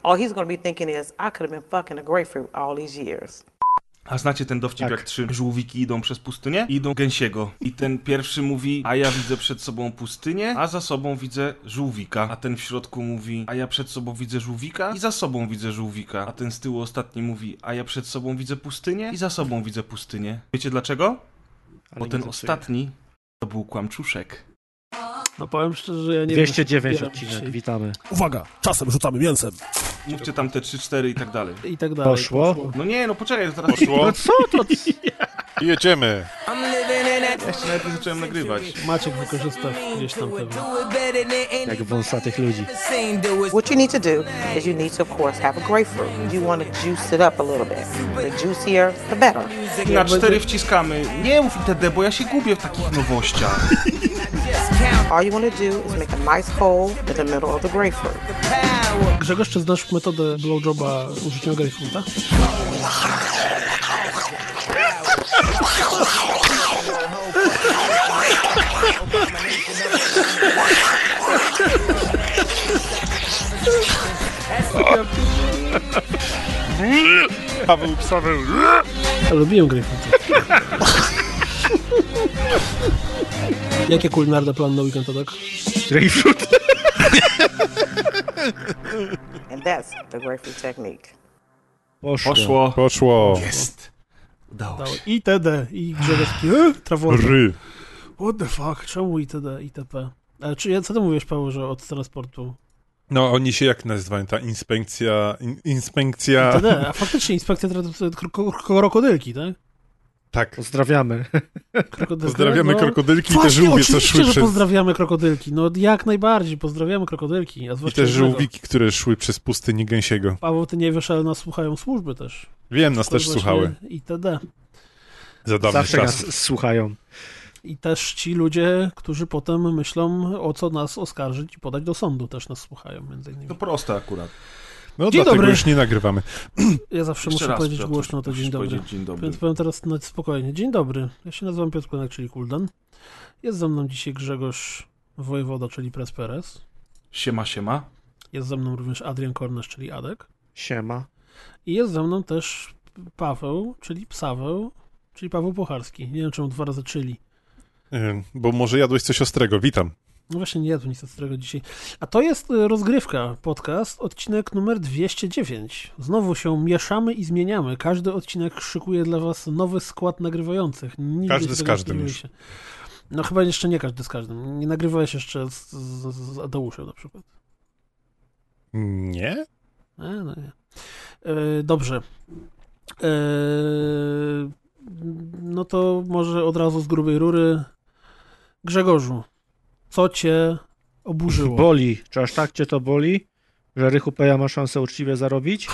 all he's going to be thinking is, I could have been fucking a grapefruit all these years. A znacie ten dowcip, Tak. jak 3 żółwiki idą przez pustynię? I idą gęsiego. I ten pierwszy mówi, a ja widzę przed sobą pustynię, a za sobą widzę żółwika. A ten w środku mówi, a ja przed sobą widzę żółwika i za sobą widzę żółwika. A ten z tyłu ostatni mówi, a ja przed sobą widzę pustynię i za sobą widzę pustynię. Wiecie dlaczego? Bo ten ostatni to był kłamczuszek. No powiem szczerze, że ja nie 209 wiem. odcinek, witamy. Uwaga, czasem rzucamy mięsem. Mówcie tam te 3-4 i tak dalej. I tak dalej. Poszło? No nie, no poczekaj, to teraz... Poszło? No co to? Jedziemy. Ja jeszcze nawet nie zacząłem nagrywać. Maciek wykorzysta gdzieś tam pewnie. Jak wąsatych ludzi. What you need to do is you need to, of course, have a grapefruit. You want to juice it up a little bit. The juicier, the better. Na 4 wciskamy. Nie mów itd., bo ja się gubię w takich nowościach. All you want to do is make a nice hole in the middle of the grapefruit. Grzegorz, czy znasz metodę blowjoba użyciem grapefruita? Paweł Psaweł. Ja lubiłem grapefruita. Jakie kulinarne plany na weekend, tak? Grapefruit. And that's the grapefruit technique. Poszło. Poszło. Jest. Udało się. ITD i Grzegorz Travolta. Ry. What the fuck? Czemu ITD, ITP? Ale co ty mówisz, Paweł, że od transportu? No oni się jak nazywają? Ta inspekcja... Inspekcja... ITD, a faktycznie inspekcja krokodylki, tak? Tak. Pozdrawiamy. Pozdrawiamy krokodylki i te Właśnie, żółwie, co oczywiście, szły że przez... pozdrawiamy krokodylki. No jak najbardziej, pozdrawiamy krokodylki. A I zwłaszcza te jednego. żółwiki, które szły przez pustynię gęsiego. Paweł, ty nie wiesz, ale nas słuchają służby też. Wiem, nas To też właśnie słuchały. ITD. Za dawnych Zawsze czasów. nas słuchają. I też ci ludzie, którzy potem myślą, o co nas oskarżyć i podać do sądu, też nas słuchają, między innymi. To proste akurat. No Dzień dlatego dobry. już nie nagrywamy. Ja zawsze Jeszcze muszę raz, powiedzieć Piotr, głośno to musisz dzień dobry. powiedzieć dzień dobry. Więc powiem teraz spokojnie. Dzień dobry. Ja się nazywam Piotr Konek, czyli Kuldan. Jest ze mną dzisiaj Grzegorz Wojewoda, czyli Press Perez. Siema, siema. Jest ze mną również Adrian Kornesz, czyli Adek. Siema. I jest ze mną też Paweł, czyli Psaweł, czyli Paweł Pocharski. Nie wiem, czemu 2 razy czyli. Bo może jadłeś coś ostrego. Witam. No właśnie nie jadłem nic ostrego dzisiaj. A to jest Rozgrywka, podcast, odcinek numer 209. Znowu się mieszamy i zmieniamy. Każdy odcinek szykuje dla was nowy skład nagrywających. Nigdy Każdy się z tego każdym nie już. boicie. No chyba jeszcze nie każdy z każdym. Nie nagrywałeś jeszcze z Adeuszem na przykład. Nie? No nie. Dobrze. No to może od razu z grubej rury. Grzegorzu, co cię oburzyło? Boli. Czy aż tak cię to boli, że Rychu Peja ma szansę uczciwie zarobić?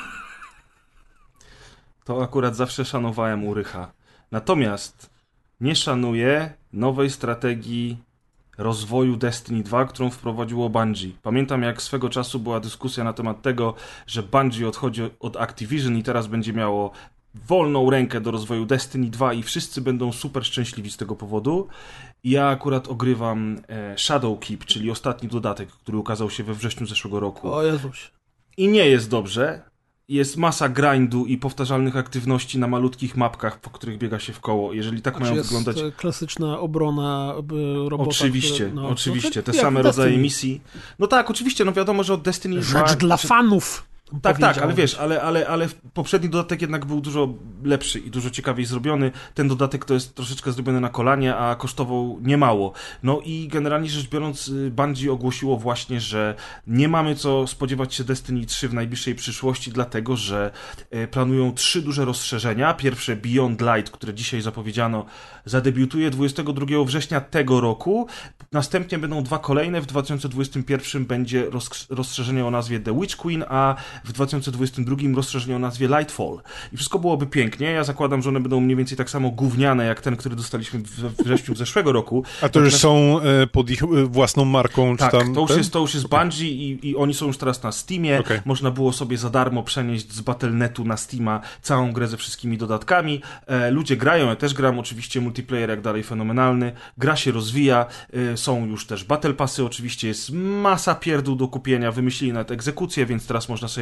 To akurat zawsze szanowałem u Rycha. Natomiast nie szanuję nowej strategii rozwoju Destiny 2, którą wprowadziło Bungie. Pamiętam, jak swego czasu była dyskusja na temat tego, że Bungie odchodzi od Activision i teraz będzie miało wolną rękę do rozwoju Destiny 2 i wszyscy będą super szczęśliwi z tego powodu. I ja akurat ogrywam Shadowkeep, czyli ostatni dodatek, który ukazał się we wrześniu zeszłego roku. O Jezuś. I nie jest dobrze. Jest masa grindu i powtarzalnych aktywności na malutkich mapkach, po których biega się w koło. Jeżeli tak mają jest wyglądać... klasyczna obrona robota. Oczywiście, które, oczywiście. Te jak same w rodzaje Destiny. misji. No tak, oczywiście, no wiadomo, że od Destiny 2... Rzecz dla fanów. Tak, ale powiedziałbym. wiesz, ale poprzedni dodatek jednak był dużo lepszy i dużo ciekawiej zrobiony. Ten dodatek to jest troszeczkę zrobiony na kolanie, a kosztował niemało. No i generalnie rzecz biorąc, Bungie ogłosiło właśnie, że nie mamy co spodziewać się Destiny 3 w najbliższej przyszłości, dlatego że planują 3 duże rozszerzenia. Pierwsze Beyond Light, które dzisiaj zapowiedziano, zadebiutuje 22 września tego roku. Następnie będą 2 kolejne. W 2021 będzie rozszerzenie o nazwie The Witch Queen, a w 2022 rozszerzenie o nazwie Lightfall. I wszystko byłoby pięknie. Ja zakładam, że one będą mniej więcej tak samo gówniane, jak ten, który dostaliśmy we wrześniu zeszłego roku. A to już są pod ich własną marką, Tak, czy tam... to już jest Bungie i oni są już teraz na Steamie. Okay. Można było sobie za darmo przenieść z Battle.netu na Steama całą grę ze wszystkimi dodatkami. Ludzie grają, ja też gram, oczywiście multiplayer jak dalej fenomenalny. Gra się rozwija, są już też Battle Passy, oczywiście jest masa pierdół do kupienia, wymyślili nawet egzekucję, więc teraz można sobie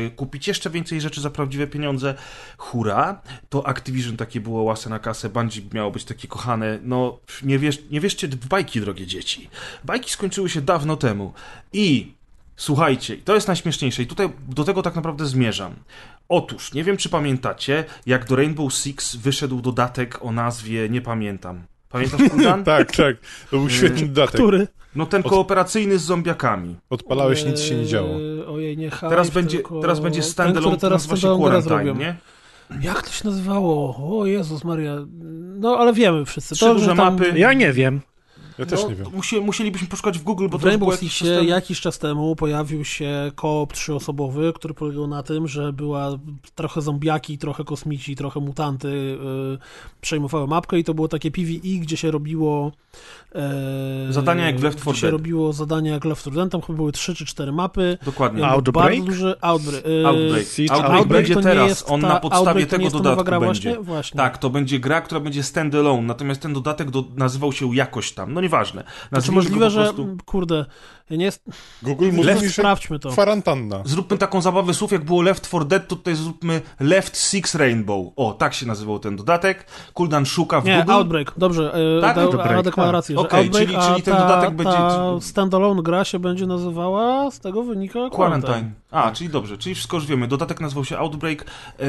kupić jeszcze więcej rzeczy za prawdziwe pieniądze. Hurra! To Activision takie było łasę na kasę, Bungie miało być takie kochane. No, nie wierzcie w bajki, drogie dzieci. Bajki skończyły się dawno temu. I słuchajcie, to jest najśmieszniejsze i tutaj do tego tak naprawdę zmierzam. Otóż, nie wiem czy pamiętacie, jak do Rainbow Six wyszedł dodatek o nazwie, nie pamiętam. Pamiętasz, Kuldan? Tak. To był świetny dodatek. Który? No ten kooperacyjny z zombiakami. Odpalałeś, nic się nie działo. Ojej, nie hype, teraz będzie standalone, ten, nazywa się Quarantine, nie? Jak to się nazywało? O Jezus Maria. No, ale wiemy wszyscy. Trzy duże mapy. Ja nie wiem. Ja też nie wiem. Musielibyśmy poszukać w Google, bo w to już było Rainbow Sixie jakiś czas temu pojawił się koop 3-osobowy, który polegał na tym, że była trochę zombiaki, trochę kosmici, trochę mutanty przejmowały mapkę i to było takie PvE, gdzie się robiło zadania jak w Left 4 Dead. Gdzie się robiło zadania jak Left 4 Dead, tam chyba były 3 czy 4 mapy. Dokładnie. Outbreak? Bardzo duży Outbreak. Outbreak będzie to nie teraz. jest On na podstawie Outbreak to nie tego jest ta nowa dodatku gra będzie. Właśnie. Tak, to będzie gra, która będzie standalone, natomiast ten dodatek nazywał się jakoś tam. No nieważne. Znaczy możliwe, że kurde, nie jest... Google mówi, że sprawdźmy to. Kwarantanna. Zróbmy taką zabawę słów, jak było Left 4 Dead, to tutaj zróbmy Left Six Rainbow. O, tak się nazywał ten dodatek. Kuldan szuka w Google. Outbreak, dobrze. Tak? Radek ma rację, że Okej, Outbreak, czyli ten dodatek będzie... Ta standalone gra się będzie nazywała, z tego wynika Quarantine. Czyli dobrze, czyli wszystko już wiemy. Dodatek nazywał się Outbreak,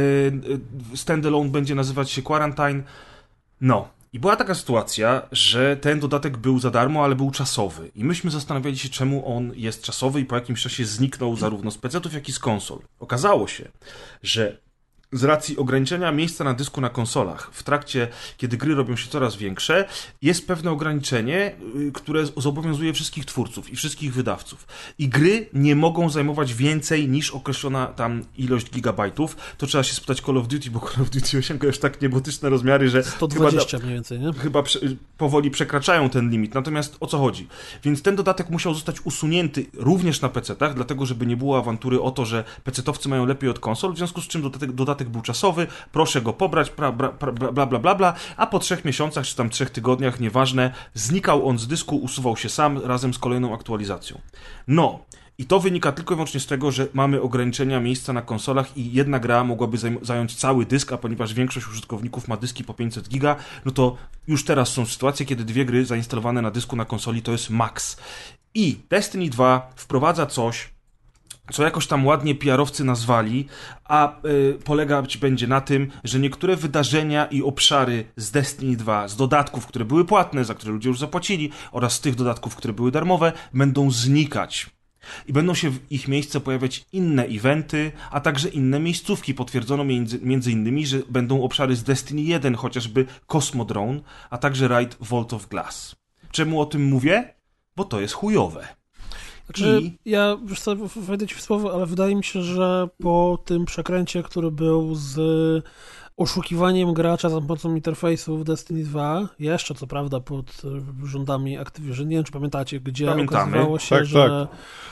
standalone będzie nazywać się Quarantine. No. I była taka sytuacja, że ten dodatek był za darmo, ale był czasowy. I myśmy zastanawiali się, czemu on jest czasowy i po jakimś czasie zniknął zarówno z PC-ów, jak i z konsol. Okazało się, że z racji ograniczenia miejsca na dysku na konsolach, w trakcie, kiedy gry robią się coraz większe, jest pewne ograniczenie, które zobowiązuje wszystkich twórców i wszystkich wydawców. I gry nie mogą zajmować więcej niż określona tam ilość gigabajtów. To trzeba się spytać Call of Duty, bo Call of Duty osiąga już tak niebotyczne rozmiary, że 120 mniej więcej, nie? Chyba powoli przekraczają ten limit. Natomiast o co chodzi? Więc ten dodatek musiał zostać usunięty również na PC-tach, dlatego żeby nie było awantury o to, że PC-towcy mają lepiej od konsol, w związku z czym dodatek był czasowy, proszę go pobrać, bla, a po 3 miesiącach, czy tam 3 tygodniach, nieważne, znikał on z dysku, usuwał się sam razem z kolejną aktualizacją. No, i to wynika tylko i wyłącznie z tego, że mamy ograniczenia miejsca na konsolach i jedna gra mogłaby zająć cały dysk, a ponieważ większość użytkowników ma dyski po 500 giga, no to już teraz są sytuacje, kiedy 2 gry zainstalowane na dysku na konsoli to jest max. I Destiny 2 wprowadza coś, co jakoś tam ładnie PR-owcy nazwali, a polegać będzie na tym, że niektóre wydarzenia i obszary z Destiny 2, z dodatków, które były płatne, za które ludzie już zapłacili, oraz z tych dodatków, które były darmowe, będą znikać. I będą się w ich miejsce pojawiać inne eventy, a także inne miejscówki. Potwierdzono między innymi, że będą obszary z Destiny 1, chociażby Cosmodrome, a także Raid Vault of Glass. Czemu o tym mówię? Bo to jest chujowe. Znaczy, ja już sobie wejdę ci w słowo, ale wydaje mi się, że po tym przekręcie, który był z oszukiwaniem gracza za pomocą interfejsu w Destiny 2, jeszcze co prawda pod rządami Activision, nie wiem czy pamiętacie, gdzie okazywało się, że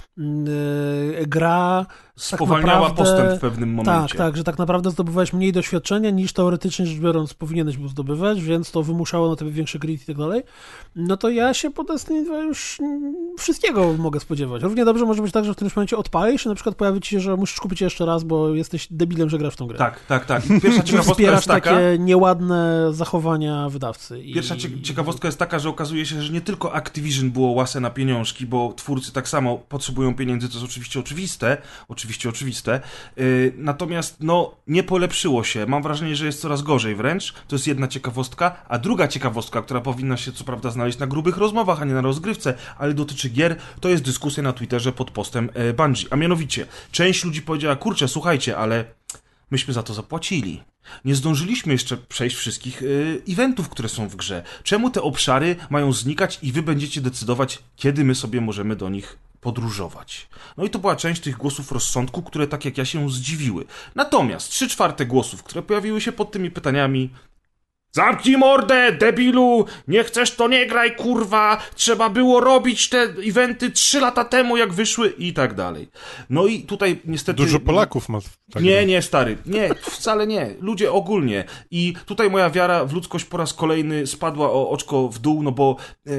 gra spowalniała tak naprawdę, postęp w pewnym momencie. Tak, że tak naprawdę zdobywałeś mniej doświadczenia niż teoretycznie rzecz biorąc powinieneś był zdobywać, więc to wymuszało na tobie większy grid i tak dalej. No to ja się po Destiny 2 już wszystkiego mogę spodziewać. Równie dobrze może być tak, że w którymś momencie odpalisz i na przykład pojawi ci się, że musisz kupić jeszcze raz, bo jesteś debilem, że grasz w tą grę. Tak. Pierwsza ciekawostka jest taka... takie nieładne zachowania wydawcy. Pierwsza ciekawostka jest taka, że okazuje się, że nie tylko Activision było łasę na pieniążki, bo twórcy tak samo potrzebują pieniędzy, to jest oczywiście oczywiste. Natomiast nie polepszyło się. Mam wrażenie, że jest coraz gorzej wręcz. To jest jedna ciekawostka. A druga ciekawostka, która powinna się co prawda znaleźć na grubych rozmowach, a nie na rozgrywce, ale dotyczy gier, to jest dyskusja na Twitterze pod postem Bungie. A mianowicie, część ludzi powiedziała, kurczę, słuchajcie, ale myśmy za to zapłacili. Nie zdążyliśmy jeszcze przejść wszystkich eventów, które są w grze. Czemu te obszary mają znikać i wy będziecie decydować, kiedy my sobie możemy do nich podróżować? No i to była część tych głosów rozsądku, które tak jak ja się zdziwiły. Natomiast 3/4 głosów, które pojawiły się pod tymi pytaniami: zamknij mordę, debilu, nie chcesz to nie graj, kurwa, trzeba było robić te eventy 3 lata temu, jak wyszły i tak dalej. No i tutaj niestety... Dużo Polaków ma... Tak nie, stary, nie, wcale nie, ludzie ogólnie. I tutaj moja wiara w ludzkość po raz kolejny spadła o oczko w dół, no bo...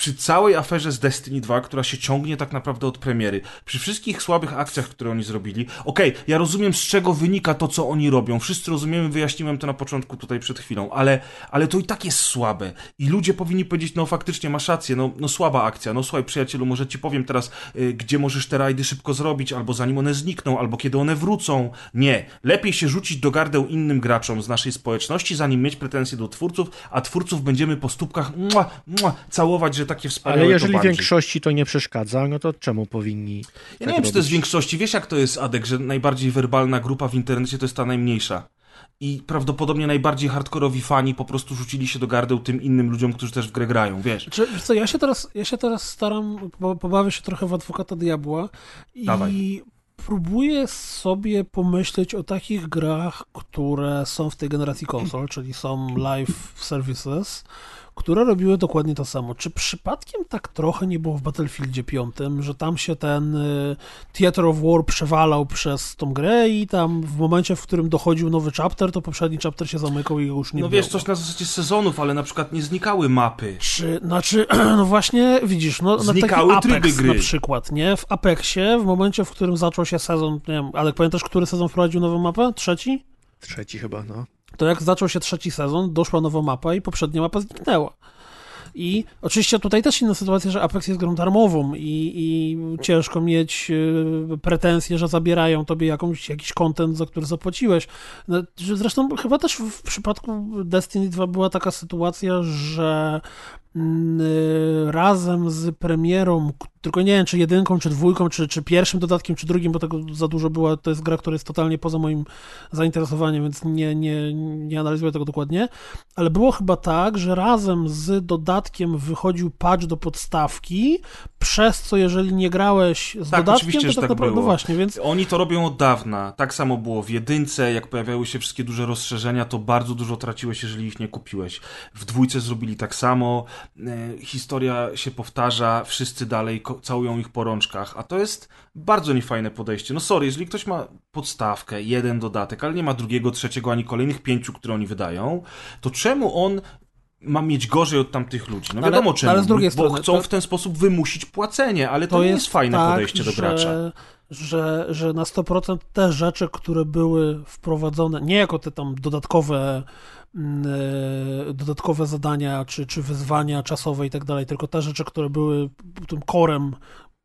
przy całej aferze z Destiny 2, która się ciągnie tak naprawdę od premiery, przy wszystkich słabych akcjach, które oni zrobili, okej, ja rozumiem, z czego wynika to, co oni robią, wszyscy rozumiemy, wyjaśniłem to na początku tutaj przed chwilą, ale to i tak jest słabe i ludzie powinni powiedzieć, no faktycznie masz rację, no słaba akcja, no słuchaj przyjacielu, może ci powiem teraz, gdzie możesz te rajdy szybko zrobić, albo zanim one znikną, albo kiedy one wrócą. Nie, lepiej się rzucić do gardeł innym graczom z naszej społeczności, zanim mieć pretensje do twórców, a twórców będziemy po stópkach całować, że takie wspaniałe. Ale jeżeli to bardziej. większości to nie przeszkadza, no to czemu powinni Ja nie wiem, czy to jest w większości. Wiesz, jak to jest, Adek, że najbardziej werbalna grupa w internecie to jest ta najmniejsza. I prawdopodobnie najbardziej hardkorowi fani po prostu rzucili się do gardeł tym innym ludziom, którzy też w grę grają, wiesz. Wiesz co, ja się teraz staram, pobawię się trochę w adwokata diabła i Dawaj. próbuję sobie pomyśleć o takich grach, które są w tej generacji konsol, czyli są live services, które robiły dokładnie to samo. Czy przypadkiem tak trochę nie było w Battlefieldzie 5, że tam się ten Theater of War przewalał przez tą grę i tam w momencie, w którym dochodził nowy chapter, to poprzedni chapter się zamykał i już nie było. No wiesz, coś na zasadzie sezonów, ale na przykład nie znikały mapy. No właśnie, widzisz, no Znikały taki Apex tryby gry. na przykład, nie? W Apexie, w momencie, w którym zaczął się sezon, nie wiem, ale pamiętasz, który sezon wprowadził nową mapę? Trzeci? Trzeci chyba, no. To jak zaczął się trzeci sezon, doszła nowa mapa i poprzednia mapa zniknęła. I oczywiście tutaj też inna sytuacja, że Apex jest grą darmową i ciężko mieć pretensje, że zabierają tobie jakiś content, za który zapłaciłeś. No, zresztą chyba też w przypadku Destiny 2 była taka sytuacja, że razem z premierą, tylko nie wiem, czy jedynką, czy dwójką, czy pierwszym dodatkiem, czy drugim, bo tego za dużo było, to jest gra, która jest totalnie poza moim zainteresowaniem, więc nie analizuję tego dokładnie, ale było chyba tak, że razem z dodatkiem wychodził patch do podstawki, przez co jeżeli nie grałeś z dodatkiem, oczywiście, to że tak tak naprawdę, było. no właśnie, więc... Oni to robią od dawna. Tak samo było w jedynce, jak pojawiały się wszystkie duże rozszerzenia, to bardzo dużo traciłeś, jeżeli ich nie kupiłeś. W dwójce zrobili tak samo. Historia się powtarza, wszyscy dalej całują ich po rączkach, a to jest bardzo niefajne podejście. No sorry, jeżeli ktoś ma podstawkę, jeden dodatek, ale nie ma drugiego, trzeciego, ani kolejnych 5, które oni wydają, to czemu on ma mieć gorzej od tamtych ludzi? No wiadomo czemu, ale z drugiej bo strony, chcą w ten sposób wymusić płacenie, ale to nie jest fajne tak, podejście do gracza. Że na 100% te rzeczy, które były wprowadzone, nie jako te tam dodatkowe zadania, czy wyzwania czasowe i tak dalej, tylko te rzeczy, które były tym corem,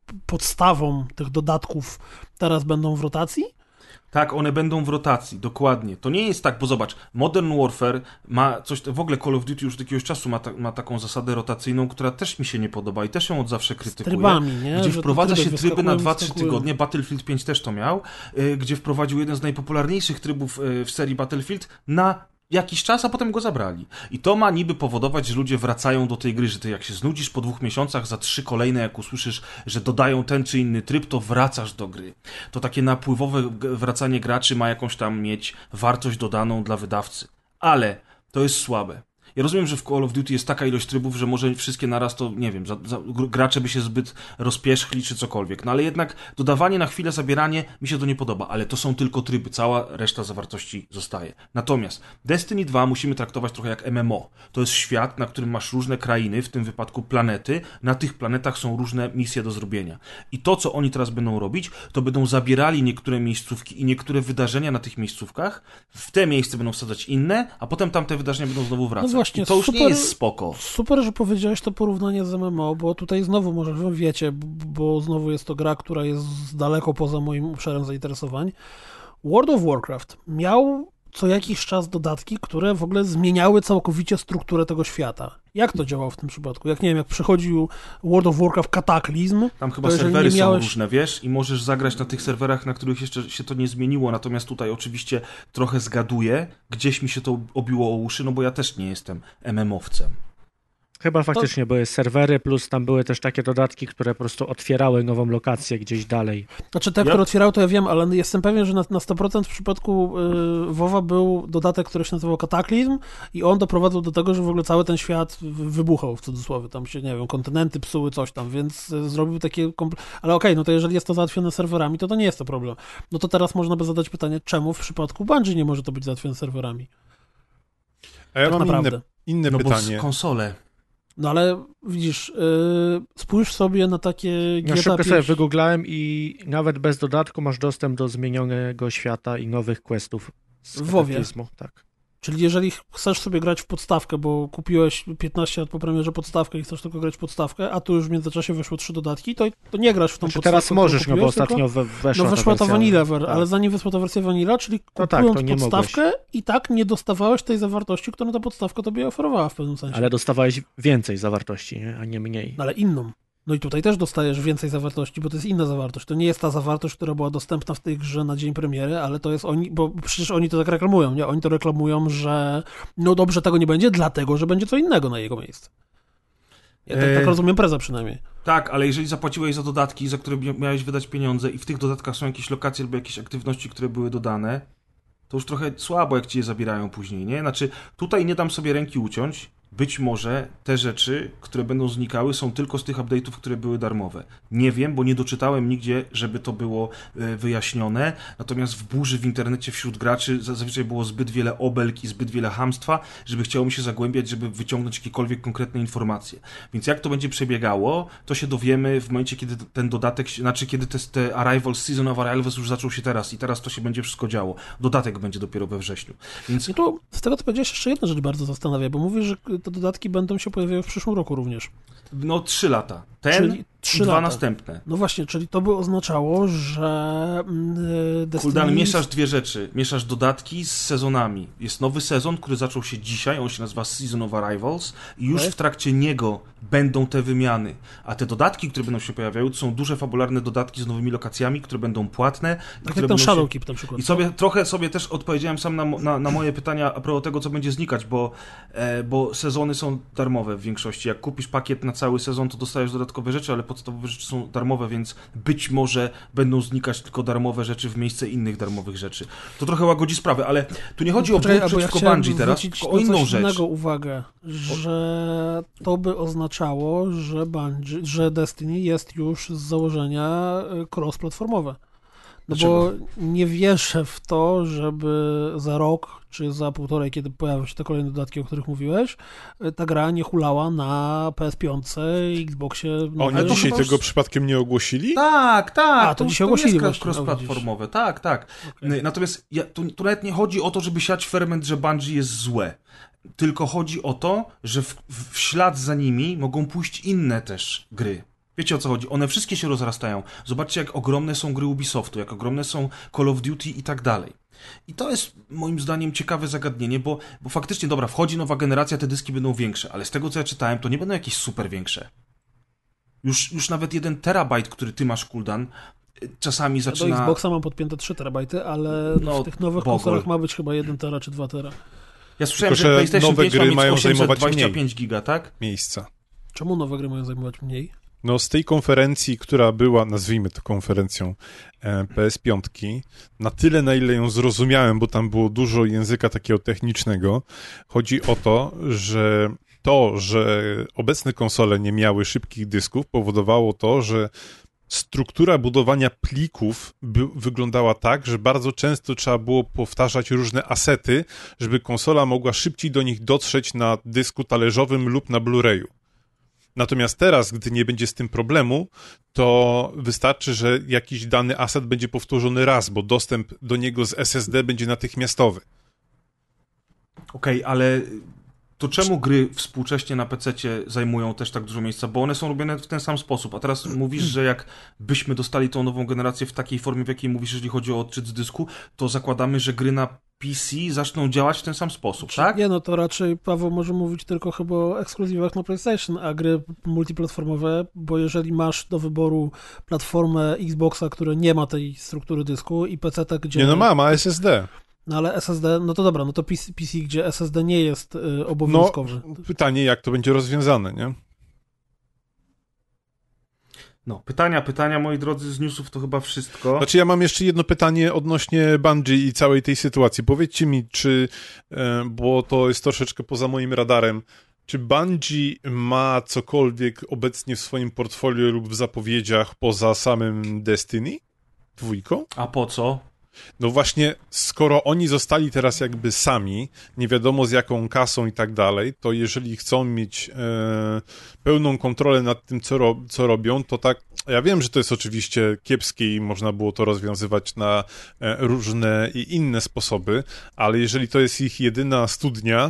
podstawą tych dodatków, teraz będą w rotacji? Tak, one będą w rotacji, dokładnie. To nie jest tak, bo zobacz, Modern Warfare ma coś, w ogóle Call of Duty już od jakiegoś czasu ma taką zasadę rotacyjną, która też mi się nie podoba i też ją od zawsze krytykuję. Z trybami, nie? Gdzie że wprowadza się tryby na 2-3 wyskakują. tygodnie, Battlefield 5 też to miał, gdzie wprowadził jeden z najpopularniejszych trybów w serii Battlefield na jakiś czas, a potem go zabrali. I to ma niby powodować, że ludzie wracają do tej gry, że ty jak się znudzisz po 2 miesiącach, za 3 kolejne, jak usłyszysz, że dodają ten czy inny tryb, to wracasz do gry. To takie napływowe wracanie graczy ma jakąś tam mieć wartość dodaną dla wydawcy. Ale to jest słabe. Ja rozumiem, że w Call of Duty jest taka ilość trybów, że może wszystkie naraz to, nie wiem, gracze by się zbyt rozpierzchli czy cokolwiek. No ale jednak dodawanie na chwilę, zabieranie, mi się to nie podoba. Ale to są tylko tryby, cała reszta zawartości zostaje. Natomiast Destiny 2 musimy traktować trochę jak MMO. To jest świat, na którym masz różne krainy, w tym wypadku planety. Na tych planetach są różne misje do zrobienia. I to, co oni teraz będą robić, to będą zabierali niektóre miejscówki i niektóre wydarzenia na tych miejscówkach. W te miejsce będą wsadzać inne, a potem tamte wydarzenia będą znowu wracać. No właśnie, I to już nie jest spoko. Super, że powiedziałeś to porównanie z MMO, bo tutaj znowu może wy wiecie, bo znowu jest to gra, która jest daleko poza moim obszarem zainteresowań. World of Warcraft miał co jakiś czas dodatki, które w ogóle zmieniały całkowicie strukturę tego świata. Jak to działało w tym przypadku? Jak nie wiem, jak przychodził World of Warcraft Kataklizm... Tam chyba serwery są różne, wiesz? I możesz zagrać na tych serwerach, na których jeszcze się to nie zmieniło, natomiast tutaj oczywiście trochę zgaduję. Gdzieś mi się to obiło o uszy, no bo ja też nie jestem MMowcem. Chyba faktycznie były serwery, plus tam były też takie dodatki, które po prostu otwierały nową lokację gdzieś dalej. Znaczy te, które otwierały, to ja wiem, ale jestem pewien, że na 100% w przypadku WoWa był dodatek, który się nazywał Kataklizm i on doprowadzał do tego, że w ogóle cały ten świat wybuchał, w cudzysłowie. Tam się, nie wiem, kontynenty psuły, coś tam, więc zrobił takie... Ale okej, no to jeżeli jest to załatwione serwerami, to nie jest to problem. No to teraz można by zadać pytanie, czemu w przypadku Bungie nie może to być załatwione serwerami? A ja Tak mam naprawdę. inne No pytanie. bo konsole. No ale widzisz, spójrz sobie na takie Ja GTA szybko 5. sobie wygooglałem i nawet bez dodatku masz dostęp do zmienionego świata i nowych questów z W WoWie. Kataklizmu. Tak. Czyli jeżeli chcesz sobie grać w podstawkę, bo kupiłeś 15 lat po premierze podstawkę i chcesz tylko grać w podstawkę, a tu już w międzyczasie wyszły 3 dodatki, to nie grasz w tą Znaczy podstawkę. teraz którą możesz, no bo kupiłeś, tylko- ostatnio weszła No weszła ta wersja. Vanilla, Tak. ale zanim weszła ta wersja Vanilla, czyli To kupując tak, to nie podstawkę i tak nie dostawałeś tej zawartości, którą ta podstawka tobie oferowała w pewnym sensie. Ale dostawałeś więcej zawartości, nie? A nie mniej. No ale inną. No i tutaj też dostajesz więcej zawartości, bo to jest inna zawartość. To nie jest ta zawartość, która była dostępna w tej grze na dzień premiery, ale to jest oni, bo przecież oni to tak reklamują, nie? Oni to reklamują, że no dobrze, tego nie będzie, dlatego, że będzie co innego na jego miejsce. Ja tak rozumiem prezę przynajmniej. Tak, ale jeżeli zapłaciłeś za dodatki, za które miałeś wydać pieniądze i w tych dodatkach są jakieś lokacje albo jakieś aktywności, które były dodane, to już trochę słabo, jak ci je zabierają później, nie? Znaczy, tutaj nie dam sobie ręki uciąć. Być może te rzeczy, które będą znikały, są tylko z tych update'ów, które były darmowe. Nie wiem, bo nie doczytałem nigdzie, żeby to było wyjaśnione. Natomiast w burzy w internecie wśród graczy zazwyczaj było zbyt wiele obelg i zbyt wiele chamstwa, żeby chciało mi się zagłębiać, żeby wyciągnąć jakiekolwiek konkretne informacje. Więc jak to będzie przebiegało, to się dowiemy w momencie, kiedy ten dodatek, kiedy te Arrivals, Season of Arrivals już zaczął się teraz i teraz to się będzie wszystko działo. Dodatek będzie dopiero we wrześniu. Więc I tu z tego, co powiedziałeś, jeszcze jedna rzecz bardzo zastanawia, bo mówisz, że te dodatki będą się pojawiały w przyszłym roku również. no 3 lata. Czyli 3 i 2 lata. następne. No właśnie, czyli to by oznaczało, że Destiny... Kuldan, mieszasz dwie rzeczy. Mieszasz dodatki z sezonami. Jest nowy sezon, który zaczął się dzisiaj, on się nazywa Season of Arrivals i już w trakcie niego będą te wymiany. A te dodatki, które będą się pojawiały, to są duże fabularne dodatki z nowymi lokacjami, które będą płatne. Tak które jak ten będą Shadowkeep na przykład. I trochę sobie też odpowiedziałem sam na moje pytania a propos tego, co będzie znikać, bo sezony są darmowe w większości. Jak kupisz pakiet na cały sezon, to dostajesz dodatkowe rzeczy, ale podstawowe rzeczy są darmowe, więc być może będą znikać tylko darmowe rzeczy w miejsce innych darmowych rzeczy. To trochę łagodzi sprawę, ale tu nie chodzi o bunt przeciwko Bungie teraz, tylko o inną rzecz. Innego uwagę, że to by oznaczało, że Destiny jest już z założenia cross-platformowe. No bo nie wierzę w to, żeby za rok czy za półtorej, kiedy pojawią się te kolejne dodatki, o których mówiłeś, ta gra nie hulała na PS5, Xboxie. Oni dzisiaj tego przypadkiem nie ogłosili? Tak. To dzisiaj ogłosili jest cross-platformowe. Tak. Okay. Natomiast tu nawet nie chodzi o to, żeby siać ferment, że Bungie jest złe. Tylko chodzi o to, że w ślad za nimi mogą pójść inne też gry. Wiecie, o co chodzi? One wszystkie się rozrastają. Zobaczcie, jak ogromne są gry Ubisoftu, jak ogromne są Call of Duty i tak dalej. I to jest moim zdaniem ciekawe zagadnienie, bo faktycznie, dobra, wchodzi nowa generacja, te dyski będą większe, ale z tego, co ja czytałem, to nie będą jakieś super większe. Już nawet 1 terabajt, który ty masz, Kuldan, czasami zaczyna... Do Xboxa mam podpięte 3 terabajty, ale w tych nowych konsolach ma być chyba 1 tera czy 2 tera. Ja słyszałem, tylko, że PlayStation 5 gry ma mieć mają zajmować 825 giga, tak? Miejsca. Czemu nowe gry mają zajmować mniej? No z tej konferencji, która była, nazwijmy to konferencją PS5, na tyle, na ile ją zrozumiałem, bo tam było dużo języka takiego technicznego, chodzi o to, że obecne konsole nie miały szybkich dysków, powodowało to, że struktura budowania plików wyglądała tak, że bardzo często trzeba było powtarzać różne asety, żeby konsola mogła szybciej do nich dotrzeć na dysku talerzowym lub na Blu-rayu. Natomiast teraz, gdy nie będzie z tym problemu, to wystarczy, że jakiś dany aset będzie powtórzony raz, bo dostęp do niego z SSD będzie natychmiastowy. Okej, ale to czemu gry współcześnie na PC-cie zajmują też tak dużo miejsca? Bo one są robione w ten sam sposób. A teraz mówisz, że jak byśmy dostali tą nową generację w takiej formie, w jakiej mówisz, jeżeli chodzi o odczyt z dysku, to zakładamy, że gry na PC zaczną działać w ten sam sposób, tak? Nie, no to raczej Paweł może mówić tylko chyba o ekskluzywach na PlayStation, a gry multiplatformowe, bo jeżeli masz do wyboru platformę Xboxa, która nie ma tej struktury dysku i PC-ta, gdzie... Nie, no ma SSD. No ale SSD, no to dobra, no to PC, gdzie SSD nie jest obowiązkowy. No, pytanie, jak to będzie rozwiązane, nie? No, pytania, moi drodzy, z newsów to chyba wszystko. Znaczy ja mam jeszcze jedno pytanie odnośnie Bungie i całej tej sytuacji. Powiedzcie mi, czy, bo to jest troszeczkę poza moim radarem, czy Bungie ma cokolwiek obecnie w swoim portfolio lub w zapowiedziach poza samym Destiny 2? A po co? No właśnie, skoro oni zostali teraz jakby sami, nie wiadomo z jaką kasą i tak dalej, to jeżeli chcą mieć pełną kontrolę nad tym, co robią, to tak, ja wiem, że to jest oczywiście kiepskie i można było to rozwiązywać na różne i inne sposoby, ale jeżeli to jest ich jedyna studnia,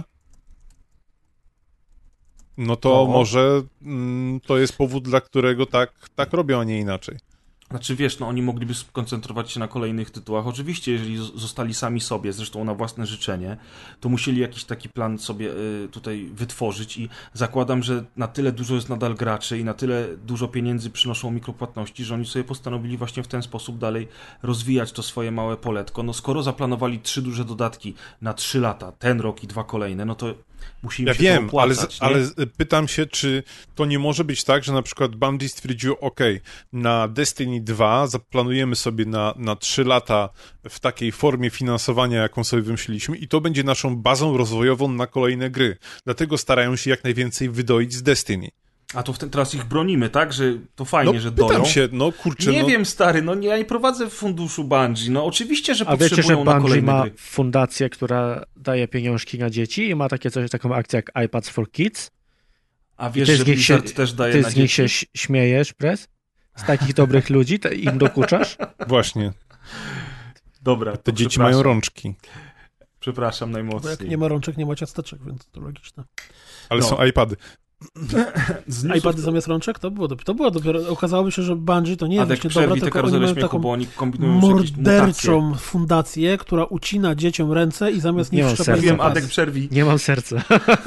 no to może to jest powód, dla którego tak robią, a nie inaczej. Znaczy wiesz, no oni mogliby skoncentrować się na kolejnych tytułach. Oczywiście, jeżeli zostali sami sobie, zresztą na własne życzenie, to musieli jakiś taki plan sobie tutaj wytworzyć i zakładam, że na tyle dużo jest nadal graczy i na tyle dużo pieniędzy przynoszą mikropłatności, że oni sobie postanowili właśnie w ten sposób dalej rozwijać to swoje małe poletko. No skoro zaplanowali 3 duże dodatki na 3 lata, ten rok i 2 kolejne, no to musi im się to opłacać. Ale pytam się, czy to nie może być tak, że na przykład Bungie stwierdziło, na Destiny 2 zaplanujemy sobie na 3 lata w takiej formie finansowania, jaką sobie wymyśliliśmy i to będzie naszą bazą rozwojową na kolejne gry. Dlatego starają się jak najwięcej wydoić z Destiny. A to teraz ich bronimy, tak? Że to fajnie, że doją. Pytam się, kurczę. Nie wiem, stary, ja nie prowadzę funduszu Bungie. Oczywiście, że potrzebują wiecie, że na kolejne ma gry. fundację, która daje pieniążki na dzieci i ma taką akcję jak iPads for Kids. A wiesz, że Blizzard też daje na dzieci? Ty z nich się śmiejesz, Prez? Z takich dobrych ludzi im dokuczasz? Właśnie. Dobra, te dzieci mają rączki. Przepraszam najmocniej. Bo jak nie ma rączek, nie ma ciasteczek, więc to logiczne. Ale są iPady. iPady zamiast rączek? To było dopiero. Okazałoby się, że Bungie to nie jest właśnie dobra, tylko oni mają taką bo oni kombinują morderczą fundację, która ucina dzieciom ręce i zamiast nich wszczepiać wiem, Adek, przerwij. Nie mam serca.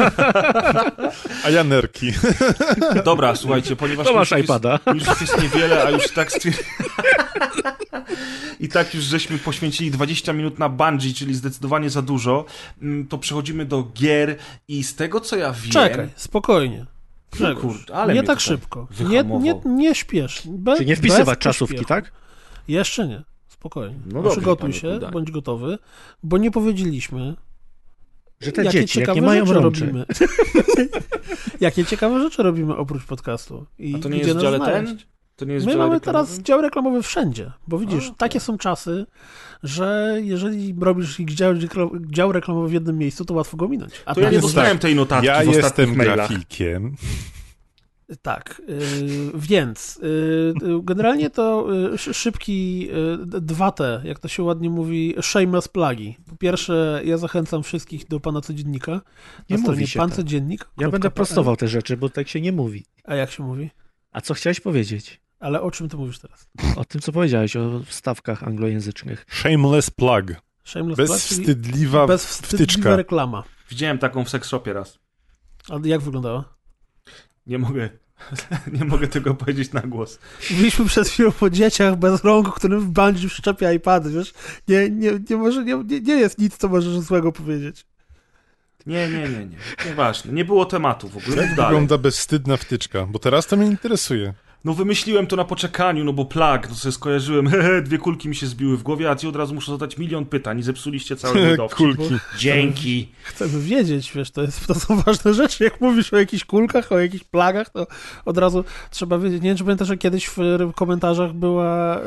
A ja nerki. Dobra, słuchajcie, ponieważ to masz iPada. Już jest niewiele, a już tak i tak już żeśmy poświęcili 20 minut na Bungie, czyli zdecydowanie za dużo, to przechodzimy do gier i z tego, co ja wiem... Czekaj, spokojnie. Kurde, ale nie tak szybko. Nie śpiesz. Czyli nie wpisywać czasówki, pośpiechu. tak? Jeszcze nie. Spokojnie. No przygotuj się, bądź gotowy, bo nie powiedzieliśmy, że te dzieci, jakie mają rączek. Robimy. Jakie ciekawe rzeczy robimy oprócz podcastu. I a to nie jest w dziale ten? To nie jest My mamy reklamowy? teraz dział reklamowy wszędzie, bo widzisz, takie są czasy, że jeżeli robisz dział reklamowy w jednym miejscu, to łatwo go minąć. A to ja nie dostałem tej notatki ja w ostatnich mailach. Ja jestem grafikiem. Tak, więc generalnie to szybki 2T, jak to się ładnie mówi, shameless plugi. Po pierwsze, ja zachęcam wszystkich do Pana Codziennika. Nie mówi się Pan Codziennik. Ja będę prostował te rzeczy, bo tak się nie mówi. A jak się mówi? A co chciałeś powiedzieć? Ale o czym ty mówisz teraz? O tym, co powiedziałeś, o wstawkach anglojęzycznych. Shameless plug. Bezwstydliwa wtyczka. reklama. Widziałem taką w sex shopie raz. A jak wyglądała? Nie mogę tego powiedzieć na głos. Mówiliśmy przed chwilą o dzieciach bez rąk, którym w Bungie wszczepia iPady, wiesz? Nie jest nic, co możesz złego powiedzieć. Nie. Nieważne. Nie było tematu w ogóle. Jak wygląda bezwstydna wtyczka? Bo teraz to mnie interesuje. No wymyśliłem to na poczekaniu, bo plug, to sobie skojarzyłem, 2 kulki mi się zbiły w głowie, a ci od razu muszę zadać 1 000 000 pytań i zepsuliście cały mój dowcip. Kulki. Dzięki. Chcemy wiedzieć, wiesz, to są ważne rzeczy. Jak mówisz o jakichś kulkach, o jakichś plagach, to od razu trzeba wiedzieć. Nie wiem, czy pamiętasz, że kiedyś w komentarzach była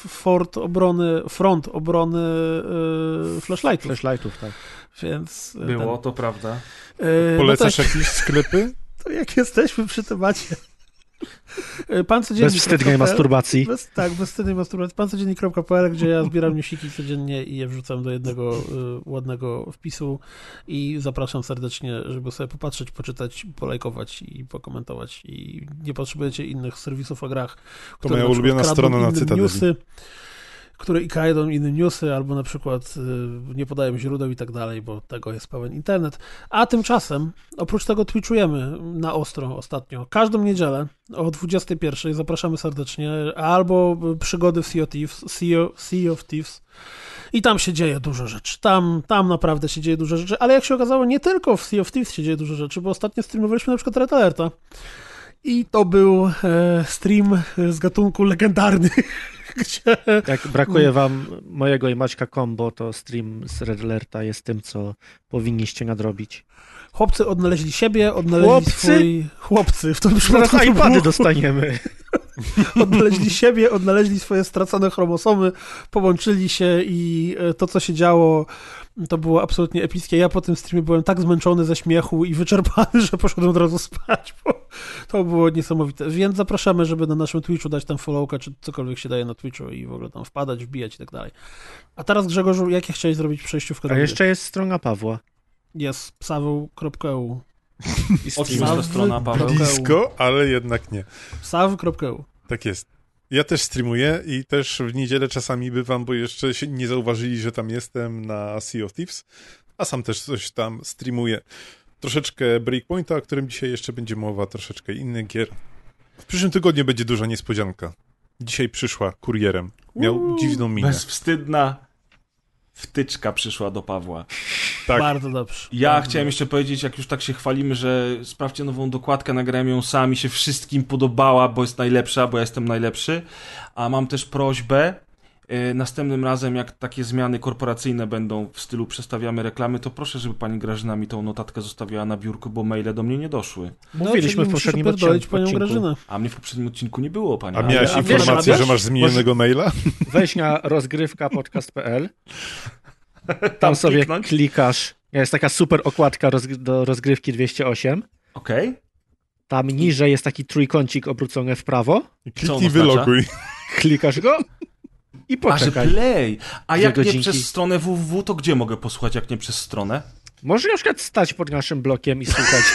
front obrony flashlightów. Flashlightów, tak. Więc było, to prawda. Polecasz jakieś sklepy? To jak jesteśmy przy temacie. Bezwstydnej masturbacji. Bezwstydnej masturbacji. Pancodziennik.pl, gdzie ja zbieram newsiki codziennie i je wrzucam do jednego ładnego wpisu i zapraszam serdecznie, żeby sobie popatrzeć, poczytać, polajkować i pokomentować. I nie potrzebujecie innych serwisów o grach, to moja ulubiona strona na Cytadeli. Które i krają inne newsy, albo na przykład nie podają źródeł i tak dalej, bo tego jest pełen internet. A tymczasem, oprócz tego twitchujemy na ostro ostatnio. Każdą niedzielę o 21:00 zapraszamy serdecznie, albo przygody w Sea of Thieves. I tam się dzieje dużo rzeczy. Tam naprawdę się dzieje dużo rzeczy, ale jak się okazało, nie tylko w Sea of Thieves się dzieje dużo rzeczy, bo ostatnio streamowaliśmy na przykład Red Alerta. I to był stream z gatunku legendarny. Gdzie... Jak brakuje wam mojego i Maćka combo, to stream z Red Alerta jest tym, co powinniście nadrobić. Chłopcy odnaleźli siebie, odnaleźli swój... Chłopcy, w tym przypadku iPady dostaniemy. Odnaleźli siebie, odnaleźli swoje stracone chromosomy, połączyli się i to, co się działo, to było absolutnie epickie. Ja po tym streamie byłem tak zmęczony ze śmiechu i wyczerpany, że poszedłem od razu spać, bo to było niesamowite. Więc zapraszamy, żeby na naszym Twitchu dać tam followka, czy cokolwiek się daje na Twitchu i w ogóle tam wpadać, wbijać i tak dalej. A teraz, Grzegorzu, jakie chciałeś zrobić przejściówkę? A jeszcze jest strona Pawła. Jest psaweł.eu. O czym jest ta strona, Paweł? Blisko, ale jednak nie. Psaw.eu. Tak jest. Ja też streamuję i też w niedzielę czasami bywam, bo jeszcze się nie zauważyli, że tam jestem na Sea of Thieves, a sam też coś tam streamuję. Troszeczkę Breakpointa, o którym dzisiaj jeszcze będzie mowa, troszeczkę innych gier. W przyszłym tygodniu będzie duża niespodzianka. Dzisiaj przyszła kurierem. Miał dziwną minę. Bezwstydna wtyczka przyszła do Pawła. Tak. Bardzo dobrze. Ja Bardzo chciałem jeszcze powiedzieć, jak już tak się chwalimy, że sprawdźcie nową dokładkę, nagrałem ją sam i się wszystkim podobała, bo jest najlepsza, bo ja jestem najlepszy. A mam też prośbę, następnym razem jak takie zmiany korporacyjne będą w stylu przestawiamy reklamy, to proszę, żeby pani Grażyna mi tą notatkę zostawiła na biurku, bo maile do mnie nie doszły. Mówiliśmy w poprzednim panią Grażynę. A mnie w poprzednim odcinku nie było, pani. A miałeś informację, że masz zmienionego maila? Weź na rozgrywkapodcast.pl. Tam sobie kliknąć? klikasz. Jest taka super okładka do rozgrywki 208. Okej. Tam niżej jest taki trójkącik obrócony w prawo. Kliknij wyloguj. Klikasz go i A, że poczekaj. play. A jak nie godzinki. przez stronę www, to gdzie mogę posłuchać, jak nie przez stronę? Może na przykład stać pod naszym blokiem i słuchać.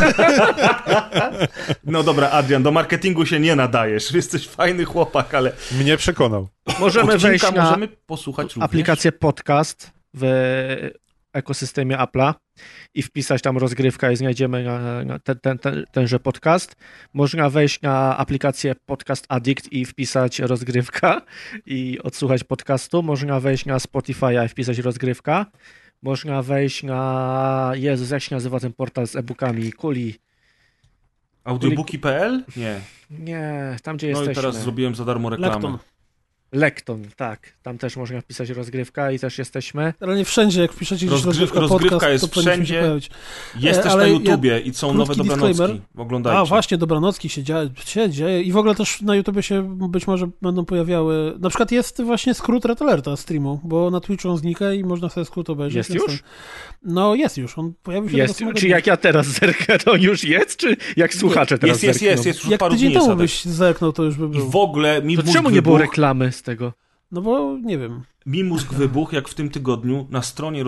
No dobra, Adrian, do marketingu się nie nadajesz. Jesteś fajny chłopak, ale Mnie przekonał. Możemy wejść na możemy posłuchać również. aplikację podcast w ekosystemie Apple'a i wpisać tam rozgrywka i znajdziemy tenże podcast. Można wejść na aplikację Podcast Addict i wpisać rozgrywka i odsłuchać podcastu. Można wejść na Spotify'a i wpisać rozgrywka. Można wejść na... Jezus, jak się nazywa ten portal z e-bookami? Kuli. Audiobooki.pl? Nie. Nie, tam gdzie No jesteśmy. i teraz zrobiłem za darmo reklamę. Lekton. Lekton, tak. Tam też można wpisać rozgrywka i też jesteśmy. Ale nie wszędzie, jak wpiszecie gdzieś Rozgrywka rozgrywka jest to powinniśmy się wszędzie. pojawić. Jest też ale na ja- YouTubie i są nowe krótki dobranocki. disclaimer. Oglądajcie. A właśnie, dobranocki się dzieje i w ogóle też na YouTubie się być może będą pojawiały, na przykład jest właśnie skrót Red Alerta streamu, bo na Twitchu on znika i można sobie skrót obejrzeć. Jest Więc już? No jest już, on pojawił się Jest, tego samego czy dnia. jak ja teraz zerknę, to już jest, czy jak słuchacze teraz Jest zerkną? już Jak paru tydzień dni jest. temu Adek. byś zerknął, to już by I był. w ogóle mi To mózg czemu nie było wybuchł. reklamy z tego? No bo nie wiem. Mi mózg wybuchł, jak w tym tygodniu na stronie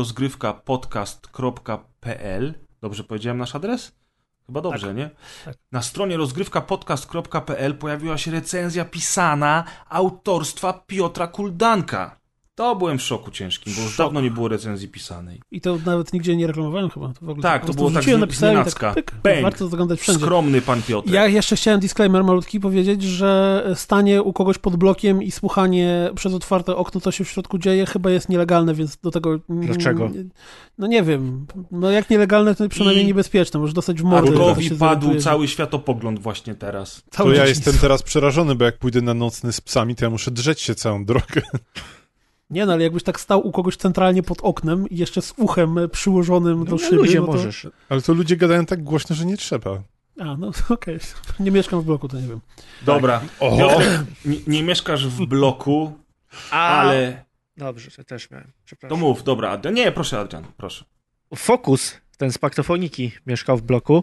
rozgrywkapodcast.pl. Dobrze powiedziałem nasz adres? Chyba dobrze, nie? Tak. Na stronie rozgrywkapodcast.pl pojawiła się recenzja pisana autorstwa Piotra Kuldanka. To byłem w szoku ciężkim, bo już dawno nie było recenzji pisanej. I to nawet nigdzie nie reklamowałem chyba. To w ogóle Tak, po to prostu było tak wrzuciłem, z napisałem i nienacka. pyk, Bang. warto zaglądać wszędzie. Skromny pan Piotr. Ja jeszcze chciałem disclaimer malutki powiedzieć, że stanie u kogoś pod blokiem i słuchanie przez otwarte okno, co się w środku dzieje, chyba jest nielegalne, więc do tego... Dlaczego? No nie wiem. No jak nielegalne, to przynajmniej I niebezpieczne. Możesz dostać w mordę. Arkowi jak się padł zorientujesz. cały światopogląd właśnie teraz. To Cały ja dzień. jestem teraz przerażony, bo jak pójdę na nocny z psami, to ja muszę drzeć się całą drogę. Nie no, ale jakbyś tak stał u kogoś centralnie pod oknem i jeszcze z uchem przyłożonym do No, szyby, ludzie no to... możesz. Ale to ludzie gadają tak głośno, że nie trzeba. A, no okej. Nie mieszkam w bloku, to nie wiem. Dobra. O! Piotrek, nie mieszkasz w bloku, ale... Dobrze, to też miałem. To Przepraszam. mów, dobra, Adrian. Nie, proszę, Adrian, proszę. Fokus, ten z paktofoniki, mieszkał w bloku.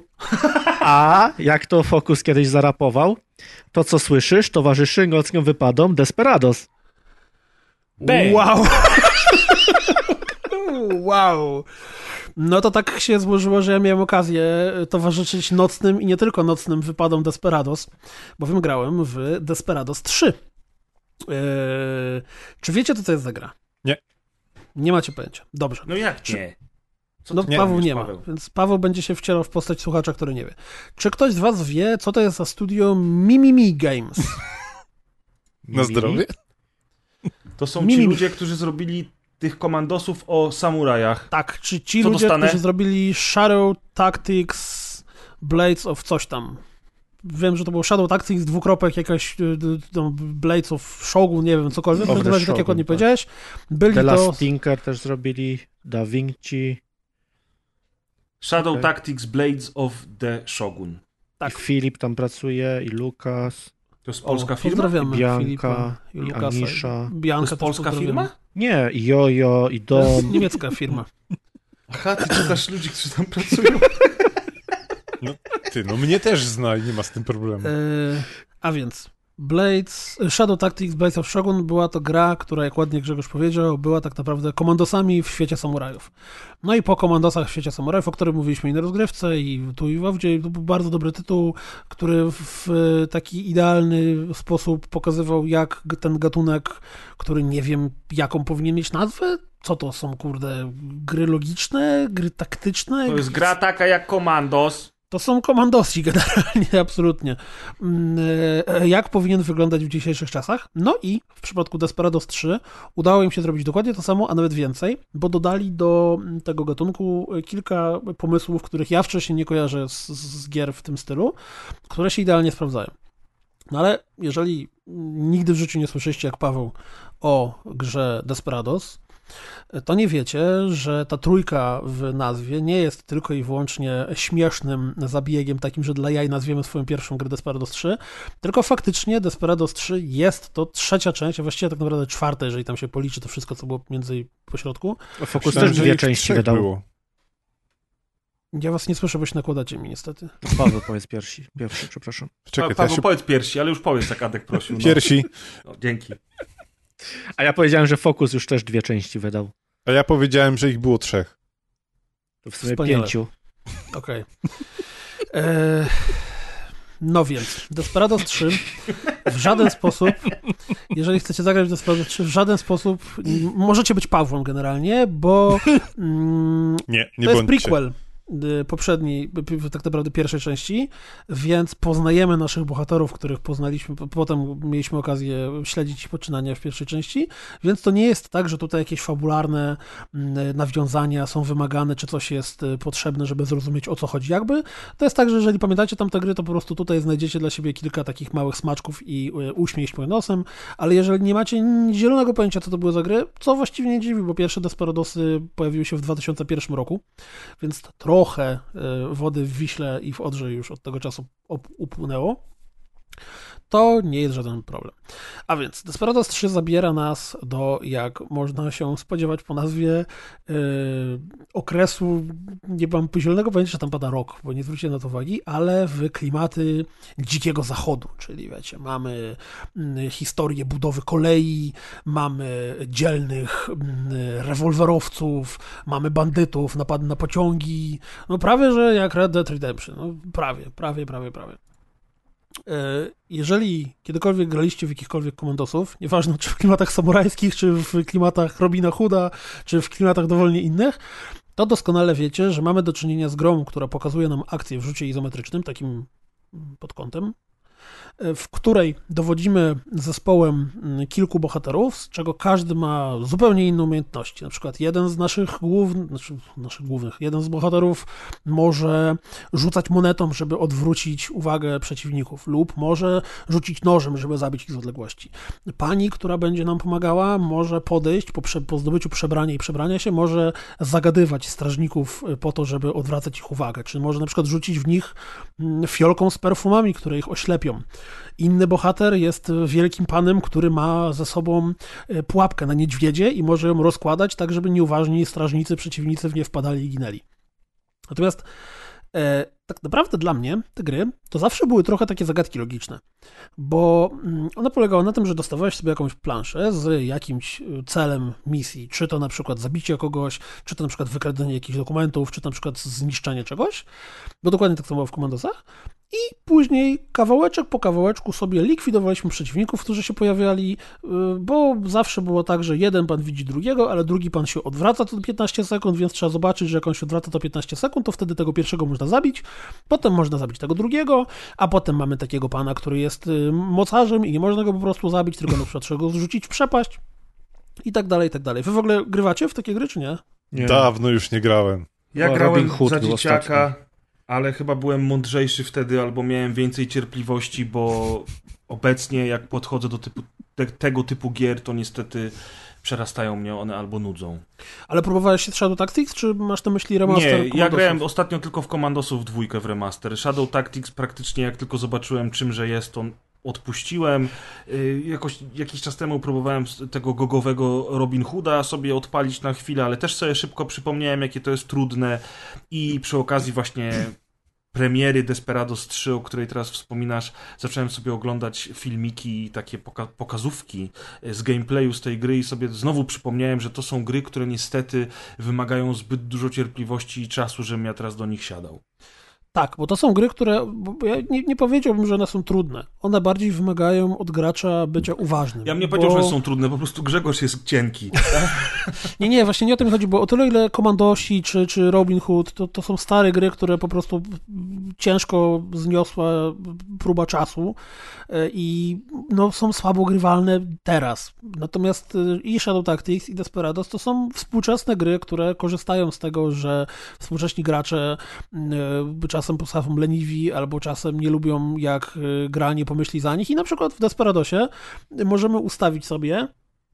A jak to Fokus kiedyś zarapował, to co słyszysz, towarzyszy nocnym wypadom Desperados. Bang. Wow! Wow! No to tak się złożyło, że ja miałem okazję towarzyszyć nocnym i nie tylko nocnym wypadom Desperados, bowiem grałem w Desperados 3. Czy wiecie, co to jest za gra? Nie. Nie macie pojęcia. Dobrze. No jak nie? Co No ty Paweł powiesz, nie ma, Paweł? więc Paweł będzie się wcielał w postać słuchacza, który nie wie. Czy ktoś z was wie, co to jest za studio Mimimi Games? Na zdrowie? To są Mimi. ci ludzie, którzy zrobili tych komandosów o samurajach. Tak, czy ci Co ludzie, dostanę? którzy zrobili Shadow Tactics Blades of coś tam. Wiem, że to było Shadow Tactics, dwukropek, jakaś Blades of Shogun, nie wiem, cokolwiek. W Of każdym the razie, tak jak Shogun, ładnie tak. powiedziałeś, byli The to... Last Tinker też zrobili, Da Vinci Shadow Okej. Tactics Blades of the Shogun. Tak. i Filip tam pracuje i Lukas. To jest polska firma? Pozdrawiamy Bianka Filipa i i Lukasa. Anisza. Bianka To jest też polska pozdrawiamy. firma? Nie, Jojo i To jest Dom. niemiecka firma. Aha, ty czytasz ludzi, którzy tam pracują. No mnie też zna i nie ma z tym problemu. A więc Shadow Tactics Blades of Shogun była to gra, która, jak ładnie Grzegorz powiedział, była tak naprawdę komandosami w świecie samurajów. No i po komandosach w świecie samurajów, o którym mówiliśmy i na rozgrywce, i tu i w Awdzie, to był bardzo dobry tytuł, który w taki idealny sposób pokazywał, jak ten gatunek, który nie wiem, jaką powinien mieć nazwę. Co to są, kurde, gry logiczne, gry taktyczne? To jest gra taka jak Commandos. To są komandosi generalnie, absolutnie. Jak powinien wyglądać w dzisiejszych czasach? No i w przypadku Desperados 3 udało im się zrobić dokładnie to samo, a nawet więcej, bo dodali do tego gatunku kilka pomysłów, których ja wcześniej nie kojarzę z gier w tym stylu, które się idealnie sprawdzają. No ale jeżeli nigdy w życiu nie słyszeliście, jak Paweł, o grze Desperados, to nie wiecie, że ta trójka w nazwie nie jest tylko i wyłącznie śmiesznym zabiegiem takim, że dla jaj nazwiemy swoją pierwszą grę Desperados 3, tylko faktycznie Desperados 3 jest to trzecia część, a właściwie tak naprawdę czwarta, jeżeli tam się policzy to wszystko, co było między i po środku. Focus też dwie części wydał. Było. Ja was nie słyszę, bo się nakładacie mi niestety. Paweł, powiedz pierwszy, przepraszam. Czekaj, Paweł, powiedz piersi, ale już powiedz, jak Adek prosił. No. Piersi. No, dzięki. A ja powiedziałem, że Focus już też dwie części wydał. A ja powiedziałem, że ich było 3. To w sumie Wspaniale. 5. Okej. No więc, Desperados 3 w żaden sposób, jeżeli chcecie zagrać w Desperados 3, w żaden sposób możecie być Pawłem generalnie, bo Nie to jest bądźcie. prequel poprzedniej, tak naprawdę pierwszej części, więc poznajemy naszych bohaterów, których poznaliśmy, potem mieliśmy okazję śledzić ich poczynania w pierwszej części, więc to nie jest tak, że tutaj jakieś fabularne nawiązania są wymagane, czy coś jest potrzebne, żeby zrozumieć, o co chodzi jakby. To jest tak, że jeżeli pamiętacie tamte gry, to po prostu tutaj znajdziecie dla siebie kilka takich małych smaczków i uśmiech nosem, ale jeżeli nie macie zielonego pojęcia, co to były za gry, co właściwie nie dziwi, bo pierwsze Desperadosy pojawiły się w 2001 roku, więc trochę wody w Wiśle i w Odrze już od tego czasu upłynęło, to nie jest żaden problem. A więc Desperados 3 zabiera nas do, jak można się spodziewać po nazwie, okresu, nie mam zielonego pojęcia, że tam pada rok, bo nie zwróciłem na to uwagi, ale w klimaty dzikiego zachodu, czyli wiecie, mamy historię budowy kolei, mamy dzielnych rewolwerowców, mamy bandytów, napady na pociągi, no prawie, że jak Red Dead Redemption, no prawie. Jeżeli kiedykolwiek graliście w jakichkolwiek komandosów, nieważne czy w klimatach samurajskich, czy w klimatach Robina Hooda, czy w klimatach dowolnie innych, to doskonale wiecie, że mamy do czynienia z grą, która pokazuje nam akcję w rzucie izometrycznym, takim pod kątem, w której dowodzimy zespołem kilku bohaterów, z czego każdy ma zupełnie inne umiejętności. Na przykład jeden z jeden z bohaterów może rzucać monetą, żeby odwrócić uwagę przeciwników, lub może rzucić nożem, żeby zabić ich z odległości. Pani, która będzie nam pomagała, może podejść po zdobyciu przebrania i przebrania się, może zagadywać strażników po to, żeby odwracać ich uwagę, czy może na przykład rzucić w nich fiolką z perfumami, które ich oślepią. Inny bohater jest wielkim panem, który ma ze sobą pułapkę na niedźwiedzie i może ją rozkładać tak, żeby nieuważni strażnicy, przeciwnicy w nie wpadali i ginęli. Natomiast tak naprawdę dla mnie te gry to zawsze były trochę takie zagadki logiczne, bo one polegały na tym, że dostawałeś sobie jakąś planszę z jakimś celem misji, czy to na przykład zabicie kogoś, czy to na przykład wykradanie jakichś dokumentów, czy to na przykład zniszczenie czegoś, bo dokładnie tak samo było w komandosach. I później kawałeczek po kawałeczku sobie likwidowaliśmy przeciwników, którzy się pojawiali, bo zawsze było tak, że jeden pan widzi drugiego, ale drugi pan się odwraca co 15 sekund, więc trzeba zobaczyć, że jak on się odwraca to 15 sekund, to wtedy tego pierwszego można zabić, potem można zabić tego drugiego, a potem mamy takiego pana, który jest mocarzem i nie można go po prostu zabić, tylko na przykład trzeba go zrzucić w przepaść i tak dalej, i tak dalej. Wy w ogóle grywacie w takie gry, czy nie? Nie. Dawno już nie grałem. Ja Robin grałem Hood za był dzieciaka, ostatnio. ale chyba byłem mądrzejszy wtedy, albo miałem więcej cierpliwości, bo obecnie jak podchodzę do tego typu gier, to niestety przerastają mnie one albo nudzą. Ale próbowałeś się Shadow Tactics, czy masz na myśli remaster Nie, ja Commandosów? grałem ostatnio tylko w Commandosów 2 w remaster. Shadow Tactics praktycznie jak tylko zobaczyłem czymże jest, to odpuściłem. Jakiś czas temu próbowałem tego gogowego Robin Hooda sobie odpalić na chwilę, ale też sobie szybko przypomniałem, jakie to jest trudne i przy okazji właśnie premiery Desperados 3, o której teraz wspominasz, zacząłem sobie oglądać filmiki, takie pokazówki z gameplayu z tej gry i sobie znowu przypomniałem, że to są gry, które niestety wymagają zbyt dużo cierpliwości i czasu, żebym ja teraz do nich siadał. Tak, bo to są gry, które, bo ja nie powiedziałbym, że one są trudne. One bardziej wymagają od gracza bycia uważnym. Ja bym nie powiedział, że są trudne, po prostu Grzegorz jest cienki. Nie, właśnie nie o tym chodzi, bo o tyle, ile Kommandosi czy Robin Hood, to są stare gry, które po prostu ciężko zniosła próba czasu i no, są słabo grywalne teraz. Natomiast i Shadow Tactics, i Desperados to są współczesne gry, które korzystają z tego, że współcześni gracze czasem są leniwi, albo czasem nie lubią, jak gra nie pomyśli za nich. I na przykład w Desperadosie możemy ustawić sobie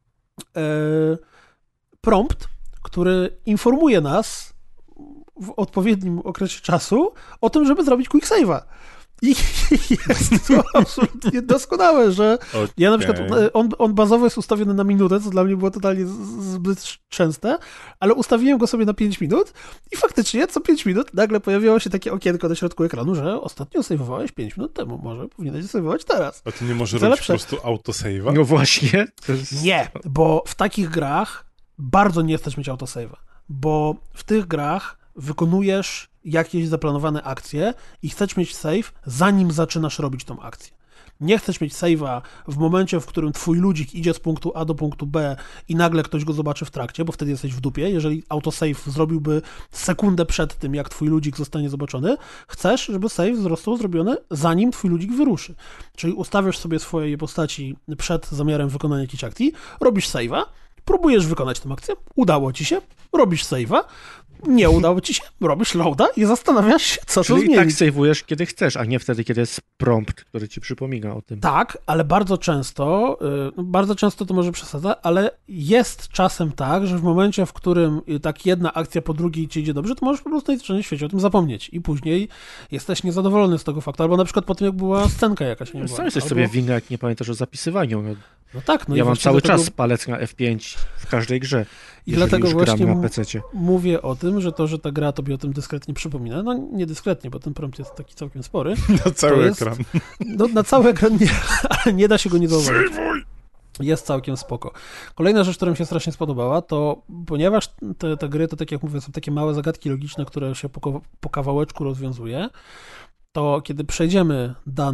prompt, który informuje nas w odpowiednim okresie czasu o tym, żeby zrobić quick save'a. I jest to absolutnie doskonałe, że ja na przykład, on bazowo jest ustawiony na minutę, co dla mnie było totalnie zbyt częste, ale ustawiłem go sobie na 5 minut i faktycznie co 5 minut nagle pojawiało się takie okienko na środku ekranu, że ostatnio save'owałeś 5 minut temu, może powinieneś save'ować teraz. A ty nie może robić po prostu autosave'a? No właśnie. Nie, bo w takich grach bardzo nie chcesz mieć autosave'a, bo w tych grach wykonujesz jakieś zaplanowane akcje i chcesz mieć save, zanim zaczynasz robić tą akcję. Nie chcesz mieć save'a w momencie, w którym twój ludzik idzie z punktu A do punktu B i nagle ktoś go zobaczy w trakcie, bo wtedy jesteś w dupie. Jeżeli autosave zrobiłby sekundę przed tym, jak twój ludzik zostanie zobaczony, chcesz, żeby save został zrobiony, zanim twój ludzik wyruszy. Czyli ustawiasz sobie swojej postaci przed zamiarem wykonania jakiejś akcji, robisz save'a, próbujesz wykonać tę akcję, udało ci się, robisz save'a, nie udało ci się, robisz loada i zastanawiasz się, co to zmienić. Czyli tak save'ujesz, kiedy chcesz, a nie wtedy, kiedy jest prompt, który ci przypomina o tym. Tak, ale bardzo często to może przesadzać, ale jest czasem tak, że w momencie, w którym tak jedna akcja po drugiej ci idzie dobrze, to możesz po prostu najzwyczajniej w świecie o tym zapomnieć i później jesteś niezadowolony z tego faktu, albo na przykład po tym, jak była scenka jakaś. Nie Sam jesteś sobie winny, jak nie pamiętasz o zapisywaniu. No tak. No ja i mam cały dlatego... czas palec na F5 w każdej grze. I dlatego właśnie na PC-cie. mówię o tym, że to, że ta gra tobie o tym dyskretnie przypomina, no nie dyskretnie, bo ten prompt jest taki całkiem spory. Na cały ekran. No, na cały ekran nie, ale nie da się go nie zauważyć. Jest całkiem spoko. Kolejna rzecz, która mi się strasznie spodobała, to ponieważ te gry, to tak jak mówię, są takie małe zagadki logiczne, które się po kawałeczku rozwiązuje, to kiedy przejdziemy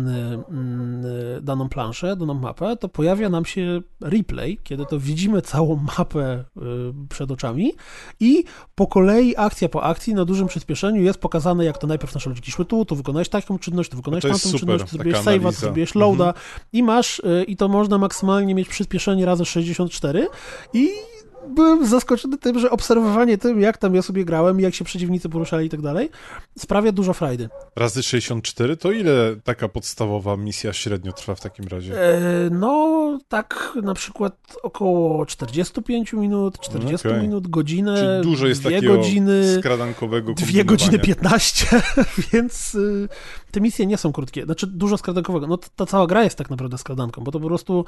daną planszę, daną mapę, to pojawia nam się replay, kiedy to widzimy całą mapę przed oczami i po kolei, akcja po akcji, na dużym przyspieszeniu jest pokazane, jak to najpierw nasze ludziki szły tu wykonałeś taką czynność, tu wykonałeś tamtą czynność, tu zrobiłeś save'a, tu zrobiłeś loada i masz, i to można maksymalnie mieć przyspieszenie razy 64 i byłem zaskoczony tym, że obserwowanie tym, jak tam ja sobie grałem, jak się przeciwnicy poruszali i tak dalej, sprawia dużo frajdy. Razy 64? To ile taka podstawowa misja średnio trwa w takim razie? No, tak na przykład około 45 minut, 40 minut, godzinę, czyli dużo jest 2 godziny, skradankowego 2 godziny 15, więc te misje nie są krótkie. Znaczy, dużo skradankowego. No, ta cała gra jest tak naprawdę skradanką, bo to po prostu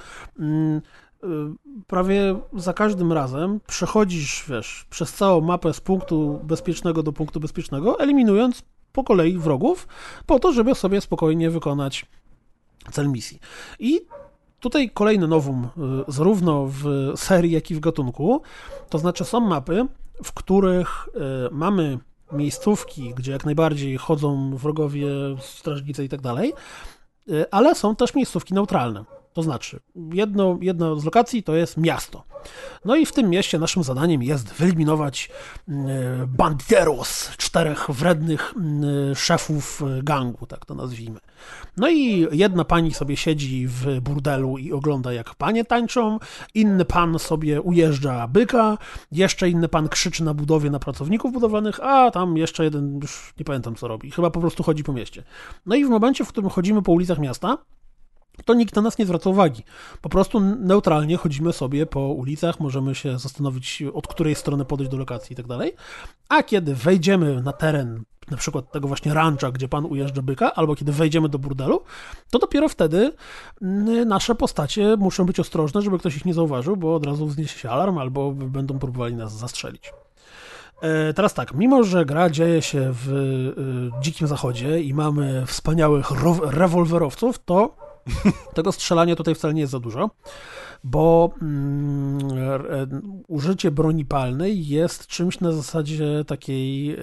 prawie za każdym razem przechodzisz, wiesz, przez całą mapę z punktu bezpiecznego do punktu bezpiecznego, eliminując po kolei wrogów, po to, żeby sobie spokojnie wykonać cel misji. I tutaj kolejny nowum, zarówno w serii, jak i w gatunku, to znaczy są mapy, w których mamy miejscówki, gdzie jak najbardziej chodzą wrogowie, strażnicy i tak dalej, ale są też miejscówki neutralne. To znaczy, jedna z lokacji to jest miasto. No i w tym mieście naszym zadaniem jest wyeliminować banditeros, 4 wrednych szefów gangu, tak to nazwijmy. No i jedna pani sobie siedzi w burdelu i ogląda, jak panie tańczą, inny pan sobie ujeżdża byka, jeszcze inny pan krzyczy na budowie na pracowników budowlanych, a tam jeszcze jeden, już nie pamiętam co robi, chyba po prostu chodzi po mieście. No i w momencie, w którym chodzimy po ulicach miasta, to nikt na nas nie zwraca uwagi. Po prostu neutralnie chodzimy sobie po ulicach, możemy się zastanowić, od której strony podejść do lokacji i tak dalej. A kiedy wejdziemy na teren na przykład tego właśnie rancha, gdzie pan ujeżdża byka, albo kiedy wejdziemy do burdelu, to dopiero wtedy nasze postacie muszą być ostrożne, żeby ktoś ich nie zauważył, bo od razu wzniesie się alarm, albo będą próbowali nas zastrzelić. Teraz tak, mimo że gra dzieje się w Dzikim Zachodzie i mamy wspaniałych rewolwerowców, to tego strzelania tutaj wcale nie jest za dużo, bo użycie broni palnej jest czymś na zasadzie takiej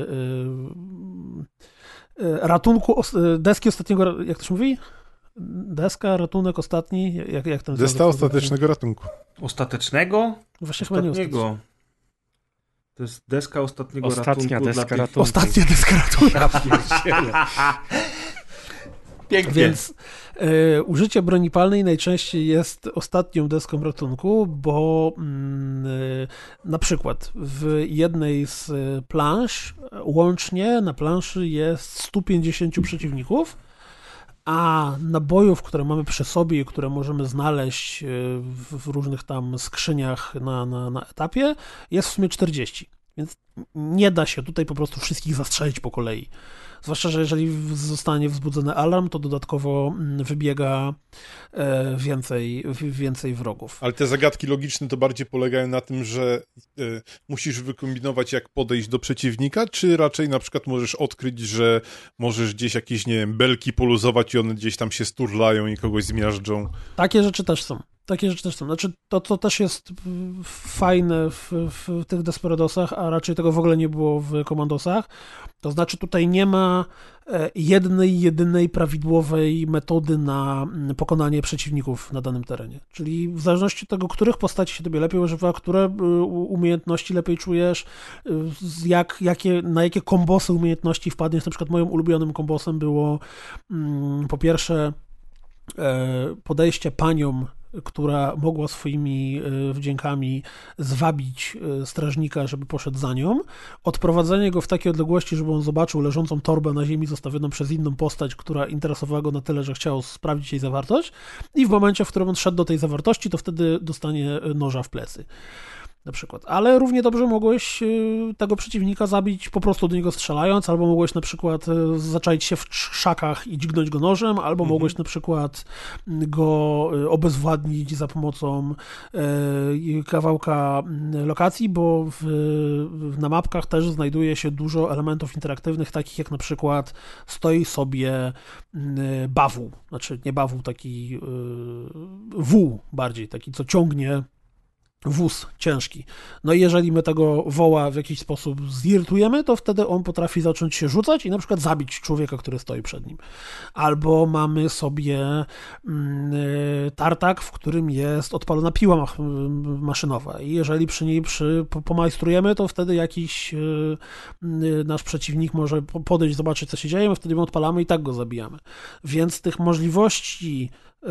ratunku, deski ostatniego, jak to się mówi? Deska, ratunek ostatni, jak ten Deska ostatecznego ratunku. Ostatecznego? Właśnie chyba nie ostatecznego. To jest deska ostatniego Ostatnia ratunku. deska ratunku. Ostatnia deska ratunku. Pięknie. Więc użycie broni palnej najczęściej jest ostatnią deską ratunku, bo na przykład w jednej z plansz łącznie na planszy jest 150 przeciwników, a nabojów, które mamy przy sobie i które możemy znaleźć w różnych tam skrzyniach na etapie, jest w sumie 40. Więc nie da się tutaj po prostu wszystkich zastrzelić po kolei. Zwłaszcza, że jeżeli zostanie wzbudzony alarm, to dodatkowo wybiega więcej wrogów. Ale te zagadki logiczne to bardziej polegają na tym, że musisz wykombinować, jak podejść do przeciwnika, czy raczej na przykład możesz odkryć, że możesz gdzieś jakieś, nie wiem, belki poluzować i one gdzieś tam się sturlają i kogoś zmiażdżą? Takie rzeczy też są. Znaczy, to co też jest fajne w tych Desperadosach, a raczej tego w ogóle nie było w Comandosach, to znaczy tutaj nie ma jedynej prawidłowej metody na pokonanie przeciwników na danym terenie. Czyli w zależności od tego, których postaci się tobie lepiej używa, które umiejętności lepiej czujesz, na jakie kombosy umiejętności wpadniesz. Na przykład moim ulubionym kombosem było po pierwsze podejście paniom, która mogła swoimi wdziękami zwabić strażnika, żeby poszedł za nią, odprowadzenie go w takiej odległości, żeby on zobaczył leżącą torbę na ziemi zostawioną przez inną postać, która interesowała go na tyle, że chciał sprawdzić jej zawartość, i w momencie, w którym on szedł do tej zawartości, to wtedy dostanie noża w plecy. Na przykład. Ale równie dobrze mogłeś tego przeciwnika zabić po prostu do niego strzelając, albo mogłeś na przykład zaczaić się w krzakach i dźgnąć go nożem, albo mogłeś na przykład go obezwładnić za pomocą kawałka lokacji, bo na mapkach też znajduje się dużo elementów interaktywnych, takich jak na przykład stoi sobie bawół, znaczy nie bawół, taki wół bardziej, taki co ciągnie wóz ciężki. No i jeżeli my tego woła w jakiś sposób zirytujemy, to wtedy on potrafi zacząć się rzucać i na przykład zabić człowieka, który stoi przed nim. Albo mamy sobie tartak, w którym jest odpalona piła maszynowa i jeżeli przy niej pomajstrujemy, to wtedy jakiś nasz przeciwnik może podejść, zobaczyć, co się dzieje, my wtedy ją odpalamy i tak go zabijamy. Więc tych możliwości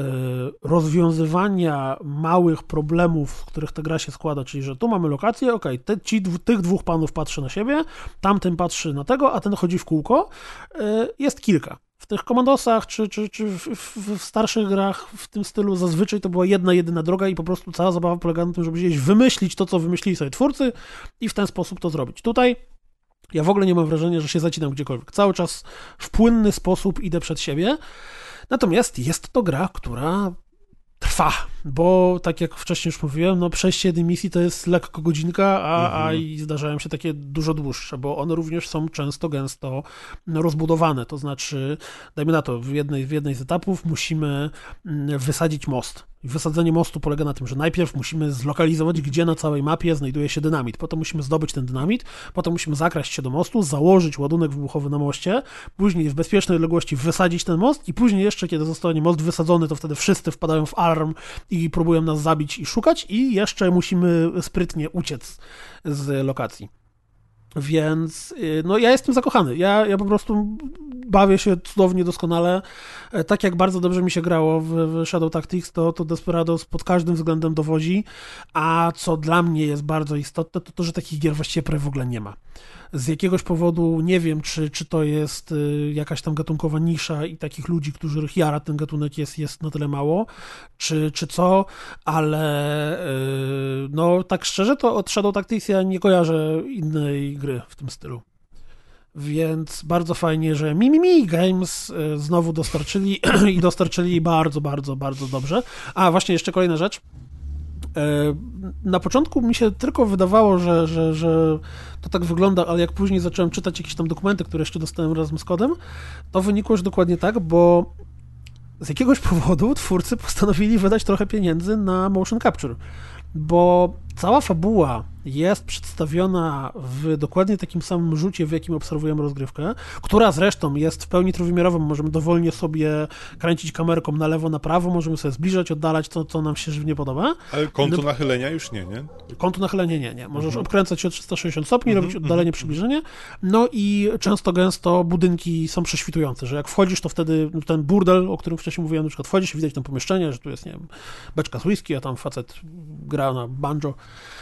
rozwiązywania małych problemów, z których ta gra się składa, czyli że tu mamy lokację, tych dwóch panów patrzy na siebie, tamten patrzy na tego, a ten chodzi w kółko, jest kilka. W tych Comandosach czy w starszych grach w tym stylu zazwyczaj to była jedyna droga i po prostu cała zabawa polega na tym, żeby gdzieś wymyślić to, co wymyślili sobie twórcy i w ten sposób to zrobić. Tutaj ja w ogóle nie mam wrażenia, że się zacinam gdziekolwiek. Cały czas w płynny sposób idę przed siebie. Natomiast jest to gra, która trwa, bo tak jak wcześniej już mówiłem, no przejście jednej misji to jest lekko godzinka, a i zdarzają się takie dużo dłuższe, bo one również są często, gęsto rozbudowane, to znaczy, dajmy na to, w jednej z etapów musimy wysadzić most. I wysadzenie mostu polega na tym, że najpierw musimy zlokalizować, gdzie na całej mapie znajduje się dynamit. Potem musimy zdobyć ten dynamit, potem musimy zakraść się do mostu, założyć ładunek wybuchowy na moście, później w bezpiecznej odległości wysadzić ten most i później jeszcze, kiedy zostanie most wysadzony, to wtedy wszyscy wpadają w alarm i próbują nas zabić i szukać i jeszcze musimy sprytnie uciec z lokacji. Więc no ja jestem zakochany. Ja po prostu bawię się cudownie, doskonale. Tak jak bardzo dobrze mi się grało w Shadow Tactics, to Desperados pod każdym względem dowodzi, a co dla mnie jest bardzo istotne, to że takich gier właściwie prawie w ogóle nie ma. Z jakiegoś powodu nie wiem, czy to jest jakaś tam gatunkowa nisza i takich ludzi, których jara ten gatunek jest na tyle mało, czy co, ale no tak szczerze to od Shadow Tactics ja nie kojarzę innej gry w tym stylu. Więc bardzo fajnie, że Mimimi Games znowu dostarczyli i dostarczyli bardzo, bardzo, bardzo dobrze. A właśnie jeszcze kolejna rzecz. Na początku mi się tylko wydawało, że to tak wygląda, ale jak później zacząłem czytać jakieś tam dokumenty, które jeszcze dostałem razem z kodem, to wynikło, że dokładnie tak, bo z jakiegoś powodu twórcy postanowili wydać trochę pieniędzy na motion capture, bo cała fabuła jest przedstawiona w dokładnie takim samym rzucie, w jakim obserwujemy rozgrywkę, która zresztą jest w pełni trójwymiarową. Możemy dowolnie sobie kręcić kamerką na lewo, na prawo, możemy sobie zbliżać, oddalać to, co nam się żywnie podoba. Ale kątu nachylenia już nie? Kątu nachylenia nie. Możesz obkręcać się o 360 stopni, robić oddalenie, przybliżenie. No i często, gęsto budynki są prześwitujące, że jak wchodzisz, to wtedy ten burdel, o którym wcześniej mówiłem, na przykład wchodzisz i widać tam pomieszczenie, że tu jest, nie wiem, beczka z whisky, a tam facet gra na banjo.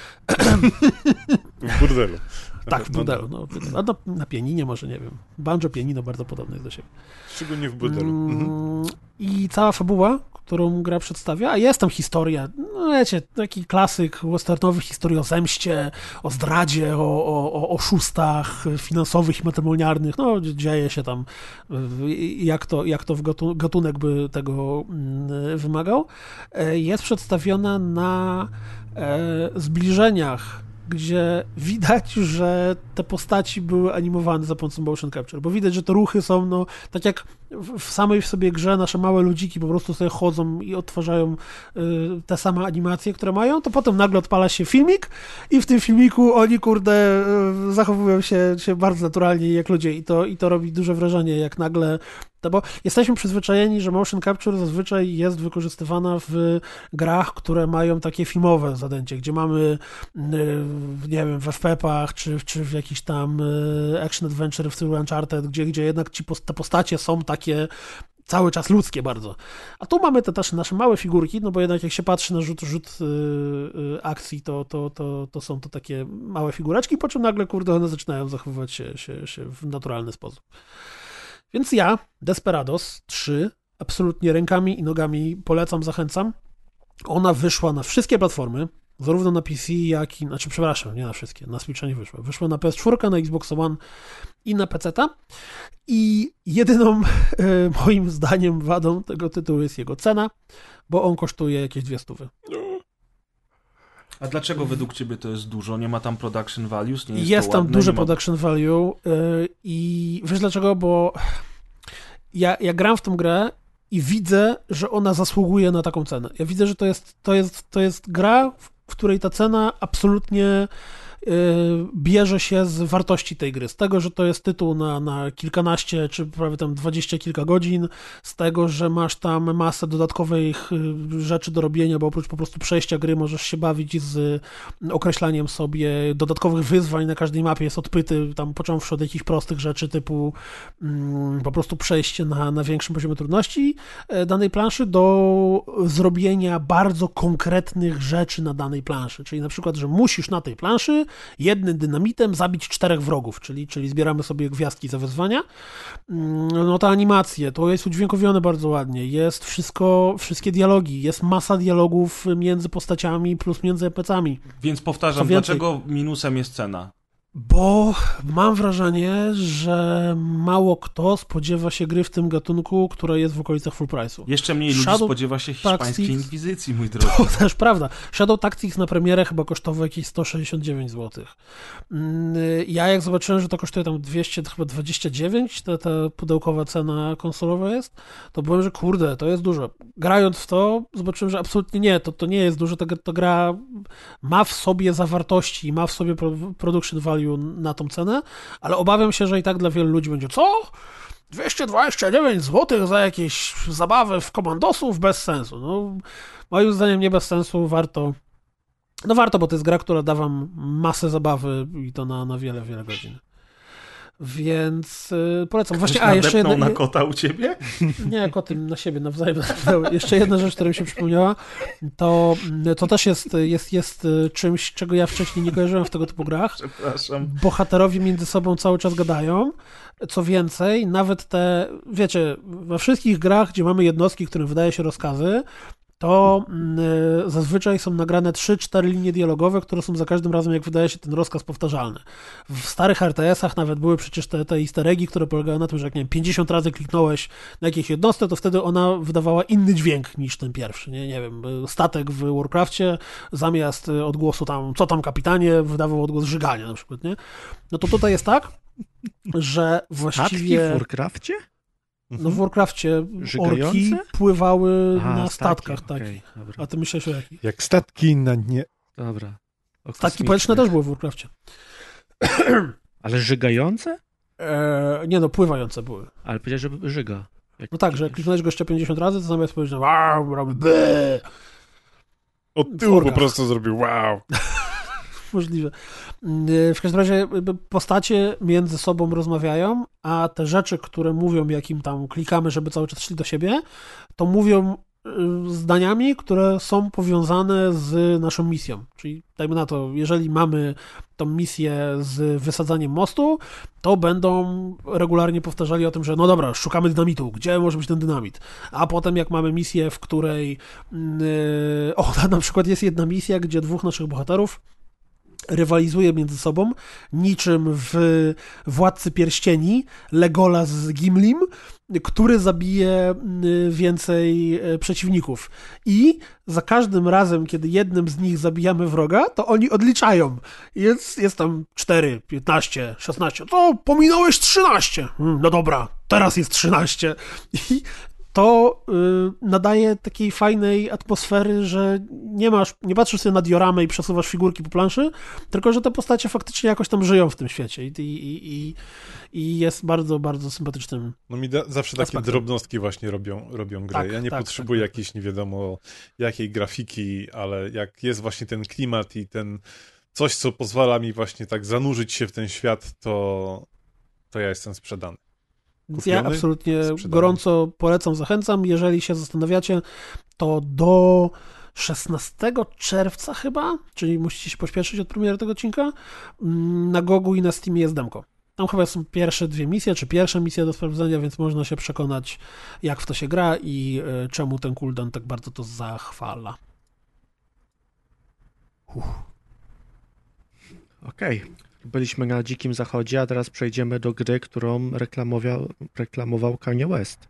W burdelu. Tak, w burdelu. No, a na pianinie może, nie wiem. Banjo, pianino bardzo podobne jest do siebie. Szczególnie w burdelu. I cała fabuła, którą gra przedstawia, a jest tam historia, no wiecie, taki klasyk westernowy, historia o zemście, o zdradzie, o oszustach finansowych i matrymonialnych, no dzieje się tam, jak to w gatunek by tego wymagał. Jest przedstawiona na zbliżeniach, gdzie widać, że te postaci były animowane za pomocą motion capture, bo widać, że te ruchy są, no, tak jak w samej w sobie grze nasze małe ludziki po prostu sobie chodzą i odtwarzają te same animacje, które mają, to potem nagle odpala się filmik i w tym filmiku oni, kurde, zachowują się bardzo naturalnie jak ludzie i to robi duże wrażenie, jak nagle. No bo jesteśmy przyzwyczajeni, że motion capture zazwyczaj jest wykorzystywana w grach, które mają takie filmowe zadęcie, gdzie mamy, nie wiem, w FPP-ach, czy w jakichś tam action adventure w stylu Uncharted, gdzie jednak te postacie są takie cały czas ludzkie bardzo. A tu mamy te nasze małe figurki, no bo jednak jak się patrzy na rzut akcji, to są to takie małe figureczki, po czym nagle, kurde, one zaczynają zachowywać się w naturalny sposób. Więc ja Desperados 3 absolutnie rękami i nogami polecam, zachęcam. Ona wyszła na wszystkie platformy, zarówno na PC, jak i... Znaczy, przepraszam, nie na wszystkie, na Switcha nie wyszła. Wyszła na PS4, na Xbox One i na PC-ta. I jedyną moim zdaniem wadą tego tytułu jest jego cena, bo on kosztuje jakieś 200. A dlaczego według ciebie to jest dużo? Nie ma tam production values? Nie jest tam duże production value i wiesz dlaczego? Bo ja gram w tę grę i widzę, że ona zasługuje na taką cenę. Ja widzę, że to jest gra, w której ta cena absolutnie bierze się z wartości tej gry, z tego, że to jest tytuł na kilkanaście, czy prawie tam 20 kilka godzin, z tego, że masz tam masę dodatkowych rzeczy do robienia, bo oprócz po prostu przejścia gry możesz się bawić z określaniem sobie dodatkowych wyzwań na każdej mapie, jest odpyty, tam począwszy od jakichś prostych rzeczy typu po prostu przejście na większym poziomie trudności danej planszy do zrobienia bardzo konkretnych rzeczy na danej planszy, czyli na przykład, że musisz na tej planszy jednym dynamitem zabić 4 wrogów, czyli zbieramy sobie gwiazdki za wyzwania. No te animacje, to jest udźwiękowione bardzo ładnie, jest wszystkie dialogi, jest masa dialogów między postaciami plus między NPC-ami. Więc powtarzam, dlaczego minusem jest cena? Bo mam wrażenie, że mało kto spodziewa się gry w tym gatunku, która jest w okolicach full price'u. Jeszcze mniej ludzi spodziewa się hiszpańskiej inkwizycji, mój drogi. To też prawda. Shadow Tactics na premierę chyba kosztował jakieś 169 zł. Ja jak zobaczyłem, że to kosztuje tam 229, ta pudełkowa cena konsolowa jest, to byłem, że kurde, to jest dużo. Grając w to, zobaczyłem, że absolutnie nie, to nie jest dużo. Ta gra ma w sobie zawartości, ma w sobie production value na tą cenę, ale obawiam się, że i tak dla wielu ludzi będzie co? 229 zł za jakieś zabawy w komandosów bez sensu. No, moim zdaniem nie bez sensu, No warto, bo to jest gra, która da wam masę zabawy i to na wiele, wiele godzin. Więc polecam. Właśnie, jeszcze jedna... na kota u ciebie? Nie, koty na siebie nawzajem. Jeszcze jedna rzecz, która mi się przypomniała, to też jest czymś, czego ja wcześniej nie kojarzyłem w tego typu grach. Przepraszam. Bohaterowie między sobą cały czas gadają. Co więcej, nawet wiecie, we wszystkich grach, gdzie mamy jednostki, którym wydaje się rozkazy, to zazwyczaj są nagrane 3-4 linie dialogowe, które są za każdym razem, jak wydaje się ten rozkaz, powtarzalny. W starych RTS-ach nawet były przecież te easter eggi, które polegały na tym, że jak nie wiem, 50 razy kliknąłeś na jakieś jednostkę, to wtedy ona wydawała inny dźwięk niż ten pierwszy. Nie wiem, statek w Warcrafcie zamiast odgłosu tam, co tam kapitanie, wydawał odgłos żygania na przykład, nie? No to tutaj jest tak, że właściwie... Statki w Warcrafcie? No w Warcrafcie Żygające? orki pływały Aha, na statki, statkach, tak. okej, dobra. A ty myślisz o jakich? Jak statki na dnie. Dobra. O Statki powietrzne też były w Warcrafcie. Ale żygające? Nie no, pływające były. Ale powiedziałeś, że żyga. No tak, że jak kliknąłeś gościa 50 razy, to zamiast powiedzieć wow, robi be. Od tyłu po prostu zrobił wow. Możliwe. W każdym razie postacie między sobą rozmawiają, a te rzeczy, które mówią, jak im tam klikamy, żeby cały czas szli do siebie, to mówią zdaniami, które są powiązane z naszą misją. Czyli dajmy na to, jeżeli mamy tą misję z wysadzaniem mostu, to będą regularnie powtarzali o tym, że no dobra, szukamy dynamitu, gdzie może być ten dynamit? A potem jak mamy misję, w której na przykład jest jedna misja, gdzie dwóch naszych bohaterów rywalizuje między sobą, niczym w Władcy Pierścieni Legolas z Gimlim, który zabije więcej przeciwników. I za każdym razem, kiedy jednym z nich zabijamy wroga, to oni odliczają. Jest tam 4, 15, 16. To pominąłeś 13. No dobra, teraz jest 13. I to nadaje takiej fajnej atmosfery, że nie patrzysz sobie na dioramę i przesuwasz figurki po planszy, tylko że te postacie faktycznie jakoś tam żyją w tym świecie i jest bardzo, bardzo sympatycznym. No mi zawsze takie aspektem. drobnostki właśnie robią grę. Tak, ja nie tak, potrzebuję tak. jakiejś nie wiadomo jakiej grafiki, ale jak jest właśnie ten klimat i ten coś, co pozwala mi właśnie tak zanurzyć się w ten świat, to ja jestem sprzedany. Więc ja Kupiony? absolutnie Sprzedany. gorąco polecam, zachęcam. Jeżeli się zastanawiacie, to do 16 czerwca chyba, czyli musicie się pośpieszyć od premiery tego odcinka, na Gogu i na Steamie jest demko. Tam chyba są pierwsze 2 misje, czy pierwsza misja do sprawdzenia, więc można się przekonać, jak w to się gra i czemu ten cooldown tak bardzo to zachwala. Okej. Byliśmy na Dzikim Zachodzie, a teraz przejdziemy do gry, którą reklamował Kanye West.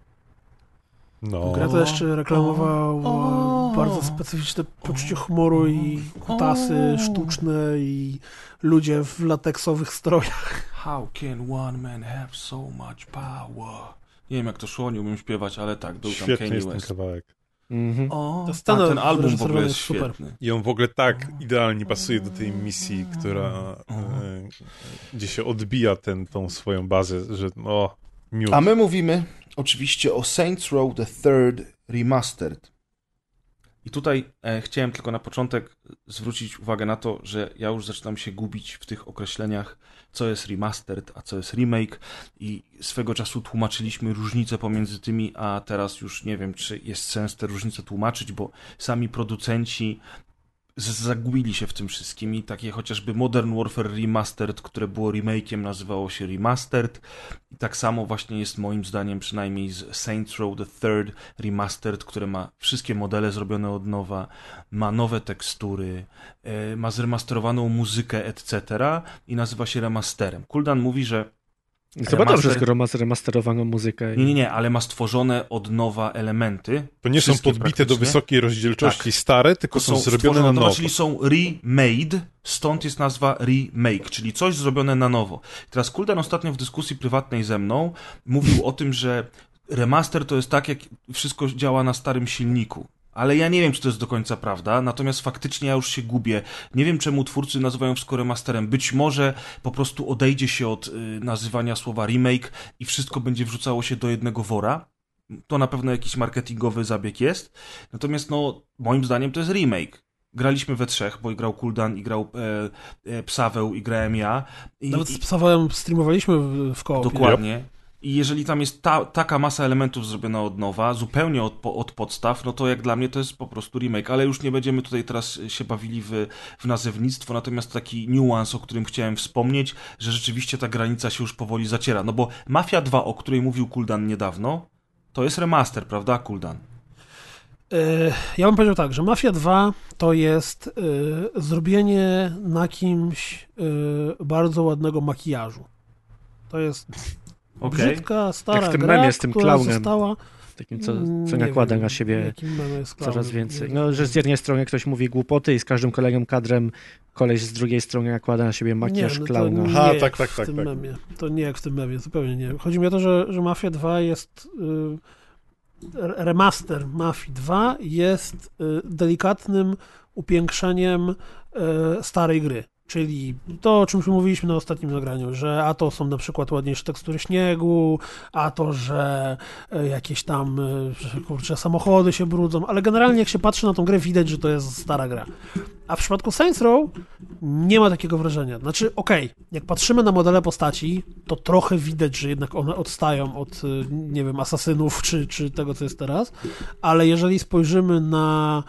No. Gra to jeszcze reklamował bardzo specyficzne poczucie humoru i kutasy sztuczne i ludzie w lateksowych strojach. How can one man have so much power? Nie wiem jak to szło, nie umiem śpiewać, ale tak, był tam Świetny Kanye jest ten West. kawałek. Mhm. O, Ta scena ten album w ogóle wyreżyserowana jest jest super. świetny. I on w ogóle tak idealnie pasuje do tej misji, która gdzie się odbija tą swoją bazę, że miód. A my mówimy oczywiście o Saints Row the Third Remastered. I tutaj chciałem tylko na początek zwrócić uwagę na to, że ja już zaczynam się gubić w tych określeniach, co jest remastered, a co jest remake i swego czasu tłumaczyliśmy różnice pomiędzy tymi, a teraz już nie wiem, czy jest sens te różnice tłumaczyć, bo sami producenci zagubili się w tym wszystkim i takie chociażby Modern Warfare Remastered, które było remake'iem, nazywało się Remastered i tak samo właśnie jest moim zdaniem przynajmniej z Saints Row the Third Remastered, które ma wszystkie modele zrobione od nowa, ma nowe tekstury, ma zremasterowaną muzykę, etc. i nazywa się remasterem. Kuldan mówi, że Chyba dobrze, skoro ma zremasterowaną muzykę. Nie, ale ma stworzone od nowa elementy. To nie są Wszystkie podbite do praktycznie. wysokiej rozdzielczości Tak. stare, tylko są zrobione na nowo. Czyli są remade, stąd jest nazwa remake, czyli coś zrobione na nowo. Teraz Kuldan ostatnio w dyskusji prywatnej ze mną mówił o tym, że remaster to jest tak, jak wszystko działa na starym silniku. Ale ja nie wiem, czy to jest do końca prawda, natomiast faktycznie ja już się gubię. Nie wiem, czemu twórcy nazywają wszystko remasterem. Być może po prostu odejdzie się od nazywania słowa remake i wszystko będzie wrzucało się do jednego wora. To na pewno jakiś marketingowy zabieg jest. Natomiast moim zdaniem to jest remake. graliśmy we trzech, bo i grał Kuldan, i grał Psaweł, i grałem ja. Nawet z Psawałem streamowaliśmy w koopie. Dokładnie. I jeżeli tam jest taka masa elementów zrobiona od nowa, zupełnie od podstaw, no to jak dla mnie to jest po prostu remake. Ale już nie będziemy tutaj teraz się bawili w nazewnictwo, natomiast taki niuans, o którym chciałem wspomnieć, że rzeczywiście ta granica się już powoli zaciera. No bo Mafia 2, o której mówił Kuldan niedawno, to jest remaster, prawda, Kuldan? Ja bym powiedział tak, że Mafia 2 to jest zrobienie na kimś bardzo ładnego makijażu. To jest brzydka, stara jak w tym gra, memie z tym która klaunem. została... Takim, co nakłada na siebie coraz więcej. No, że z jednej strony ktoś mówi głupoty i z każdym kolegą kadrem koleś z drugiej strony nakłada na siebie makijaż klauna. Aha, tak. Memie. To nie jak w tym memie, zupełnie nie. Chodzi mi o to, że Mafia 2 jest... remaster Mafii 2 jest delikatnym upiększeniem starej gry. Czyli to, o czym mówiliśmy na ostatnim nagraniu, że a to są na przykład ładniejsze tekstury śniegu, a to, że jakieś tam samochody się brudzą, ale generalnie jak się patrzy na tą grę, widać, że to jest stara gra. A w przypadku Saints Row nie ma takiego wrażenia. Znaczy, jak patrzymy na modele postaci, to trochę widać, że jednak one odstają od, nie wiem, asasynów, czy tego, co jest teraz, ale jeżeli spojrzymy na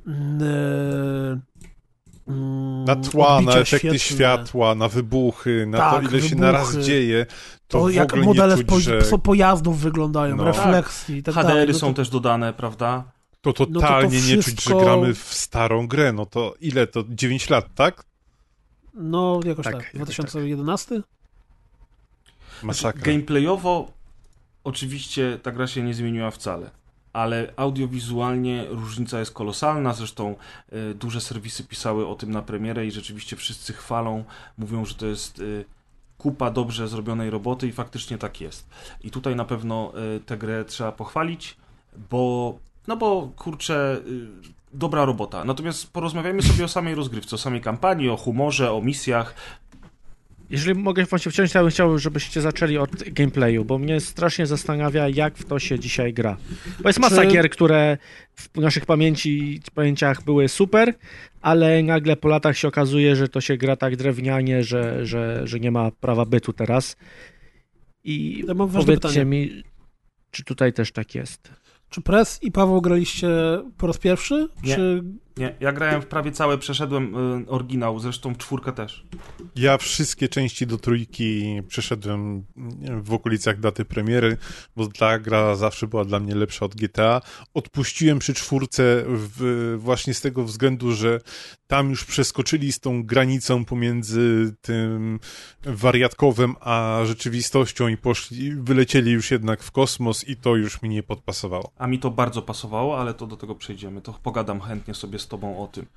tła, na efekty świetlne, światła, na wybuchy, na to, ile się naraz dzieje, to w jak ogóle modele nie czuć, że... pojazdów wyglądają, refleksji i tak dalej. HDR-y są też dodane, prawda? To totalnie to nie czuć, że gramy w starą grę. No to ile to? 9 lat, tak? No, jakoś tak. 2011? Masakra. Gameplayowo oczywiście ta gra się nie zmieniła wcale, ale audiowizualnie różnica jest kolosalna, zresztą duże serwisy pisały o tym na premierę i rzeczywiście wszyscy chwalą, mówią, że to jest kupa dobrze zrobionej roboty i faktycznie tak jest. I tutaj na pewno tę grę trzeba pochwalić, bo kurczę, dobra robota. Natomiast porozmawiajmy sobie o samej rozgrywce, o samej kampanii, o humorze, o misjach. Jeżeli mogę się wciąć, to ja bym chciał, żebyście zaczęli od gameplayu, bo mnie strasznie zastanawia, jak w to się dzisiaj gra. Bo jest masa gier, które w naszych pamięciach były super, ale nagle po latach się okazuje, że to się gra tak drewnianie, że nie ma prawa bytu teraz. I ja mam powiedzcie mi, czy tutaj też tak jest? Czy Press i Paweł graliście po raz pierwszy? Nie, ja grałem w prawie całe, przeszedłem oryginał, zresztą w 4 też. Ja wszystkie części do 3 przeszedłem w okolicach daty premiery, bo ta gra zawsze była dla mnie lepsza od GTA. Odpuściłem przy 4 właśnie z tego względu, że tam już przeskoczyli z tą granicą pomiędzy tym wariatkowym a rzeczywistością i wylecieli już jednak w kosmos i to już mi nie podpasowało. A mi to bardzo pasowało, ale to do tego przejdziemy. To pogadam chętnie sobie z tobą o tym.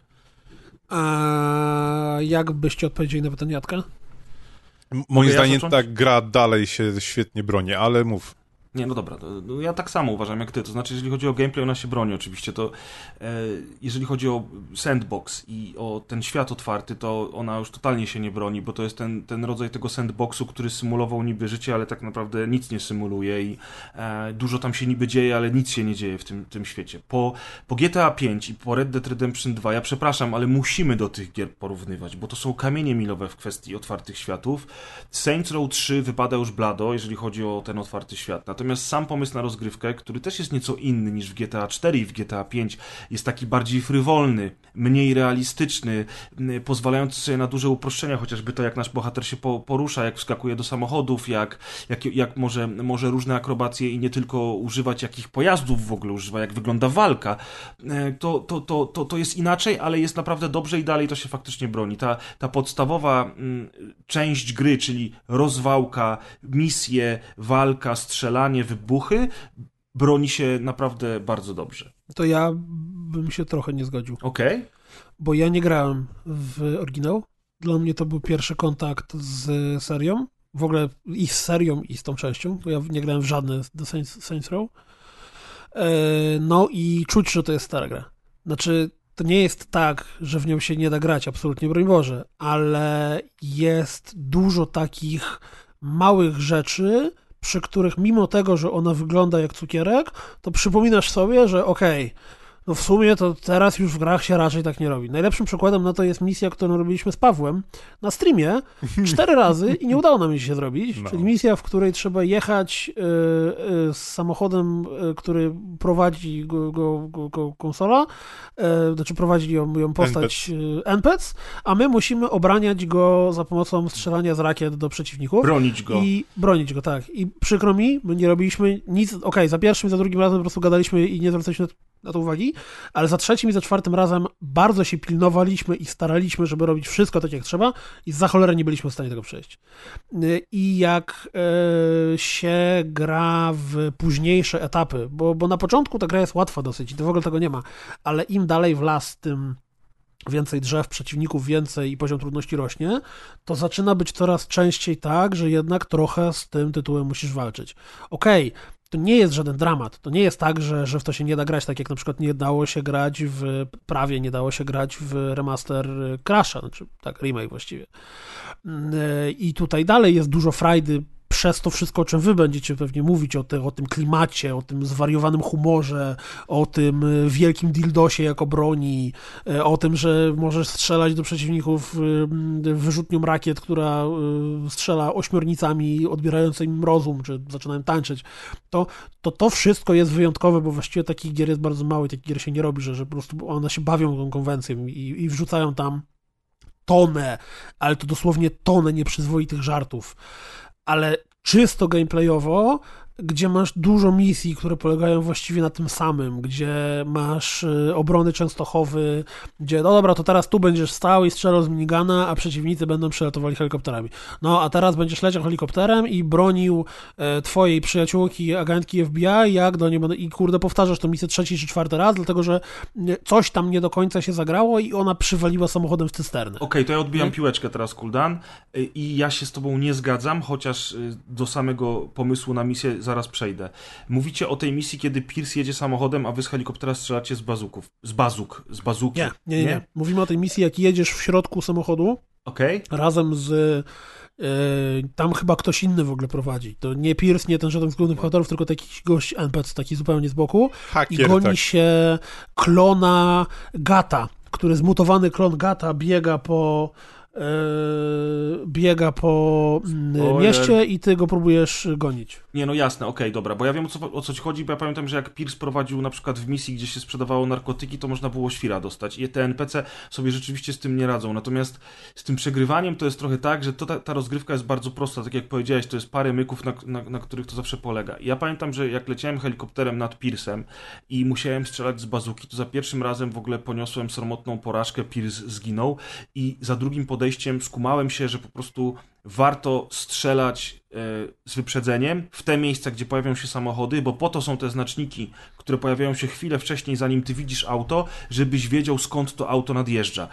A jak byście odpowiedzieli na pytanie Jacka? Moim zdaniem ta gra dalej się świetnie broni, ale mów. Nie, no dobra, ja tak samo uważam jak ty, to znaczy jeżeli chodzi o gameplay, ona się broni oczywiście, to jeżeli chodzi o sandbox i o ten świat otwarty, to ona już totalnie się nie broni, bo to jest ten rodzaj tego sandboxu, który symulował niby życie, ale tak naprawdę nic nie symuluje i dużo tam się niby dzieje, ale nic się nie dzieje w tym świecie. Po GTA 5 i po Red Dead Redemption 2, ja przepraszam, ale musimy do tych gier porównywać, bo to są kamienie milowe w kwestii otwartych światów. Saints Row 3 wypada już blado, jeżeli chodzi o ten otwarty świat, natomiast sam pomysł na rozgrywkę, który też jest nieco inny niż w GTA 4 i w GTA 5, jest taki bardziej frywolny, mniej realistyczny, pozwalający sobie na duże uproszczenia, chociażby to, jak nasz bohater się porusza, jak wskakuje do samochodów, jak może różne akrobacje i nie tylko używać, jakich pojazdów w ogóle używa, jak wygląda walka. To jest inaczej, ale jest naprawdę dobrze i dalej to się faktycznie broni. Ta podstawowa część gry, czyli rozwałka, misje, walka, strzelanie, wybuchy, broni się naprawdę bardzo dobrze. To ja bym się trochę nie zgodził. Okej. Bo ja nie grałem w oryginał. Dla mnie to był pierwszy kontakt z serią. W ogóle i z serią, i z tą częścią, bo ja nie grałem w żadne The Saints Row. No i czuć, że to jest stara gra. Znaczy, to nie jest tak, że w nią się nie da grać, absolutnie, broń Boże, ale jest dużo takich małych rzeczy, przy których mimo tego, że ona wygląda jak cukierek, to przypominasz sobie, że okej, No w sumie to teraz już w grach się raczej tak nie robi. Najlepszym przykładem na to jest misja, którą robiliśmy z Pawłem na streamie 4 razy i nie udało nam się zrobić. No. Czyli misja, w której trzeba jechać z samochodem, który prowadzi go konsola, znaczy prowadzi ją postać NPC, a my musimy obraniać go za pomocą strzelania z rakiet do przeciwników. Bronić go. I bronić go, tak. I przykro mi, my nie robiliśmy nic, okej, za pierwszym i za drugim razem po prostu gadaliśmy i nie zwracaliśmy na to uwagi, ale za trzecim i za czwartym razem bardzo się pilnowaliśmy i staraliśmy, żeby robić wszystko tak jak trzeba i za cholerę nie byliśmy w stanie tego przejść. I jak się gra w późniejsze etapy, bo na początku ta gra jest łatwa dosyć i to w ogóle tego nie ma, ale im dalej w las, tym więcej drzew, przeciwników więcej i poziom trudności rośnie, to zaczyna być coraz częściej tak, że jednak trochę z tym tytułem musisz walczyć. Okej, to nie jest żaden dramat. To nie jest tak, że w to się nie da grać, tak jak na przykład nie dało się grać prawie nie dało się grać w remaster Crasha, znaczy tak, remake właściwie. I tutaj dalej jest dużo frajdy przez to wszystko, o czym wy będziecie pewnie mówić, o tym klimacie, o tym zwariowanym humorze, o tym wielkim dildosie jako broni, o tym, że możesz strzelać do przeciwników wyrzutnią rakiet, która strzela ośmiornicami, odbierając im rozum, czy zaczynają tańczyć. To wszystko jest wyjątkowe, bo właściwie takich gier jest bardzo mało i takich gier się nie robi, że po prostu one się bawią tą konwencją i wrzucają tam tonę, ale to dosłownie tonę nieprzyzwoitych żartów. Ale czysto gameplayowo, gdzie masz dużo misji, które polegają właściwie na tym samym, gdzie masz obrony Częstochowy, gdzie no dobra, to teraz tu będziesz stał i strzelał z minigana, a przeciwnicy będą przelatowali helikopterami. No, a teraz będziesz leciał helikopterem i bronił twojej przyjaciółki, agentki FBI, jak do niej będą... I kurde, powtarzasz tę misję 3. czy 4. raz, dlatego że coś tam nie do końca się zagrało i ona przywaliła samochodem w cysternę. Okej, to ja odbijam piłeczkę teraz, Kuldan, i ja się z tobą nie zgadzam, chociaż do samego pomysłu na misję zaraz przejdę. Mówicie o tej misji, kiedy Pierce jedzie samochodem, a wy z helikoptera strzelacie z bazuków. Z bazuki. Nie. Mówimy o tej misji, jak jedziesz w środku samochodu, razem z... tam chyba ktoś inny w ogóle prowadzi. To nie Pierce, nie ten żaden z głównych bohaterów, tylko taki gość NPC, taki zupełnie z boku. Hakier, i goni się klona Gata, który zmutowany klon Gata biega po mieście i ty go próbujesz gonić. Nie, no jasne, okej, dobra, bo ja wiem o co ci chodzi, bo ja pamiętam, że jak Pierce prowadził na przykład w misji, gdzie się sprzedawało narkotyki, to można było świra dostać i te NPC sobie rzeczywiście z tym nie radzą, natomiast z tym przegrywaniem to jest trochę tak, że ta rozgrywka jest bardzo prosta, tak jak powiedziałeś, to jest parę myków, na których to zawsze polega. I ja pamiętam, że jak leciałem helikopterem nad Pierce'em i musiałem strzelać z bazuki, to za pierwszym razem w ogóle poniosłem sromotną porażkę, Pierce zginął i za drugim podejściem skumałem się, że po prostu warto strzelać z wyprzedzeniem w te miejsca, gdzie pojawią się samochody, bo po to są te znaczniki, które pojawiają się chwilę wcześniej, zanim ty widzisz auto, żebyś wiedział, skąd to auto nadjeżdża.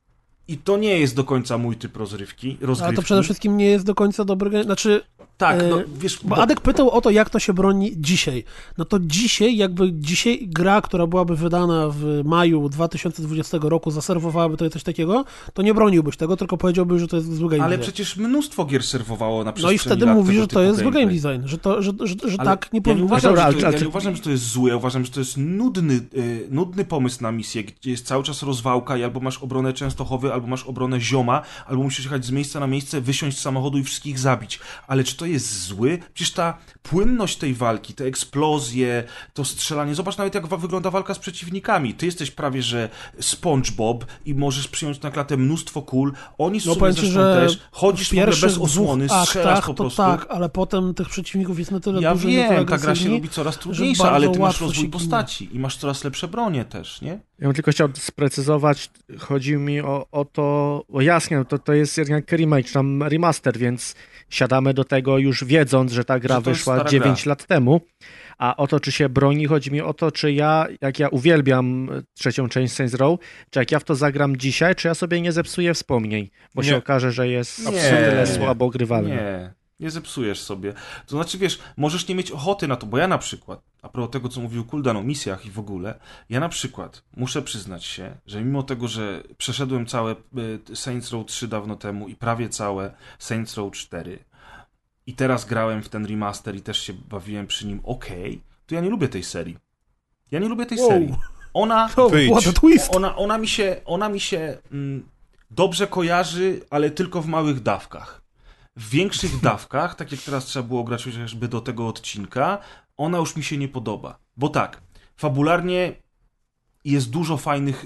I to nie jest do końca mój typ rozgrywki. Ale to przede wszystkim nie jest do końca dobry... Znaczy... Tak, no wiesz... Bo Adek pytał o to, jak to się broni dzisiaj. No to dzisiaj gra, która byłaby wydana w maju 2020 roku, zaserwowałaby to coś takiego, to nie broniłbyś tego, tylko powiedziałbyś, że to jest zły game design. Ale przecież mnóstwo gier serwowało na przestrzeni lat. No i wtedy mówisz, że to jest zły game design, że tak nie powinno być. Ja nie uważam, że to jest złe, ja uważam, że to jest nudny pomysł na misję, gdzie jest cały czas rozwałka i albo masz obronę Częstochowy, albo masz obronę Zioma, albo musisz jechać z miejsca na miejsce, wysiąść z samochodu i wszystkich zabić. Ale czy to jest zły? Przecież ta płynność tej walki, te eksplozje, to strzelanie, zobacz nawet jak wygląda walka z przeciwnikami. Ty jesteś prawie, że SpongeBob i możesz przyjąć na klatę mnóstwo kul, oni sobie zresztą też, chodzisz w ogóle bez osłony, strzelasz po prostu. Tak, ale potem tych przeciwników jest na tyle dużo. Ja wiem, ta gra się robi coraz trudniejsza, ale ty masz rozwój postaci i masz coraz lepsze bronie też, nie? Ja bym tylko chciał sprecyzować, chodzi mi o to, jasne, to jest jednak remake, czy tam remaster, więc siadamy do tego już wiedząc, że ta gra wyszła 9 lat temu, a o to, czy się broni, chodzi mi o to, czy jak ja uwielbiam trzecią część Saints Row, czy jak ja w to zagram dzisiaj, czy ja sobie nie zepsuję wspomnień, bo się okaże, że jest tyle słabo grywalne. Nie zepsujesz sobie. To znaczy, wiesz, możesz nie mieć ochoty na to, bo ja na przykład, a propos tego, co mówił Kuldan o misjach i w ogóle, ja na przykład muszę przyznać się, że mimo tego, że przeszedłem całe Saints Row 3 dawno temu i prawie całe Saints Row 4 i teraz grałem w ten remaster i też się bawiłem przy nim to ja nie lubię tej serii. Ja nie lubię tej serii. Ona... To what a twist! Ona mi się dobrze kojarzy, ale tylko w małych dawkach. W większych dawkach, tak jak teraz trzeba było grać chociażby do tego odcinka, ona już mi się nie podoba. Bo tak, fabularnie jest dużo fajnych